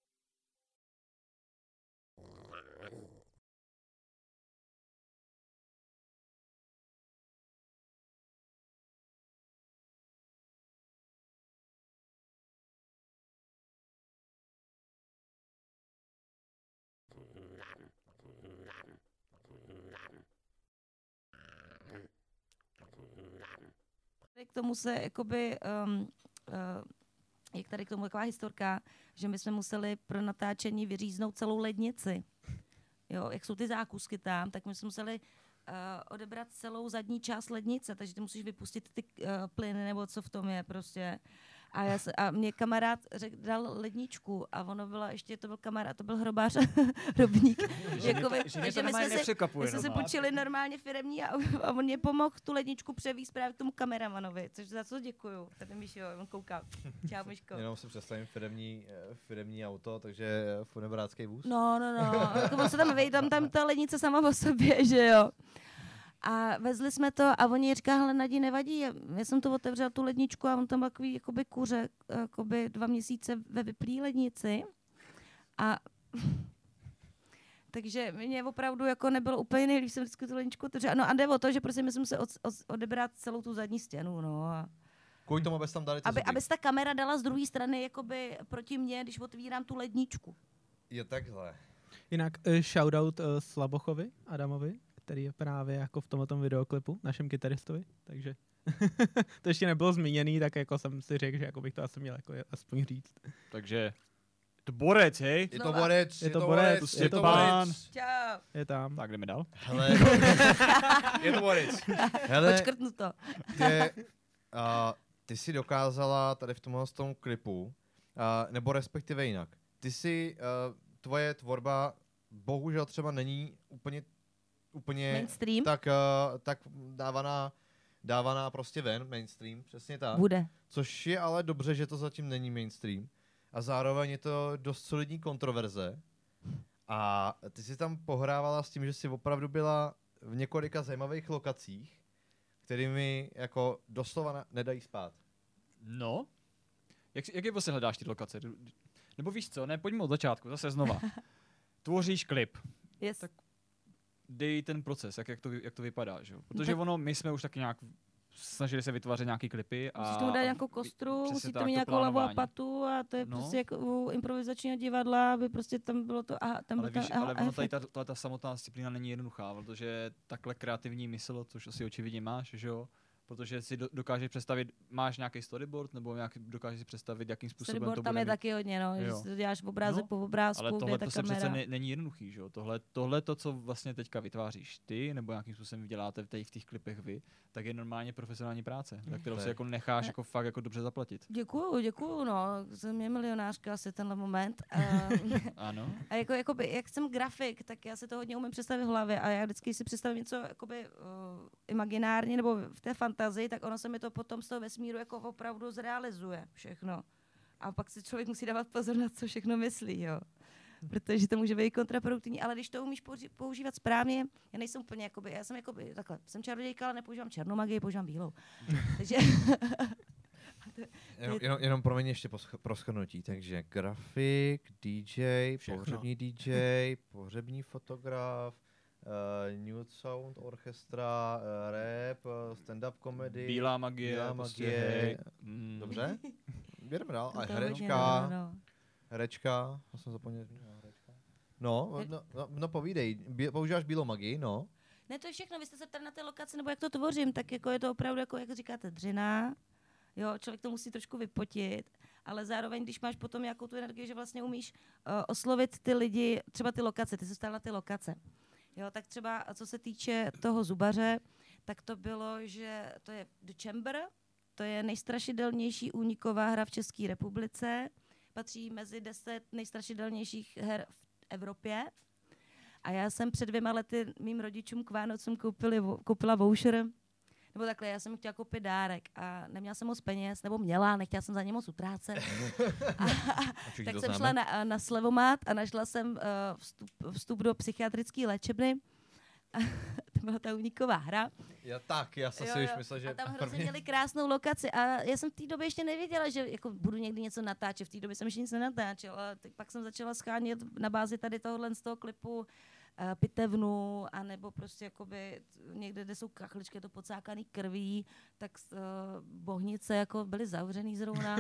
S1: K tomu se jakoby um, uh, jak tady k tomu taková historka, že my jsme museli pro natáčení vyříznout celou lednici. Jo, jak jsou ty zákusky tam, tak my jsme museli uh, odebrat celou zadní část lednice, takže ty musíš vypustit ty uh, plyny, nebo co v tom je prostě. A, já se, a mě kamarád řek, dal ledničku a ono bylo, ještě to byl kamarád, to byl hrobář, hrobník. Jakoby, takže my jsme, si, my jsme si půjčili normálně firemní a, a on mě pomohl tu ledničku převízt právě k tomu kameramanovi, což za co děkuju. Tady Mišo, on kouká. Čau, Miško.
S6: Jenom si představím firemní, firemní auto, takže funebrácký vůz.
S1: No, no, no. Jako on se tam vejde, tam, tam ta lednice sama o sobě, že jo. A vezli jsme to a oni říká, hele, Nadi, nevadí, já jsem to otevřela tu ledničku a on tam byl takový jakoby kuře, jakoby dva měsíce ve vyplý lednici. A takže mě opravdu jako nebylo úplně nejlíp, jsem vždycky tu ledničku otevřela. No a jde o to, že prostě myslím se od, od, odebrat celou tu zadní stěnu, no. A
S6: kvůli tomu, abys tam dali ty
S1: aby,
S6: zuby.
S1: aby se ta kamera dala z druhé strany jakoby proti mně, když otvírám tu ledničku.
S6: Je takhle.
S8: Jinak uh, shoutout uh, Slabochovi, Adamovi, který je právě jako v tomto videoklipu, našem kytaristovi, takže to ještě nebylo zmíněný, tak jako jsem si řekl, že jako bych to asi měl jako aspoň říct.
S5: Takže je to borec, hej?
S6: Je to borec,
S8: je to borec, je to pán.
S1: Čau.
S8: Je tam.
S5: Tak jdeme dál.
S6: Hele, je to borec. Hele,
S1: počkrtnu to.
S6: Ty, uh, ty jsi dokázala tady v tomhle tom klipu, uh, nebo respektive jinak, ty si, uh, tvoje tvorba bohužel třeba není úplně úplně
S1: mainstream?
S6: tak, uh, tak dávaná, dávaná prostě ven, mainstream, přesně tak.
S1: Bude.
S6: Což je ale dobře, že to zatím není mainstream. a zároveň je to dost solidní kontroverze. A ty jsi tam pohrávala s tím, že jsi opravdu byla v několika zajímavých lokacích, kterými jako doslova na, nedají spát.
S5: No, jak, jak je vlastně hledáš ty lokace? Nebo víš co, ne, pojďme od začátku, zase znova. Tvoříš klip.
S1: Yes.
S5: Tak dej ten proces, jak, jak, to, jak to vypadá, že jo? Protože
S1: tak...
S5: ono, my jsme už taky nějak snažili se vytvářet nějaký klipy a...
S1: Musíte mu dát nějakou kostru,
S5: přesně
S1: musíte
S5: tak,
S1: mít
S5: to
S1: nějakou lavu a
S5: plánování.
S1: patu a to je
S5: No.
S1: prostě jako u improvizačního divadla, aby prostě tam bylo to aha, tam
S5: Ale
S1: byl
S5: víš,
S1: ten aha,
S5: ale ono tady
S1: efekt.
S5: ta, ta, ta samotná disciplína není jednoduchá, protože takhle kreativní mysl, což asi očividně máš, že jo? Protože si do, dokážeš představit, máš nějaký storyboard, nebo nějak dokážeš si představit, jakým způsobem
S1: Storyboard
S5: to
S1: tam
S5: bude
S1: je
S5: mít.
S1: taky hodně, no, že
S5: Jo.
S1: si to děláš obrázek
S5: No,
S1: po obrázku,
S5: Ale
S1: kde je
S5: tohle
S1: ta
S5: prostě
S1: kamera.
S5: přece ne, není jednoduchý, že jo? Tohle, tohle to, co vlastně teďka vytváříš ty, nebo nějakým způsobem děláte teď v těch klipech vy, tak je normálně profesionální práce, za kterou
S6: To
S5: si
S6: je-
S5: jako necháš jako fakt jako dobře zaplatit.
S1: Děkuju, děkuju, no, jsem je milionářka asi tenhle moment. A,
S5: Ano.
S1: a jako, jakoby, jak jsem grafik, tak já si to hodně umím představit v hlavě a já vždycky si představím něco jakoby, uh, imaginárně nebo v té fantazii, tak ono se mi to potom z toho vesmíru jako opravdu zrealizuje všechno. A pak si člověk musí dávat pozor na co všechno myslí, jo. Protože to může být kontraproduktivní, ale když to umíš použi- používat správně, já nejsem úplně jakoby, já jsem jakoby, takhle, jsem čarodějka, ale nepoužívám černou magii, používám bílou. Takže
S6: Jenom, jenom, jenom pro mě ještě posch- pro shrnutí, takže grafik, D J,
S8: Všechno.
S6: pohřební D J, pohřební fotograf, uh, nude sound orchestra, uh, rap, uh, stand-up comedy.
S5: Bílá magie,
S6: Bílá
S5: prostě,
S6: magie.
S5: hej, mm.
S6: Dobře? Jdeme dál. A
S1: to hodně,
S6: herečka,
S1: no, no.
S6: herečka, to jsem zapomněl zmínit, no, herečka. No,
S1: Her-
S6: no, no, no povídej, Bí, používáš bílou magii, no.
S1: Ne, to je všechno, vy jste se ptali na té lokaci, nebo jak to tvořím, tak jako je to opravdu, jako, jak říkáte, dřina. Jo, člověk to musí trošku vypotit, ale zároveň, když máš potom nějakou tu energii, že vlastně umíš uh, oslovit ty lidi, třeba ty lokace, ty se ptal na ty lokace. Jo, tak třeba, co se týče toho zubaře, tak to bylo, že to je The Chamber, to je nejstrašidelnější úniková hra v České republice, patří mezi deset nejstrašidelnějších her v Evropě. A já jsem před dvěma lety mým rodičům k Vánocům koupili, koupila voucher, nebo takhle, já jsem jim chtěla koupit dárek a neměla jsem moc peněz, nebo měla, nechtěla jsem za ně moc utrácet. A,
S6: Všichni
S1: tak
S6: to
S1: jsem
S6: známe.
S1: šla na, na Slevomat a našla jsem uh, vstup, vstup do psychiatrické léčebny. A to byla ta úniková hra.
S6: Já tak, já jsem
S1: Jo,
S6: si už
S1: jo.
S6: myslel, že
S1: A tam hrozně
S6: první...
S1: měli krásnou lokaci a já jsem v té době ještě nevěděla, že jako budu někdy něco natáčet. V té době jsem ještě nic nenatáčela. Tak pak jsem začala schánět na bázi tady tohohle z toho klipu uh, pitevnu, anebo prostě jakoby někde, kde jsou kachličky, je to pocákaný krví, tak uh, bohnice jako byly zavřený zrovna.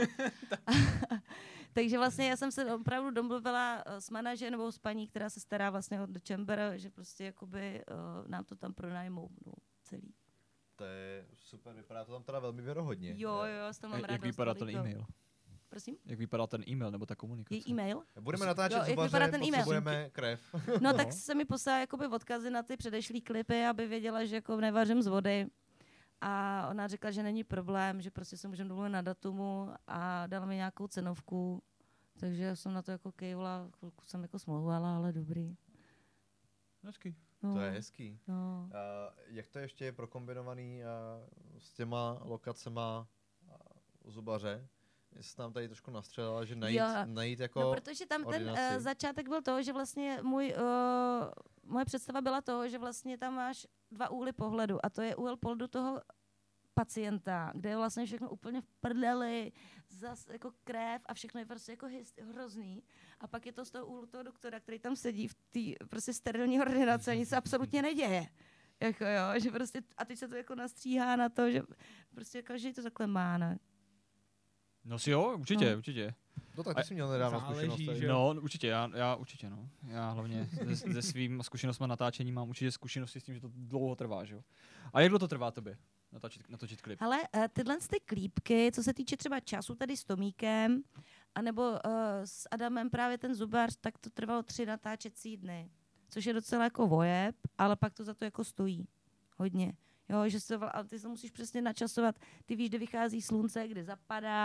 S1: Takže vlastně já jsem se opravdu domluvila uh, s manažerem nebo s paní, která se stará vlastně o The Chamber, že prostě jakoby uh, nám to tam pronajmou no, celý.
S6: To je super, vypadá to tam teda velmi věrohodně.
S1: Jo, jo, s tom mám
S5: Jak
S1: radost.
S5: vypadá ten
S1: toliko.
S5: e-mail?
S1: Prosím?
S5: Jak vypadá ten e-mail nebo ta komunikace?
S1: Její e-mail?
S6: Budeme natáčet
S1: Jo, jak
S6: zubaře,
S1: vypadá ten e-mail?
S6: potřebujeme krev.
S1: No tak se mi poslala jakoby odkazy na ty předešlý klipy, aby věděla, že jako nevařím z vody. A ona řekla, že není problém, že prostě se můžeme domluvit na datumu a dala mi nějakou cenovku. Takže já jsem na to jako kejvla, chvilku jsem jako smlouvala, ale dobrý.
S5: Hezky.
S1: No,
S6: To je hezký.
S1: no.
S6: Uh, jak to ještě je prokombinovaný uh, s těma lokacema uh, zubaře? Jsi tam tady trošku nastřelila, že najít,
S1: Jo.
S6: najít jako...
S1: No, protože tam ten
S6: ordinaci.
S1: uh, začátek byl toho, že vlastně můj, uh, moje představa byla toho, že vlastně tam máš dva úhly pohledu a to je úhel pohledu toho pacienta, kde je vlastně všechno úplně v prdeli, zas jako krev a všechno je prostě jako hyst, hrozný. A pak je to z toho úhlu toho doktora, který tam sedí v té prostě sterilní ordinaci a nic se absolutně neděje. Jako jo, že prostě, a teď se to jako nastříhá na to, že prostě každý to takhle má, ne?
S5: No si jo, určitě,
S1: No.
S5: určitě.
S6: No tak ty
S5: A-
S6: jsi měl nedávno
S8: záleží,
S6: zkušenost. tady.
S8: že jo.
S5: No, určitě, já, já určitě, no. Já hlavně se, se svým zkušenostmi natáčení mám určitě zkušenosti s tím, že to dlouho trvá, že jo. A jak dlouho to trvá tobě natočit, natočit klip?
S1: Hele, eh, tyhle ty klípky, co se týče třeba času tady s Tomíkem, anebo uh, s Adamem právě ten zubař, tak to trvalo tři natáčecí dny. Což je docela jako vojeb, ale pak to za to jako stojí. Hodně. Jo, že se, ale ty se musíš přesně načasovat. Ty víš, kde vychází slunce, kde zapadá,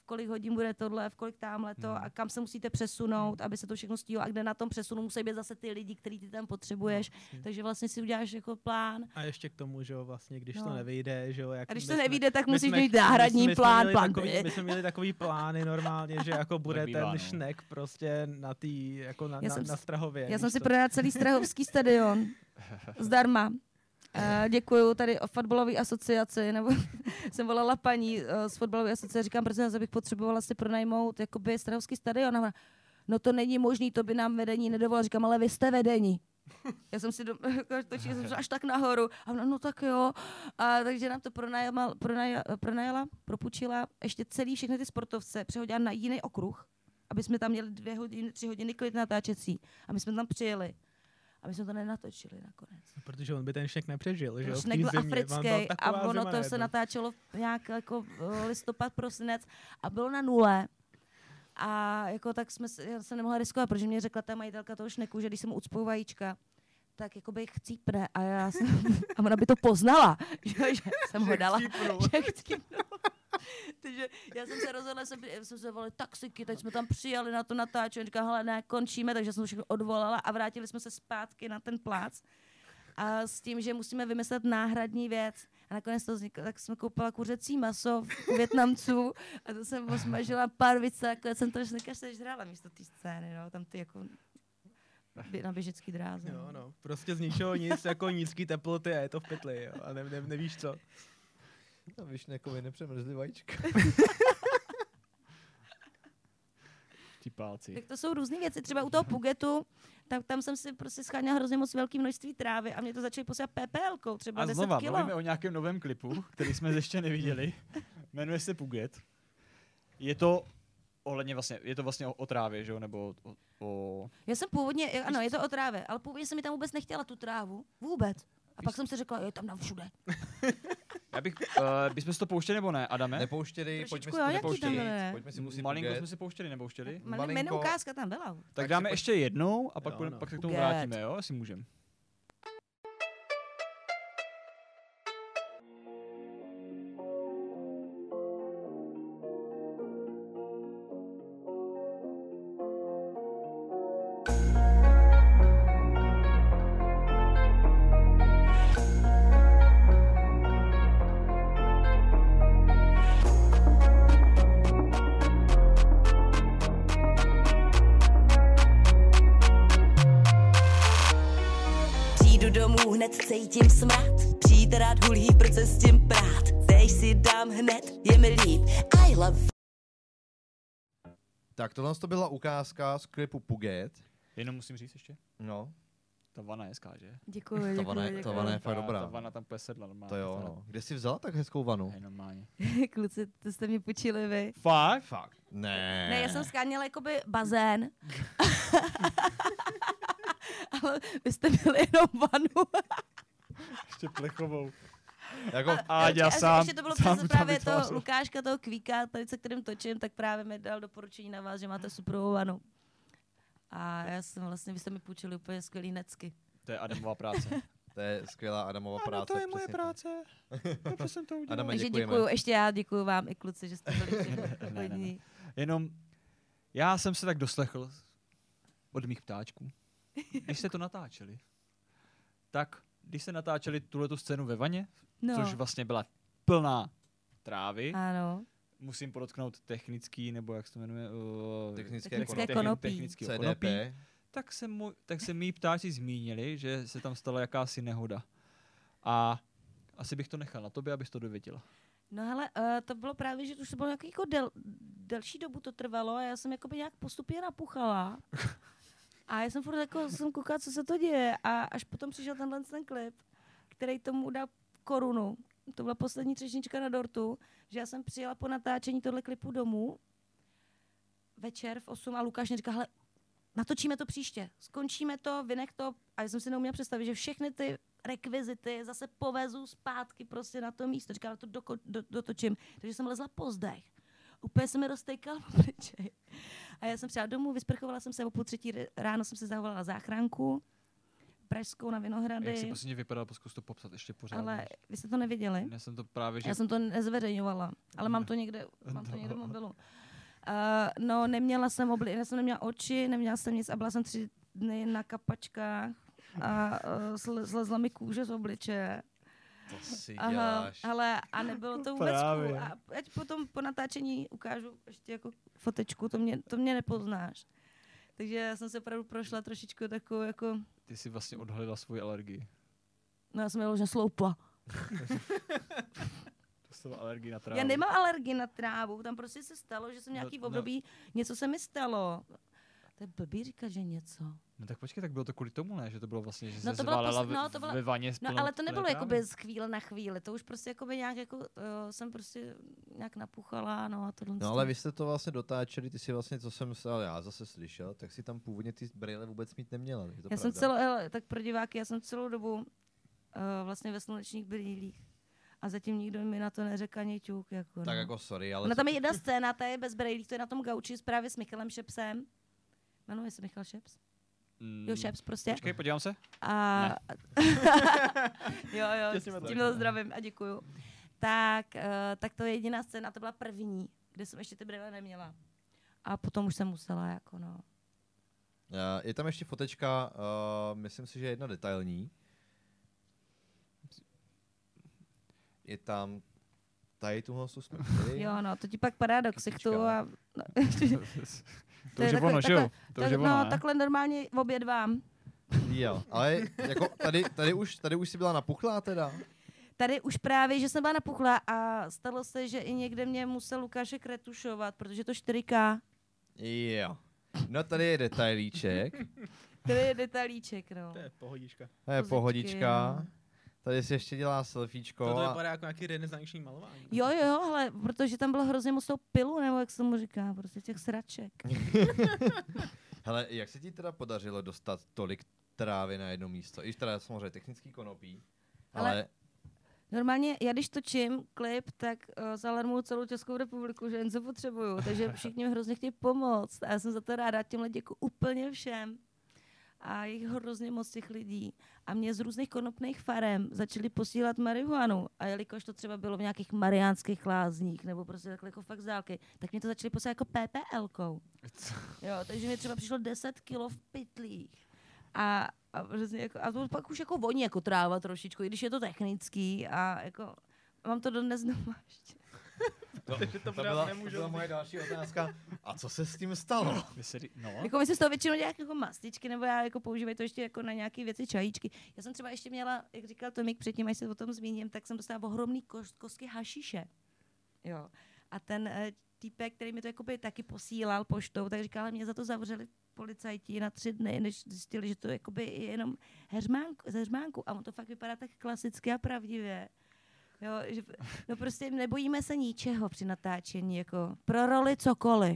S1: v kolik hodin bude tohle, v kolik tamhle to
S5: Hmm.
S1: a kam se musíte přesunout, aby se to všechno stihlo a kde na tom přesunu musí být zase ty lidi, který ty tam potřebuješ.
S8: No,
S1: Takže vlastně si uděláš jako plán.
S8: A ještě k tomu, že jo, vlastně, když
S1: No.
S8: to nevyjde, že jo, jak
S1: A když
S8: my
S1: to
S8: jsme-
S1: nevyjde, tak
S8: my
S1: musíš
S8: jsme-
S1: mít náhradní
S8: my jsme
S1: plán,
S8: měli
S1: plán
S8: takový,
S1: B.
S8: my jsme měli takový plány normálně, že jako bude
S5: bývá,
S8: ten
S5: no.
S8: šnek prostě na tý, jako na,
S1: Já
S8: na,
S1: jsem
S8: na
S1: si-
S8: Strahově.
S1: Já jsem
S8: víš
S1: si
S8: co?
S1: prodala celý Strahovský stadion. Zdarma. Uh, děkuju tady o fotbalové asociaci, nebo jsem volala paní uh, z fotbalové asociace, říkám, protože já bych potřebovala si pronajmout jakoby Strahovský stadion. A ona, no to není možný, to by nám vedení nedovolilo. Říkám, ale vy jste vedení. Já jsem si do, jako, točila jsem se až tak nahoru. A ona, no tak jo. A takže nám to pronajala, pronajala, pronajala, propůjčila ještě celý všechny ty sportovce, přehodila na jiný okruh, aby jsme tam měli dvě hodiny, tři hodiny klid natáčecí. A my jsme tam přijeli. A my jsme to nenatočili nakonec.
S8: Protože on by ten šnek nepřežil, že jo, v
S1: Šnek
S8: té
S1: byl
S8: zimě. Vám byla
S1: africký a
S8: taková
S1: ono
S8: zima
S1: to se
S8: najednou.
S1: natáčelo v nějak jako eh, listopad, prosinec a bylo na nule. A jako tak jsme, se- já jsem nemohla riskovat, protože mě řekla ta majitelka toho šneku, že když se mu ucpou vajíčka, tak jako by chcípne a já jsem, a ona by to poznala, že, že jsem ho dala, že chcípnu. Takže já jsem se rozhodla, jsem, jsem se volali taxiky, teď jsme tam přijeli na to natáčení, říkala, hele ne, končíme, takže jsem to všechno odvolala a vrátili jsme se zpátky na ten plác. A s tím, že musíme vymyslet náhradní věc. A nakonec to vzniklo, tak jsme koupila kuřecí maso u Vietnamců a to jsem osmažila pár více, jako jsem to šněka sežrala místo té scény, no, tam ty jako bě- na běžecký dráze.
S8: Jo, no. Prostě z ničeho nic, jako nízký teploty a je to v pytli, jo. A ne, ne, nevíš co.
S6: No víš, jako nepřemrzli vajíčka.
S5: Ty pálci.
S1: Tak to jsou různé věci, třeba u toho Pugetu, tak tam jsem si prostě scháněla hrozně moc velké množství trávy a mě to začaly posílat PPLkou, třeba
S5: A
S1: deset
S5: znova,
S1: kilo.
S5: mluvíme o nějakém novém klipu, který jsme ještě neviděli. Jmenuje se Puget. Je to ohledně vlastně, je to vlastně o, o trávě, že jo, nebo o, o...
S1: Já jsem původně, ano, je to o trávě, ale původně jsem mi tam vůbec nechtěla tu trávu, vůbec. A pak jsem si řekla, je tam na všude.
S5: Já bych, uh, bychom si to pouštěli nebo ne, Adame?
S6: Nepouštěli, pojďme
S1: Trošičku
S6: si
S1: jo,
S6: to
S1: jaký tam
S6: nepouštěli.
S1: byly?
S6: Pojďme si musí
S5: Malinko
S6: Puget.
S5: jsme si pouštěli, nepouštěli?
S1: Malý
S6: Malinko-
S1: jméno ukázka tam byla.
S5: Tak,
S6: Tak
S5: dáme
S6: si pojď-
S5: ještě jednou a pak,
S8: Jo,
S5: budem,
S8: no.
S5: pak se k tomu
S1: Puget.
S5: vrátíme, jo, jestli můžem.
S7: Přijdu domů, hned cítím smrad. Přijde rád hulí, proč se s tím prát. Teď si dám hned, je mi líp. I love.
S6: Tak tohle to byla ukázka z klipu Puget.
S5: Jenom musím říct ještě,
S6: No,
S5: ta vana je hezká, že?
S1: Děkuji,
S6: ta
S1: děkuji,
S6: vana,
S1: děkuji.
S6: ta vana je fakt
S5: Ta-
S6: dobrá.
S5: Ta vana tam posedla normálně.
S6: To jo,
S5: fakt.
S6: no. Kde jsi vzala tak hezkou vanu?
S5: Hej, normálně.
S1: Kluci, to jste mě počili vy.
S5: Fakt?
S6: Fakt. Ne.
S1: Ne, já jsem skáněla jakoby bazén. Ale vy jste měli jenom vanu.
S5: Ještě plechovou.
S6: Jako,
S5: Áďa
S1: ještě,
S5: sám,
S1: ještě to bylo
S5: sám
S1: přes
S5: tam
S1: právě toho
S5: vytvářel.
S1: Lukáška, toho Kvíka, tady se kterým točím, tak právě mi dal doporučení na vás, že máte superovou vanu. A já jsem vlastně, vy jste mi půjčili úplně skvělý necky.
S5: To je Adamová práce.
S6: to je skvělá Adamova práce.
S5: to je moje
S6: přesně tak.
S5: práce. Dobře jsem to udělal.
S6: Adame,
S1: Takže
S6: děkujeme.
S1: děkuju, ještě já děkuju vám i kluci, že jste byli
S5: Ne, ne, ne.
S1: hodní.
S5: Jenom, já jsem se tak doslechl od mých ptáčků, když se to natáčeli, tak když se natáčeli tuhletu scénu ve vaně,
S1: No,
S5: což vlastně byla plná trávy,
S1: ano.
S5: musím podotknout technický, nebo jak se to jmenuje? Uh,
S6: Technické
S1: Technické
S6: konopí.
S1: konopí.
S5: Technický
S6: C D
S5: konopí.
S6: P.
S5: Tak se, můj, tak se mý ptáci zmínili, že se tam stala jakási nehoda. A asi bych to nechal na tobě, abys to dověděla.
S1: No hele, uh, to bylo právě, že to už to bylo nějaký jako del, delší dobu to trvalo a já jsem jakoby nějak postupně napuchala. A já jsem furt jako, jsem koukala, co se to děje a až potom přišel tenhle ten klip, který tomu dal korunu. To byla poslední třešnička na dortu, že já jsem přijela po natáčení tohle klipu domů večer v osm a Lukáš mi říká, hele, natočíme to příště, skončíme to, vynech to. A já jsem si neuměla představit, že všechny ty rekvizity zase povezu zpátky prostě na to místo. Říkala, to doko, do, dotočím. Takže jsem lezla po zdech. Úplně se mi roztejkal obličej. A já jsem přijela domů, vysprchovala jsem se o půl třetí ráno, jsem se zavolala na záchranku. Pražskou na Vinohrady.
S5: Jak si prostě tě vypadalo, zkus to popsat ještě pořád.
S1: Ale vy jste to neviděli?
S5: Já jsem to právě, že...
S1: Já jsem to nezveřejňovala, ale mám to někde, mám to někde v mobilu. Uh, no, neměla jsem obli, já jsem neměla oči, neměla jsem nic a byla jsem tři dny na kapačkách a uh, sle, slezla mi kůže z obličeje.
S6: To si
S1: Aha,
S6: děláš.
S1: hele, a nebylo to vůbec
S5: Právě.
S1: cool. A ať potom po natáčení ukážu ještě jako fotečku, to mě, to mě nepoznáš. Takže já jsem se opravdu prošla trošičku takovou jako,
S5: Ty jsi vlastně odhalila svoji alergii.
S1: no já jsem vyloženě sloupla.
S5: Dostala alergii na trávu.
S1: Já nemám alergii na trávu, tam prostě se stalo, že jsem nějaký
S5: No, no.
S1: období, něco se mi stalo. To je blbý říkat, že něco.
S5: No tak počkej, tak bylo to kvůli tomu, ne? Že to bylo vlastně, že
S1: No
S5: se
S1: to
S5: se
S1: bylo
S5: válela
S1: pos- no, to bylo-
S5: ve vaně s
S1: No
S5: plnou
S1: ale to nebylo
S5: trávy.
S1: jakoby z chvíle na chvíli, to už prostě jakoby nějak jako, uh, jsem prostě nějak napuchala, no a tohle.
S6: No ale vy jste to vlastně dotáčeli, ty si vlastně, co jsem se, ale já zase slyšel, tak si tam původně ty brýle vůbec mít neměla. Je to
S1: Já jsem
S6: pravda?
S1: celou, hele, tak pro diváky, já jsem celou dobu uh, vlastně ve slunečních brýlích. A zatím nikdo mi na to neřekl ani ťuk. Jako,
S6: Tak
S1: no.
S6: jako sorry, ale...
S1: No tam je jedna scéna, ta je bez brýlích, to je na tom gauči právě s Michalem Šepsem. Jmenuje se Michal Šeps?
S5: Mm,
S1: Jo, Šeps prostě.
S5: Počkej, podívám se.
S1: A... jo, jo,
S8: Těsně
S1: s
S8: vedle.
S1: tím to zdravím a děkuju. Tak, uh, tak to je jediná scéna, to byla první, kde jsem ještě ty brýle neměla. A potom už jsem musela, jako no.
S6: Uh, je tam ještě fotečka, uh, myslím si, že jedna detailní. Je tam tady tuhle jsme měli.
S1: Jo, no, to ti pak padá do ksichtu a... No,
S5: To už je
S1: takhle-
S5: ono, že jo?
S1: takhle-
S5: To už
S1: tak,
S5: je ono,
S1: no,
S5: ne?
S1: takhle normálně obědvám.
S6: Jo, ale jako tady, tady, už, tady už si byla napuchlá teda.
S1: Tady už právě, že jsem byla napuchlá a stalo se, že i někde mě musel Lukášek retušovat, protože to čtyři ká.
S6: Jo. No tady je detailíček.
S1: To je detailíček, no.
S8: To je pohodička.
S6: To je
S1: Kozičky,
S6: pohodička.
S1: no.
S6: Tady si ještě dělá selfiečko.
S8: To, to
S6: a-
S8: vypadá jako nějaký renesanční malování.
S1: Jo, jo, jo, ale protože tam bylo hrozně moc toho pilu, nebo jak se tomu říká, prostě těch sraček.
S6: Hele, jak se ti teda podařilo dostat tolik trávy na jedno místo? I teda samozřejmě technický konopí, ale,
S1: Ale- Normálně, já když točím klip, tak uh, zalarmuju celou Českou republiku, že něco potřebuju, takže všichni mi hrozně chtějí pomoct a já jsem za to ráda, tímhle děkuji úplně všem. A jich hrozně moc těch lidí. A mě z různých konopných farem začali posílat marihuanu. A jelikož to třeba bylo v nějakých mariánských lázních, nebo prostě takhle jako fakt z dálky, tak mě to začali posílat jako PPLkou. Jo, takže mi třeba přišlo deset kilo v pytlích. A, a, hrozně jako, a to pak už jako voní jako tráva trošičku, i když je to technický a jako mám to dodnes doma ještě.
S6: to,
S8: Takže to
S6: to,
S8: brát
S6: byla, to
S8: nemůžu.
S6: byla moje další otázka. A co se s tím stalo?
S5: Vysedy, no.
S1: Jako my si z toho většinou dělá jako mastičky, nebo já jako používají to ještě jako na nějaké věci, čajíčky. Já jsem třeba ještě měla, jak říkal Tomík předtím, až se o tom zmíním, tak jsem dostala ohromný kost, kostky hašiše. Jo. A ten uh, týpek, který mi to jakoby taky posílal poštou, tak říkal, ale mě za to zavřeli policajti na tři dny, než zjistili, že to jakoby je jenom heřmánku, z heřmánku. A on to fakt vypadá tak klasicky a pravdivě. Jo, že, no prostě nebojíme se ničeho při natáčení, jako pro roli cokoliv.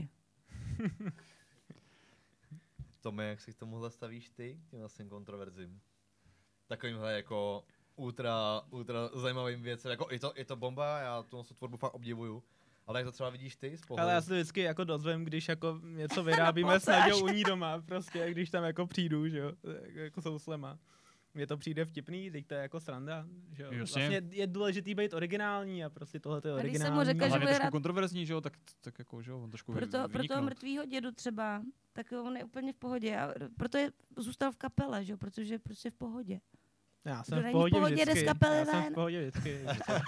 S6: Tome, jak se k tomuhle stavíš ty, k těm vlastně kontroverzím? Takovýmhle jako ultra, ultra zajímavým věcem, jako je to, je to bomba, já tu tvorbu fakt obdivuju. Ale jak to třeba vidíš ty z pohledu?
S8: Ale já se to vždycky jako dozvím, když jako něco vyrábíme s Nadějou u ní doma, prostě, když tam jako přijdu, že jo, jako, jako souslema. Mně to přijde vtipný, teď to je jako sranda, že jo.
S5: Jasně.
S8: Vlastně je důležitý být originální a prostě tohle je
S1: A když jsem
S8: originální.
S1: mu řekla,
S5: Ale
S1: že
S5: je
S1: bude
S5: trošku
S1: hrát
S5: kontroverzní, že jo, tak, tak jako, že jo, on trošku
S1: pro, to, pro toho
S5: vyniknout.
S1: mrtvýho dědu třeba, tak on je úplně v pohodě. A proto je, zůstal v kapele, že jo, protože je prostě v pohodě.
S8: Já
S1: Kdo
S8: jsem v
S1: není v
S8: pohodě
S1: pohodě, jde z
S8: vždycky.
S1: kapely
S8: Já jsem
S1: ven.
S8: v pohodě vždycky.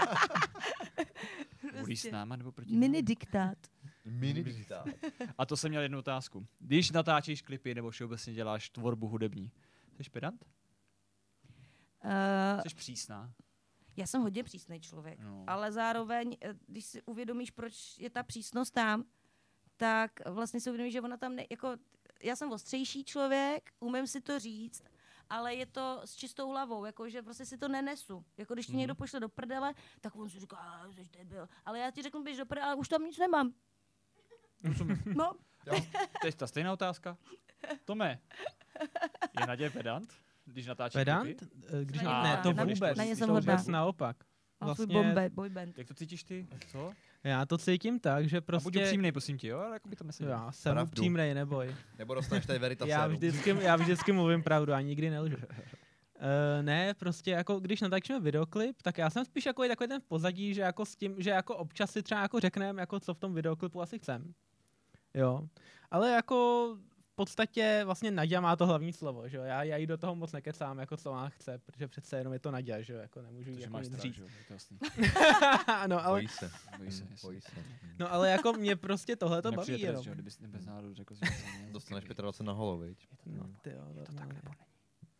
S5: Volí s náma nebo proti
S1: Mini
S5: nám?
S1: diktát.
S6: Mini diktát.
S5: A to jsem měl jednu otázku. Když natáčíš klipy nebo všeobecně děláš tvorbu hudební, jsi pedant?
S1: Uh,
S5: Jsi přísná?
S1: já jsem hodně přísný člověk,
S5: No.
S1: ale zároveň, eh, když si uvědomíš, proč je ta přísnost tam, tak vlastně si uvědomíš, že ona tam ne, jako, já jsem ostřejší člověk, umím si to říct, ale je to s čistou hlavou, jako, že prostě si to nenesu. Jako když ti
S5: Mhm.
S1: někdo pošle do prdele, tak on si říká, "Ah, jsi debil." Ale já ti řeknu, běž do prdele, ale už tam nic nemám. No,
S5: To je ta stejná otázka. Tome, je Naděje pedant, když natáčí
S8: Pedant?
S5: klipy?
S8: Eh, Když
S1: Na
S8: ne,
S1: ně-
S8: to
S1: na-
S8: vůbec.
S1: na ně jsem
S8: to
S1: hodná.
S8: vůbec naopak.
S1: mám svůj
S8: Vlastně
S1: bombe, boyband.
S5: Jak to cítíš ty? Co?
S8: já to cítím tak, že
S5: Prostě... A buď
S8: prostě...
S5: upřímnej, prosím tě, jo, ale jako by to nesedí.
S8: Já jsem
S6: Pravdu.
S8: upřímnej, neboj.
S6: Nebo dostaneš tady Veritaseru.
S8: Já vždycky, já vždycky mluvím pravdu a nikdy nelžu. Uh, ne, prostě jako když natáčíme videoklip, tak já jsem spíš jako takový ten v pozadí, že jako s tím, že jako občas si třeba jako řekneme, jako co v tom videoklipu asi chcem. Jo. Ale jako v podstatě vlastně Naďa má to hlavní slovo, že jo. Já, já jí do toho moc nekecám, jako co má chce, protože přece jenom je to Naďa, že jo, jako nemůžu jí jako nic říct.
S5: Jo, je to jasný.
S6: No, ale... Bojí se.
S5: Bojí se,
S6: Bojí se.
S8: No ale jako mě prostě tohle to baví,
S5: jo.
S8: jo.
S5: Kdyby bez náhodou řekl, že
S6: dostaneš dvacet pět na holo, viď?
S8: No, ty jo,
S5: je to tak nebo není.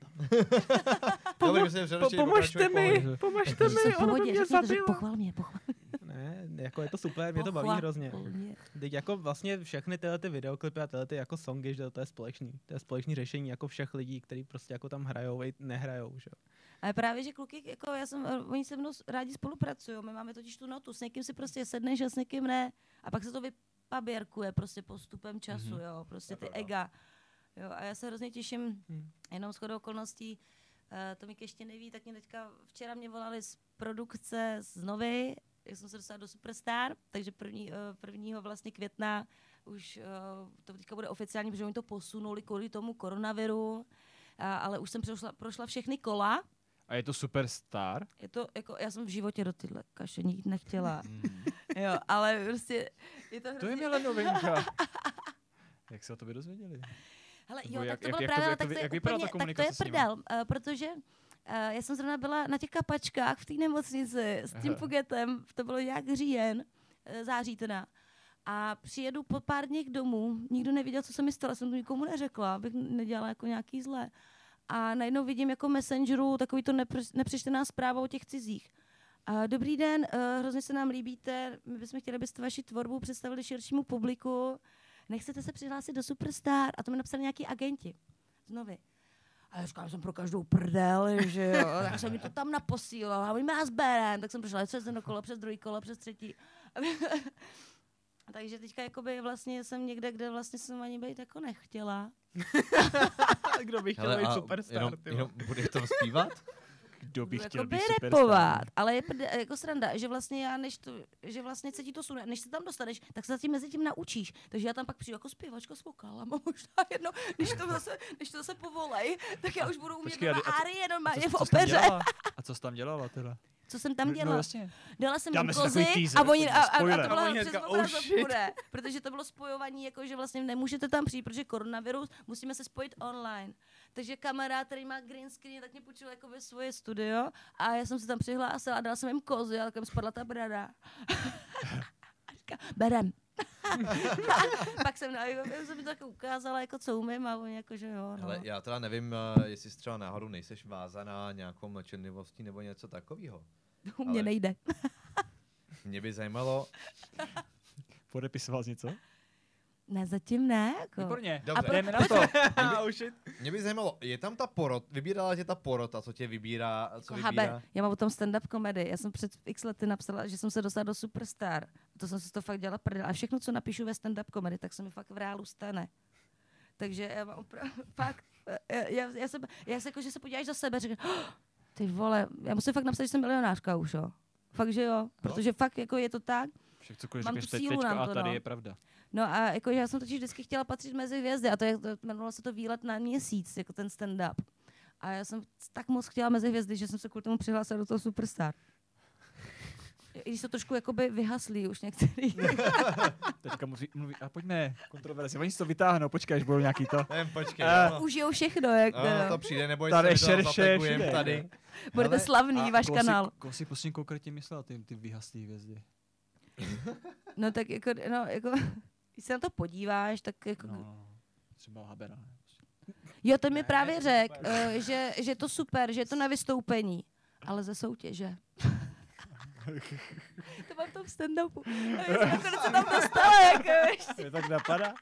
S6: Dobrý, myslím, že
S8: po, pomožte mi, pomožte mi, ono by mě zabilo.
S1: Pochval mě, pochval.
S8: Ne, jako je to super, mě to baví hrozně. Teď jako vlastně všechny tyhle ty videoklipy a tyhle ty jako songy, že to je společný. To je společný řešení jako všech lidí, kteří prostě jako tam hrajou, nehrajou, že jo.
S1: Ale právě, že kluky, jako já jsem, oni se mnou rádi spolupracují, my máme totiž tu notu, s někým si prostě sedneš a s někým ne. A pak se to vypaběrkuje prostě postupem času, mm-hmm. jo, prostě ty ega. Jo, a já se hrozně těším, hmm. jenom shodou okolností, uh, to mi ještě neví, tak mě teďka včera mě volali z produkce z Novy, jak jsem se dostala do Superstar, takže první, uh, prvního vlastně května už uh, to teďka bude oficiální, protože oni to posunuli kvůli tomu koronaviru, uh, ale už jsem prošla, prošla všechny kola.
S5: A je to Superstar?
S1: Je to, jako, já jsem v životě do tyhle kaše nikdy nechtěla, jo, ale prostě je to hrozně...
S5: To je milá novinka. Jak se o tobě dozvěděli?
S1: Hele, jo,
S5: jak,
S1: tak to bylo
S5: jak,
S1: právě,
S5: jak,
S1: tak,
S5: jak,
S1: to je
S5: jak vypadá
S1: úplně,
S5: ta komunikace
S1: tak to je prdel, uh, protože uh, já jsem zrovna byla na těch kapačkách v té nemocnici s tím Pugetem, to bylo nějak říjen, uh, září teda. A přijedu po pár dnech domů, nikdo nevěděl, co se mi stalo, jsem to nikomu neřekla, abych nedělala jako nějaký zlé. A najednou vidím jako messengeru takový to nepř- nepřečtená zpráva o těch cizích. Uh, dobrý den, uh, hrozně se nám líbíte, my bychom chtěli, abyste vaši tvorbu představili širšímu publiku. Nechcete se přihlásit do Superstar? A to mi napsali nějaký agenti. Znovu. A já říkám, že jsem pro každou prdel, že jo. Tak jsem mi to tam naposílal. A my nás berem. Tak jsem přišla přes jedno kolo, přes druhý kolo, přes třetí. Takže teďka jakoby vlastně jsem někde, kde vlastně jsem ani být jako nechtěla.
S8: Kdo by chtěl být Superstar?
S6: Jenom, jenom bude to zpívat?
S5: Kdo by chtěl
S1: být
S5: Superstar?
S1: Repovat, ale je prde, jako sranda, že vlastně já, než to, že vlastně se ti to sune, než se tam dostaneš, tak se zatím mezi tím naučíš. Takže já tam pak přijdu jako zpěvačka s vokálem a možná jedno, než to zase, než to zase povolej, tak já už budu umět
S5: Počkej,
S1: doma
S5: a co-
S1: árie normálně v
S5: co jsi tam
S1: opeře.
S5: dělala? A co jsi tam dělala teda?
S1: Co jsem tam
S5: No,
S1: dělala?
S5: no jasně.
S1: Dala jsem
S5: Dáme
S1: jim
S5: si
S1: kozy
S5: takový teaser,
S1: a, oni, a, a, a
S5: spoiler.
S1: to
S8: A
S1: bylo
S8: oni
S1: přes
S8: říká, oh
S1: obrazovku,
S8: shit.
S1: ne, protože to bylo spojování, jako že vlastně nemůžete tam přijít, protože koronavirus, musíme se spojit online. Takže kamarád, který má green screen, tak mě půjčil jakoby svoje studio a já jsem se tam přihlásila a dala jsem jim kozy, ale kam spadla ta brada. A říká, berem. Pak jsem, no, jako, jsem mi to jako ukázala, jako co umím a oni jako, že jo. No.
S6: Ale já teda nevím, uh, jestli jsi třeba náhodou nejseš vázaná nějakou mlčenlivostí nebo něco takového.
S1: U mě
S6: ale-
S1: nejde.
S6: Mě by zajímalo,
S5: Podepisoval jsi něco?
S1: Ne, zatím ne. Jako.
S5: Výborně.
S6: Dobře.
S5: A jdeme na to.
S8: Oh shit.
S6: mě by zajímalo, je tam ta porota, vybírala tě ta porota, co tě vybírá, co
S1: Jako,
S6: vybírá?
S1: habe, já mám o tom stand-up komedy. Já jsem před x lety napsala, že jsem se dostala do Superstar. To jsem si to fakt dělala prdel. A všechno, co napíšu ve stand-up komedy, tak se mi fakt v reálu stane. Takže já mám opravdu, fakt, já, já, já, se, já se jako, že se podíváš za sebe, řeknu, oh, ty vole, já musím fakt napsat, že jsem milionářka už, jo. Fakt, že jo, protože fakt jako je to tak.
S5: Však cokoliv
S1: Mám
S5: řekneš
S1: tu
S5: teď,
S1: sílu
S5: teďka
S1: na
S5: a
S1: to,
S5: tady
S1: no.
S5: je pravda.
S1: No a jako já jsem totiž vždycky chtěla patřit mezi hvězdy a to, je, to jmenovalo se to výlet na měsíc, jako ten stand-up. A já jsem tak moc chtěla mezi hvězdy, že jsem se kvůli tomu přihlásila do toho Superstar. I když to trošku jakoby vyhaslí už některý.
S5: Teďka mluví, mluví a pojďme, kontroverzi. Oni si to vytáhnou, počkej, až budou nějaký to.
S6: Nevím, počkej.
S5: A-
S6: no.
S1: Užijou všechno, jak
S6: No,
S1: teda.
S6: to přijde, neboj
S5: Tady
S6: se, my to
S5: šerše,
S6: zapegujem
S5: všude.
S6: tady.
S1: Budete
S6: Hele,
S1: slavný, váš
S5: koho
S1: kanál.
S5: Si, koho si prostě konkrétně myslel, ty, ty vyhaslý hvězdy?
S1: No tak jako, no jako, když se na to podíváš, tak jako...
S5: No, třeba Habera. ne?
S1: Jo, ten mi
S8: Ne,
S1: právě
S8: to
S1: řekl,
S8: super.
S1: uh, že, že je to super, že je to na vystoupení, ale ze soutěže. To mám v tom stand-upu. A já jsem nakonec se tam dostala, jako, ještě.
S5: Je tak napadá?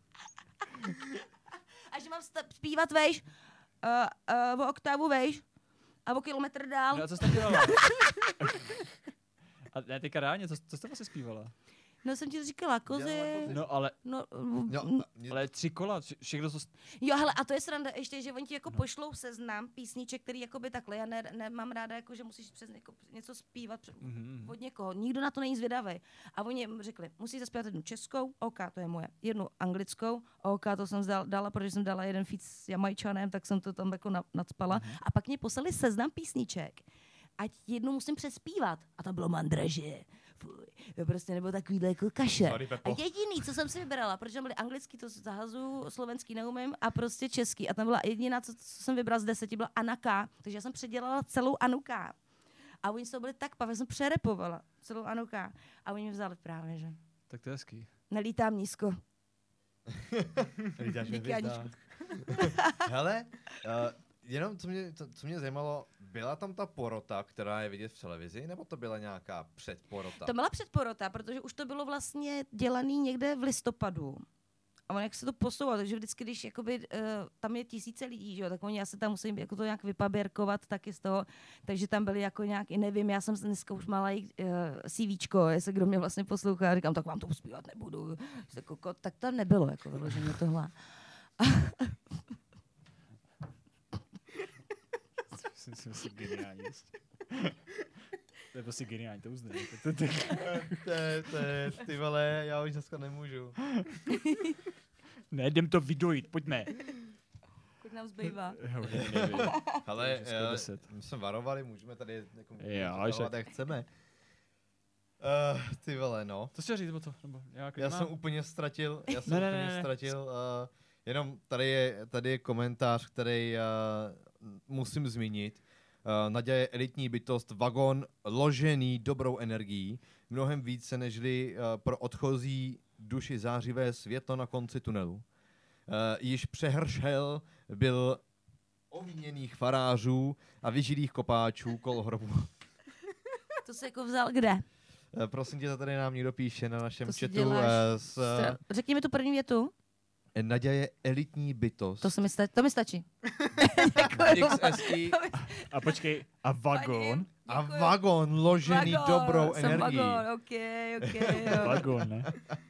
S1: A že mám sta- zpívat, vejš, uh, uh, o oktávu, vejš, a o kilometr dál.
S5: No a co jsi tam dělala? A ne, teďka reálně, co, co jste vlastně zpívala?
S1: No jsem ti to říkala, kozy.
S5: No ale,
S1: No,
S6: No,
S5: ale tři kola, vše- všechno to...
S1: jo, hele, a to je sranda ještě, že oni ti jako no. pošlou seznam písniček, který jakoby takhle, já ne, nemám ráda, jako, že musíš přes něko, něco zpívat před,
S5: Mm-hmm.
S1: od někoho, nikdo na to není zvědavý. A oni jim řekli, musíš zaspívat jednu českou, OK, to je moje, jednu anglickou, OK, to jsem dal, dala, protože jsem dala jeden feat s Jamajčanem, tak jsem to tam jako na, nadspala. Mm-hmm. A pak mě poslali seznam písniček, ať jednu musím přespívat. A to bylo mandraže. Fuj, to prostě nebylo takovýhle jako kaše.
S6: Sorry,
S1: A jediný, co jsem si vybrala, protože tam byly anglický, to zahazu, slovenský neumím a prostě český. A tam byla jediná, co, co jsem vybrala z deseti, byla Anna K. Takže já jsem předělala celou Anu K. A oni z toho byli tak pavé, jsem přerepovala celou Anu K. A oni mi vzali právě, že
S5: Tak to je hezký.
S1: nelítám nízko.
S6: Vítáš
S1: Díky, Aničko.
S6: Hele, uh, jenom co mě, co, co mě zajímalo, byla tam ta porota, která je vidět v televizi, nebo to byla nějaká předporota?
S1: To byla předporota, protože už to bylo vlastně dělaný někde v listopadu. A on jak se to posouvá, takže vždycky, když jakoby, uh, tam je tisíce lidí, že jo, tak oni asi tam musím jako to nějak vypaběrkovat taky z toho, takže tam byli jako nějak, nevím, já jsem dneska už mala uh, CVčko, jestli kdo mě vlastně poslouchá, říkám, tak vám to uspívat nebudu, kokot, tak to nebylo jako vyloženě tohle.
S5: Jsem si geniální. To je prostě geniální, to uznám. To, to, to.
S6: to, je, to je, ty vole, já už dneska nemůžu.
S5: Ne, jdem to vydojit, pojďme.
S1: Kolik nám zbývá?
S6: Hele, my jsme varovali, můžeme tady jako varovat, jak chceme. Uh, ty vole, no.
S5: Co jsi chtěl říct o to? Nebo
S6: já jsem úplně ztratil, já jsem
S5: ne, ne,
S6: úplně
S5: ne, ne.
S6: ztratil, uh, jenom tady je, tady je komentář, který uh, musím zmínit. Uh, Naďa je elitní bytost, vagon ložený dobrou energií, mnohem více nežli uh, pro odchozí duši zářivé světlo na konci tunelu. Uh, již přehršel byl ovíněných farářů a vyžilých kopáčů kol hrobu.
S1: To jsi jako vzal kde?
S6: Uh, prosím tě, to tady nám někdo píše na našem
S1: To si
S6: chatu.
S1: děláš
S6: Uh, s, uh,
S1: Řekni mi tu první větu.
S6: Naďa je elitní bytost.
S1: To, se mi, sta- to mi stačí.
S6: X S I
S5: A počkej, a vagon?
S6: a vagon ložený
S1: Vagon,
S6: dobrou
S1: jsem
S6: energií.
S1: Vagon, ok, ok. Jo.
S5: Vagon, ne?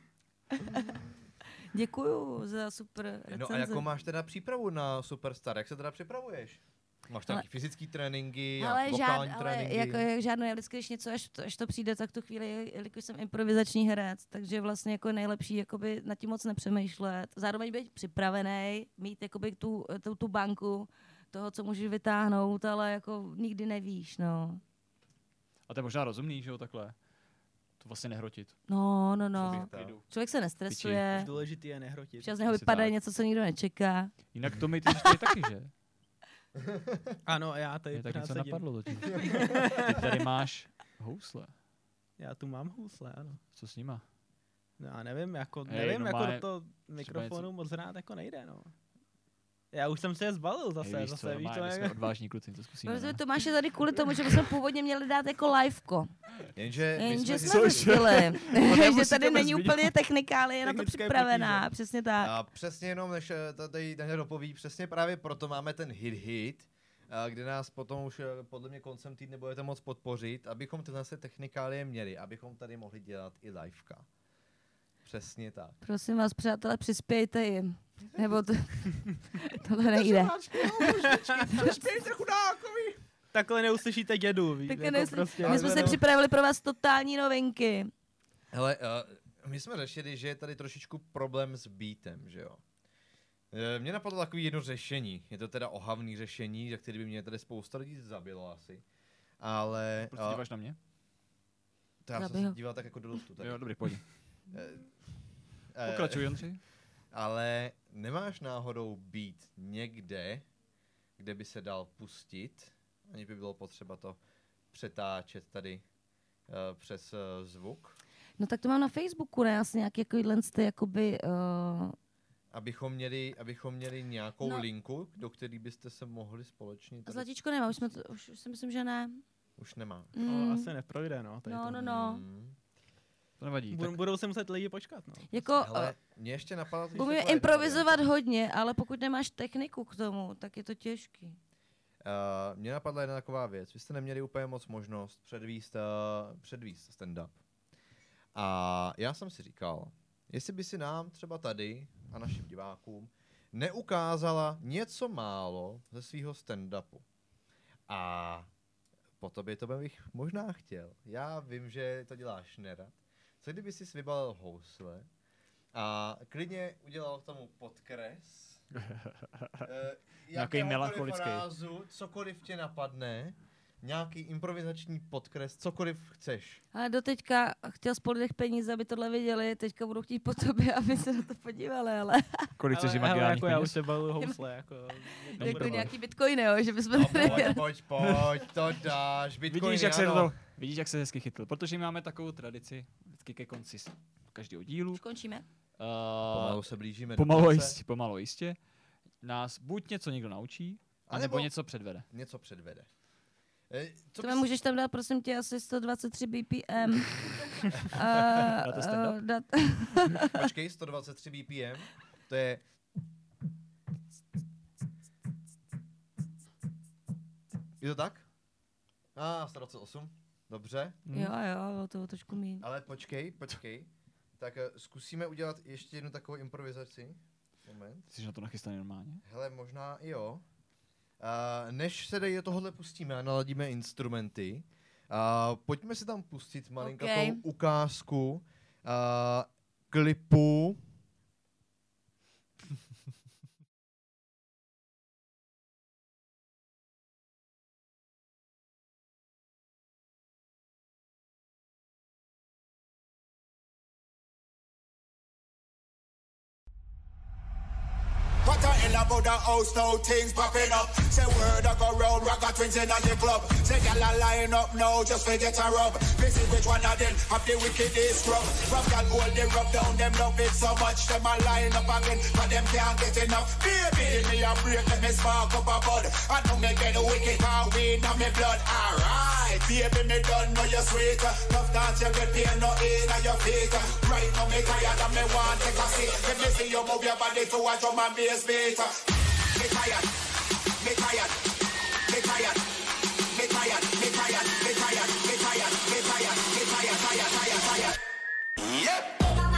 S1: Děkuju za super recenzi.
S6: No a jako máš teda přípravu na Superstar? Jak se teda připravuješ? Máš tam
S1: Ale-
S6: nějaký fyzický tréninky,
S1: Ale,
S6: nějaký
S1: žád,
S6: vokální
S1: ale
S6: tréninky?
S1: jako, jak žádnou, já vždycky, když něco, až to, až to přijde, tak tu chvíli, jelikož jsem improvizační herec, takže vlastně jako nejlepší jakoby nad tím moc nepřemýšlet. Zároveň být připravený, mít jakoby tu, tu, tu banku toho, co můžeš vytáhnout, ale jako nikdy nevíš, no.
S5: A to je možná rozumný, že jo, takhle. To vlastně nehrotit.
S1: No, no, no.
S6: Klidu.
S1: Člověk se nestresuje,
S8: Důležitý je nehrotit.
S1: včas z něho
S5: Asi
S1: vypadá
S5: tak.
S1: něco, co nikdo nečeká.
S5: Jinak to mi ty tady taky, že?
S8: Ano, a já tady
S5: Mě tak
S8: pořád
S5: něco
S8: sedím.
S5: napadlo totiž. Ty tady máš housle.
S8: Já tu mám housle, ano.
S5: Co s nima?
S8: No, já nevím, jako,
S5: Hej,
S8: nevím,
S5: no
S8: jako
S5: má-
S8: do toho mikrofonu moc rád jako nejde, no. Já už jsem se je zbalil zase,
S5: Hej, víš
S8: zase,
S5: co,
S8: víš
S5: normálně,
S8: to,
S5: my
S8: jak...
S5: jsme odvážní kluci, to zkusíme.
S1: Protože
S5: ne?
S1: Tomáš je tady kvůli tomu, že bychom původně měli dát jako liveko.
S6: Jenže, my
S1: Jenže
S6: jsme
S1: jsme
S5: Což?
S1: zjistili, že
S5: nemusíte
S1: tady není
S5: zmínit.
S1: úplně technikálie, je na to
S8: Technické
S1: připravená,
S8: potíže.
S1: přesně tak.
S6: A přesně jenom, než eh, to tady Daniel dopoví, přesně právě proto máme ten hit hit, a kde nás potom už eh, podle mě koncem týdne budete moc podpořit, abychom ty zase technikálie měli, abychom tady mohli dělat i liveka. Přesně tak.
S1: Prosím vás, přátelé, přispějte jim. Nebo to, tohle nejde.
S8: Takhle neuslyšíte dědu, víš,
S1: Tak
S8: jako
S1: nejsli-
S8: prostě.
S1: My jsme si připravili pro vás totální novinky.
S6: Hele, uh, my jsme řešili, že je tady trošičku problém s beatem, že jo. E, Mně napadlo takový jedno řešení. Je to teda ohavný řešení, za který by mě tady spousta lidí zabilo asi. Ale...
S5: Proč
S6: a-
S5: díváš na mě?
S6: to já jsem
S1: Zabil.
S6: se díval tak jako do luftu. Tak.
S5: Jo, dobrý, pojď.
S6: E, e,
S5: Pokračuj, Jondři.
S6: Ale nemáš náhodou beat někde, kde by se dal pustit, ani by bylo potřeba to přetáčet tady uh, přes uh, zvuk,
S1: No tak to mám na Facebooku, ne? Asi nějaký takovýhle jste, jakoby... Uh...
S6: abychom měli, abychom měli nějakou
S1: No.
S6: linku, do které byste se mohli společně... Tady...
S1: Zlatíčko nemá, už, jsme to, už, už si myslím, že ne.
S6: Už nemá.
S8: No,
S1: Mm.
S8: asi neprojde, no. Tady
S1: No,
S8: to.
S1: no, no.
S6: Hmm.
S5: To nevadí.
S8: Budou,
S5: Tak
S8: budou se muset lidi počkat, no.
S1: Jako,
S6: Ale mě ještě napadlo... totiž
S1: umíme
S6: taková jedna
S1: improvizovat
S6: varianta.
S1: hodně, ale pokud nemáš techniku k tomu, tak je to těžký.
S6: Uh, mně napadla jedna taková věc. Vy jste neměli úplně moc možnost předvíst, uh, předvíst stand-up. A já jsem si říkal, jestli by si nám třeba tady a našim divákům neukázala něco málo ze svého stand-upu. A po tobě to bych možná chtěl. Já vím, že to děláš nerad. Co kdyby jsi vybalil housle a klidně udělal k tomu podkres, e,
S5: nějaký melancholický
S6: frázu, cokoliv tě napadne, nějaký improvizační podkres, cokoliv chceš.
S1: Ale doteďka chtěl spolu těch peníze, aby tohle viděli, teďka budu chtít po tobě, aby se na to podívali, ale...
S5: Kolik chceš
S8: Ale,
S5: imaginárních
S8: hele, jako já už
S5: peněz?
S8: se baluju housle, jako...
S1: Jako nějaký bitcoiny, jo, že bychom
S6: No,
S1: to nevěděli.
S6: pojď, pojď, pojď, to dáš, bitcoiny,
S5: Vidíš, jak se
S6: ano.
S5: to, vidíš, jak se hezky chytl, protože máme takovou tradici vždycky ke konci s- každého dílu.
S1: Už končíme?
S5: Uh,
S6: Pomalu se blížíme
S5: Pomalu
S6: do
S5: a
S6: konce.
S5: jistě, pomalu a jistě. Nás buď něco někdo naučí,
S6: A
S5: anebo
S6: nebo-
S5: něco předvede.
S6: Něco předvede. E, co
S1: Co
S6: bys-
S1: můžeš tam dát, prosím tě, asi sto dvacet tři B P M. uh,
S5: Dáte stand-up?
S1: dat,
S6: Počkej, sto dvacet tři B P M, to je... Je to tak? A, ah, sto dvacet osm, dobře.
S5: Hm.
S1: jo, jo, bylo to trošku míň.
S6: Ale počkej, počkej. Tak uh, zkusíme udělat ještě jednu takovou improvizaci. Moment.
S5: Jsi na to nachystaný normálně?
S6: Hele, možná i jo. Uh, než se do tohohle pustíme a naladíme instrumenty, uh, pojďme si tam pustit malinkatou
S1: Okay.
S6: ukázku uh, klipu.
S9: What the hell about the house now, things popping up. Say word I go round, rock a twins in the club. Say gyal a line up now, just forget a rub. This is which one of them have the wickedest rub. From gyal hold the rub down, them love it so much. Them a line up again, but them can't get enough. Baby, me a break, let me spark up a bud. I know me get wicked, how we in me blood. Alright, baby, me done know you're sweet. Tough dance, you get pain, no in on your feet. Right now me tired and me want take a seat. Let me see you move your body to a drum and bass beat. Me tired, me tired, me tired, me tired, me tired, me tired, me tired, me tired, me tired, tired, tired, tired. Yep.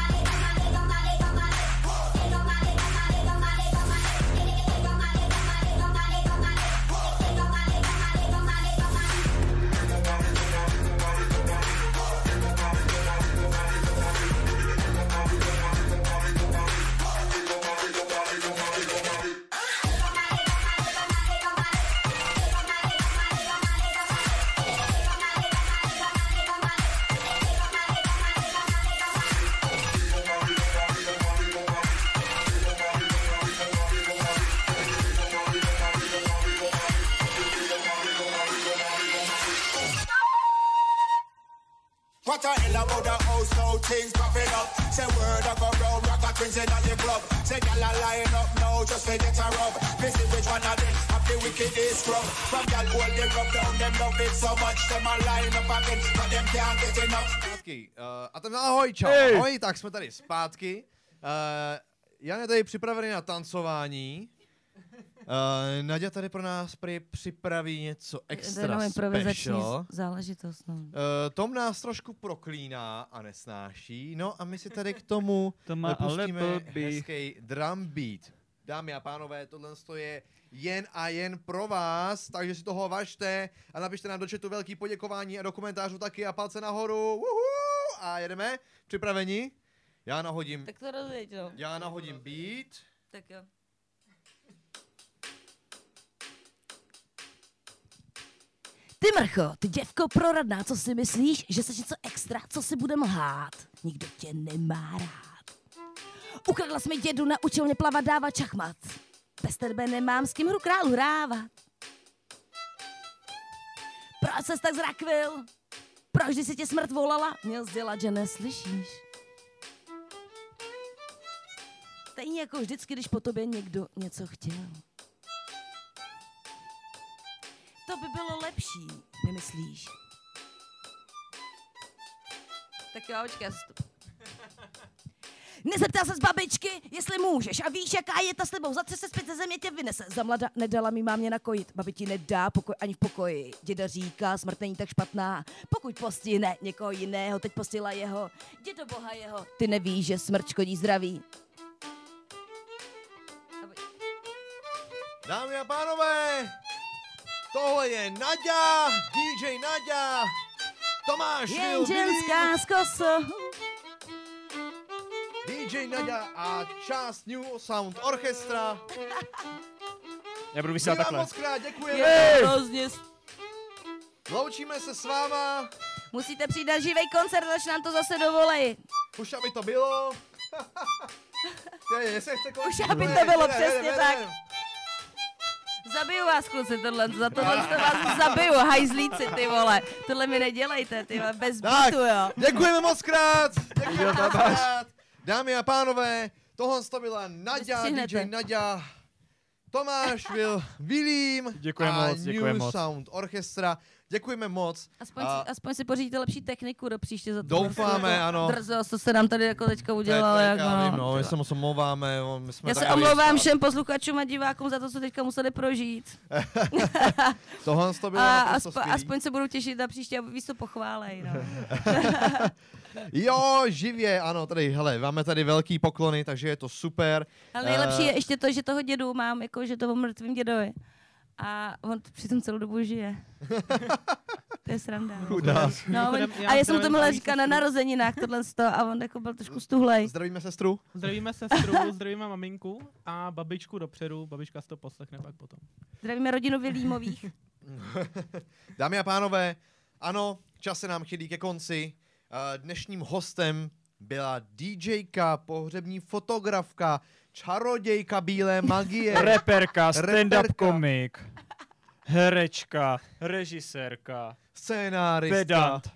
S9: What the hell about the house now, things popping up. Say word I go round, rock a twins in the club. Say gyal a line up now, just forget a rub. This is which one of them have the wickedest rub. From gyal hold the rub down, them love it so much. Them a line up again, but them can't get enough.
S6: Zpátky. Uh, a tam ahoj, čau,
S5: Hej.
S6: ahoj, tak jsme tady zpátky. Uh, Jan je tady připravený na tancování. Uh, Naďa tady pro nás prý připraví něco extra
S1: Jenom improvizační
S6: special.
S1: záležitost, no.
S6: Uh, Tom nás trošku proklíná a nesnáší, no a my si tady k tomu
S5: To má ale
S6: pustíme
S5: blbý.
S6: hezký drum beat. Dámy a pánové, tohle je jen a jen pro vás, takže si toho važte a napište nám do chatu velký poděkování a do komentářů taky a palce nahoru. Uhu, a jedeme, připraveni? Já nahodím,
S1: Tak to rozjeď, no.
S6: já nahodím beat.
S1: Tak jo. Ty mrcho, ty děvko proradná, co si myslíš, že jsi něco extra, co si budem lhát? Nikdo tě nemá rád. Ukradla jsi mi dědu, naučil mě plavat, dávat čachmat. Bez tebe nemám s kým hru králu hrávat. Proč ses tak zrakvil? Proč, když si tě smrt volala, měl sdělat, že neslyšíš? Stejně jako vždycky, když po tobě někdo něco chtěl. To by bylo lepší, nemyslíš? Tak jo, očkej, já se to... Nezeptal se z babičky, jestli můžeš a víš, jaká je ta s tebou. Zatře se zpět ze země tě vynese. Za mlada nedala mi mámě nakojit. Babi ti nedá pokoj ani v pokoji. Děda říká, smrt není tak špatná. Pokud postihne někoho jiného, teď postihla jeho. Dědo boha jeho. Ty nevíš, že smrt škodí zdraví.
S6: Dámy a pánové, tohle je Naďa, D J Naďa, Tomáš
S1: Jen ženská z koso.
S6: D J Naďa a část New Sound Orchestra.
S5: Já budu vysílat takhle.
S6: Moc krát děkujeme.
S1: Je hrozně.
S6: Loučíme se s váma.
S1: Musíte přijít na živej koncert, až nám to zase dovolej.
S6: Už aby to bylo. Je, se chce
S1: Už aby to bylo, přesně tak. Zabiju vás, kluci, tohle, za tohle to vás zabiju, hajzlíci, ty vole. Tohle mi nedělejte, ty vole, bez bytu, jo.
S6: Děkujeme moc krát. Děkujeme moc krát. Dámy a pánové, tohle to byla Naďa, D J Naďa, Tomáš byl Vilím
S5: děkujeme
S6: a
S5: moc, děkujeme
S6: New
S5: moc.
S6: Sound Orchestra. Děkujeme moc.
S1: Aspoň,
S6: a...
S1: si, aspoň si pořídíte lepší techniku do příště za to.
S6: Doufáme, ano.
S1: Drzost, co se nám tady jako teďka udělalo. Jak,
S6: já vím,
S1: no.
S6: no, my se moc omlouváme. My jsme
S1: Já se omlouvám všem posluchačům a divákům za to, co teďka museli prožít.
S6: Tohle to bylo
S1: a aspo, aspoň se budu těšit na příště a víc to pochválej. No.
S6: Jo, živě, ano, tady, hele, máme tady velký poklony, takže je to super.
S1: Ale nejlepší je ještě to, že toho dědu mám, jako že to o mrtvým dědovi. A on přitom celou dobu žije. To je sranda. No, on, a já jsem mu tohle říkal na narozeninách, tohle sto, a on jako byl trošku stuhlej.
S6: Zdravíme sestru.
S8: Zdravíme sestru, zdravíme maminku a babičku dopředu, babička si to poslechne pak potom.
S1: Zdravíme rodinu Vilímových.
S6: Dámy a pánové, ano, čas se nám chylí ke konci. Dnešním hostem byla DJka, pohřební fotografka, čarodějka bílé magie,
S5: reperka, stand-up komik, herečka, režisérka,
S6: scénárista,
S5: pedant,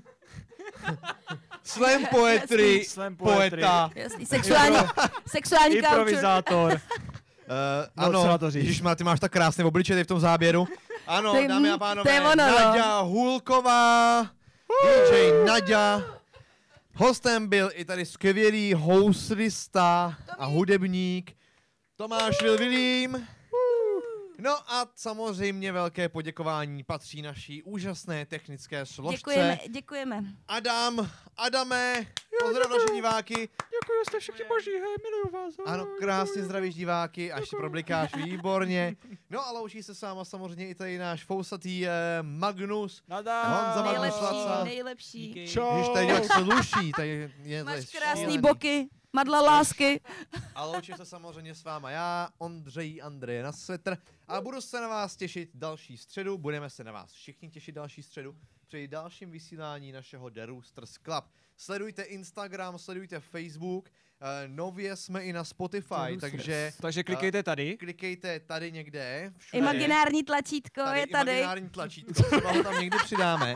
S6: slam poetry,
S5: slam poetry,
S6: poeta,
S1: jasný, sexuální, sexuální
S5: improvizátor.
S6: Uh, ano, ježišmar, ty máš tak krásně v obličeji v tom záběru. Ano,
S1: Ty,
S6: dámy a pánové,
S1: to je ono,
S6: Naďa Hůlková, D J Naďa. Hostem byl i tady skvělý houslista a hudebník Tomáš Vilím. No a samozřejmě velké poděkování patří naší úžasné technické složce.
S1: Děkujeme, děkujeme.
S6: Adam, Adame, pozdrav naše diváky.
S5: Děkuji, jste všichni boží, hej, miluju vás.
S6: Ano, krásně zdravíš diváky, až si problikáš, výborně. No a loučí se s váma samozřejmě i tady náš fousatý eh, Magnus. Honza Magnus Laca.
S1: Nejlepší, nejlepší.
S6: Když tady jak se luší, tady je
S1: Máš
S6: tady
S1: krásný
S6: šílený.
S1: boky, madla lásky.
S6: A loučím se samozřejmě s váma já, Ondřej Andreje na Svetr. A budu se na vás těšit další středu, budeme se na vás všichni těšit další středu při dalším vysílání našeho The Roosters Club. Sledujte Instagram, sledujte Facebook, uh, nově jsme i na Spotify, takže...
S5: Takže klikejte tady.
S6: Uh, klikejte tady někde, všude.
S1: Imaginární tlačítko
S6: tady,
S1: je tady.
S6: Imaginární tlačítko, třeba ho tam někdy přidáme.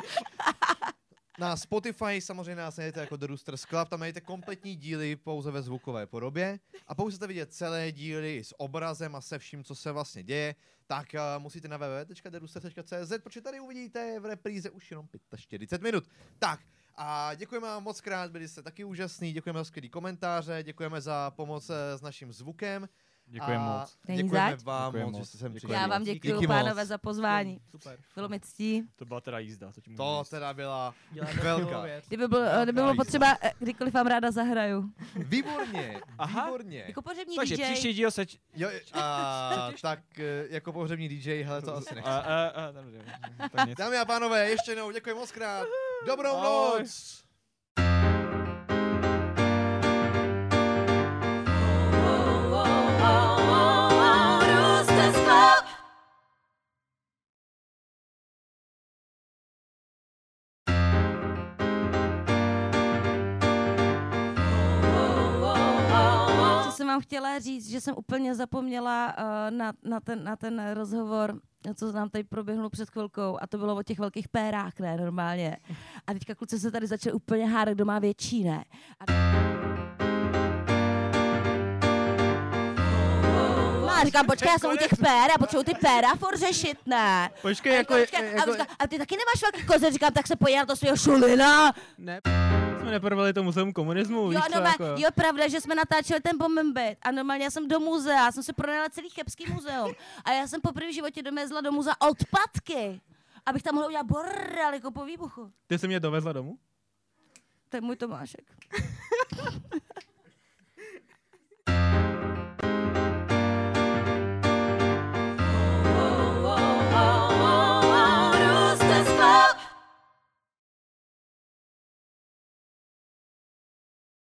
S6: Na Spotify samozřejmě nás najdete jako The Roosters Club, tam najdete kompletní díly pouze ve zvukové podobě a pokud chcete vidět celé díly s obrazem a se vším, co se vlastně děje, tak uh, musíte na w w w tečka the roosters tečka c z, protože tady uvidíte v repríze už jenom čtyřicet pět minut. Tak a děkujeme vám moc krát, byli jste taky úžasný, děkujeme za skvělý komentáře, děkujeme za pomoc s naším zvukem.
S5: Děkujeme moc.
S6: Děkujeme vám
S5: Děkujeme
S6: moc,
S5: moc.
S6: že jste sem
S5: Děkujeme.
S6: přišli.
S1: Já vám děkuji,
S6: Díky
S1: pánové,
S6: moc.
S1: za pozvání.
S8: Super.
S1: Bylo mi ctí.
S5: To byla teda jízda. To, ti můžu
S6: To
S5: říct.
S6: teda byla
S8: Děláme
S6: velká.
S8: skvělou věc.
S1: Kdyby bylo, kdyby bylo potřeba, eh, kdykoliv vám ráda zahraju.
S6: Výborně,
S5: Aha.
S6: výborně.
S1: Jako pohřební
S5: Takže
S1: D J.
S5: příští díl se... č-
S6: Jo, a tak eh, jako pohřební D J, hele, to asi nechci.
S5: A, a, a, dobře, tak nic.
S6: Dámy a pánové, ještě jednou děkuji moc krát. Dobrou
S5: Ahoj.
S6: noc.
S7: Roosters Club.
S1: Co jsem vám chtěla říct, že jsem úplně zapomněla uh, na, na, ten, na ten rozhovor, co nám tady proběhnul před chvilkou, a to bylo o těch velkých pérách, ne, normálně. A teďka kluci se tady začali úplně hádat, kdo má větší, ne. A... No, a říkám, počkej, já jsem u těch pér a potřebuji ty péra furt řešit, ne.
S8: Počkej,
S1: A
S8: jako...
S1: říkám, počkej,
S8: jako
S1: a, říkám, a ty taky nemáš velký koze, říkám, tak se pojď na to svého šulina.
S8: ne, jsme jsme neporvali to muzeum komunismu,
S1: Jo,
S8: víš
S1: no,
S8: co, jako...
S1: jo, pravda, že jsme natáčeli ten Bombembit a normálně já jsem do muzea, já jsem si pronajala celý Chebský muzeum a já jsem poprvé v životě dovezla do muzea odpadky, abych tam mohla udělat bordel jako po výbuchu.
S8: Ty jsi mě dovezla domů?
S1: To je můj Tomášek.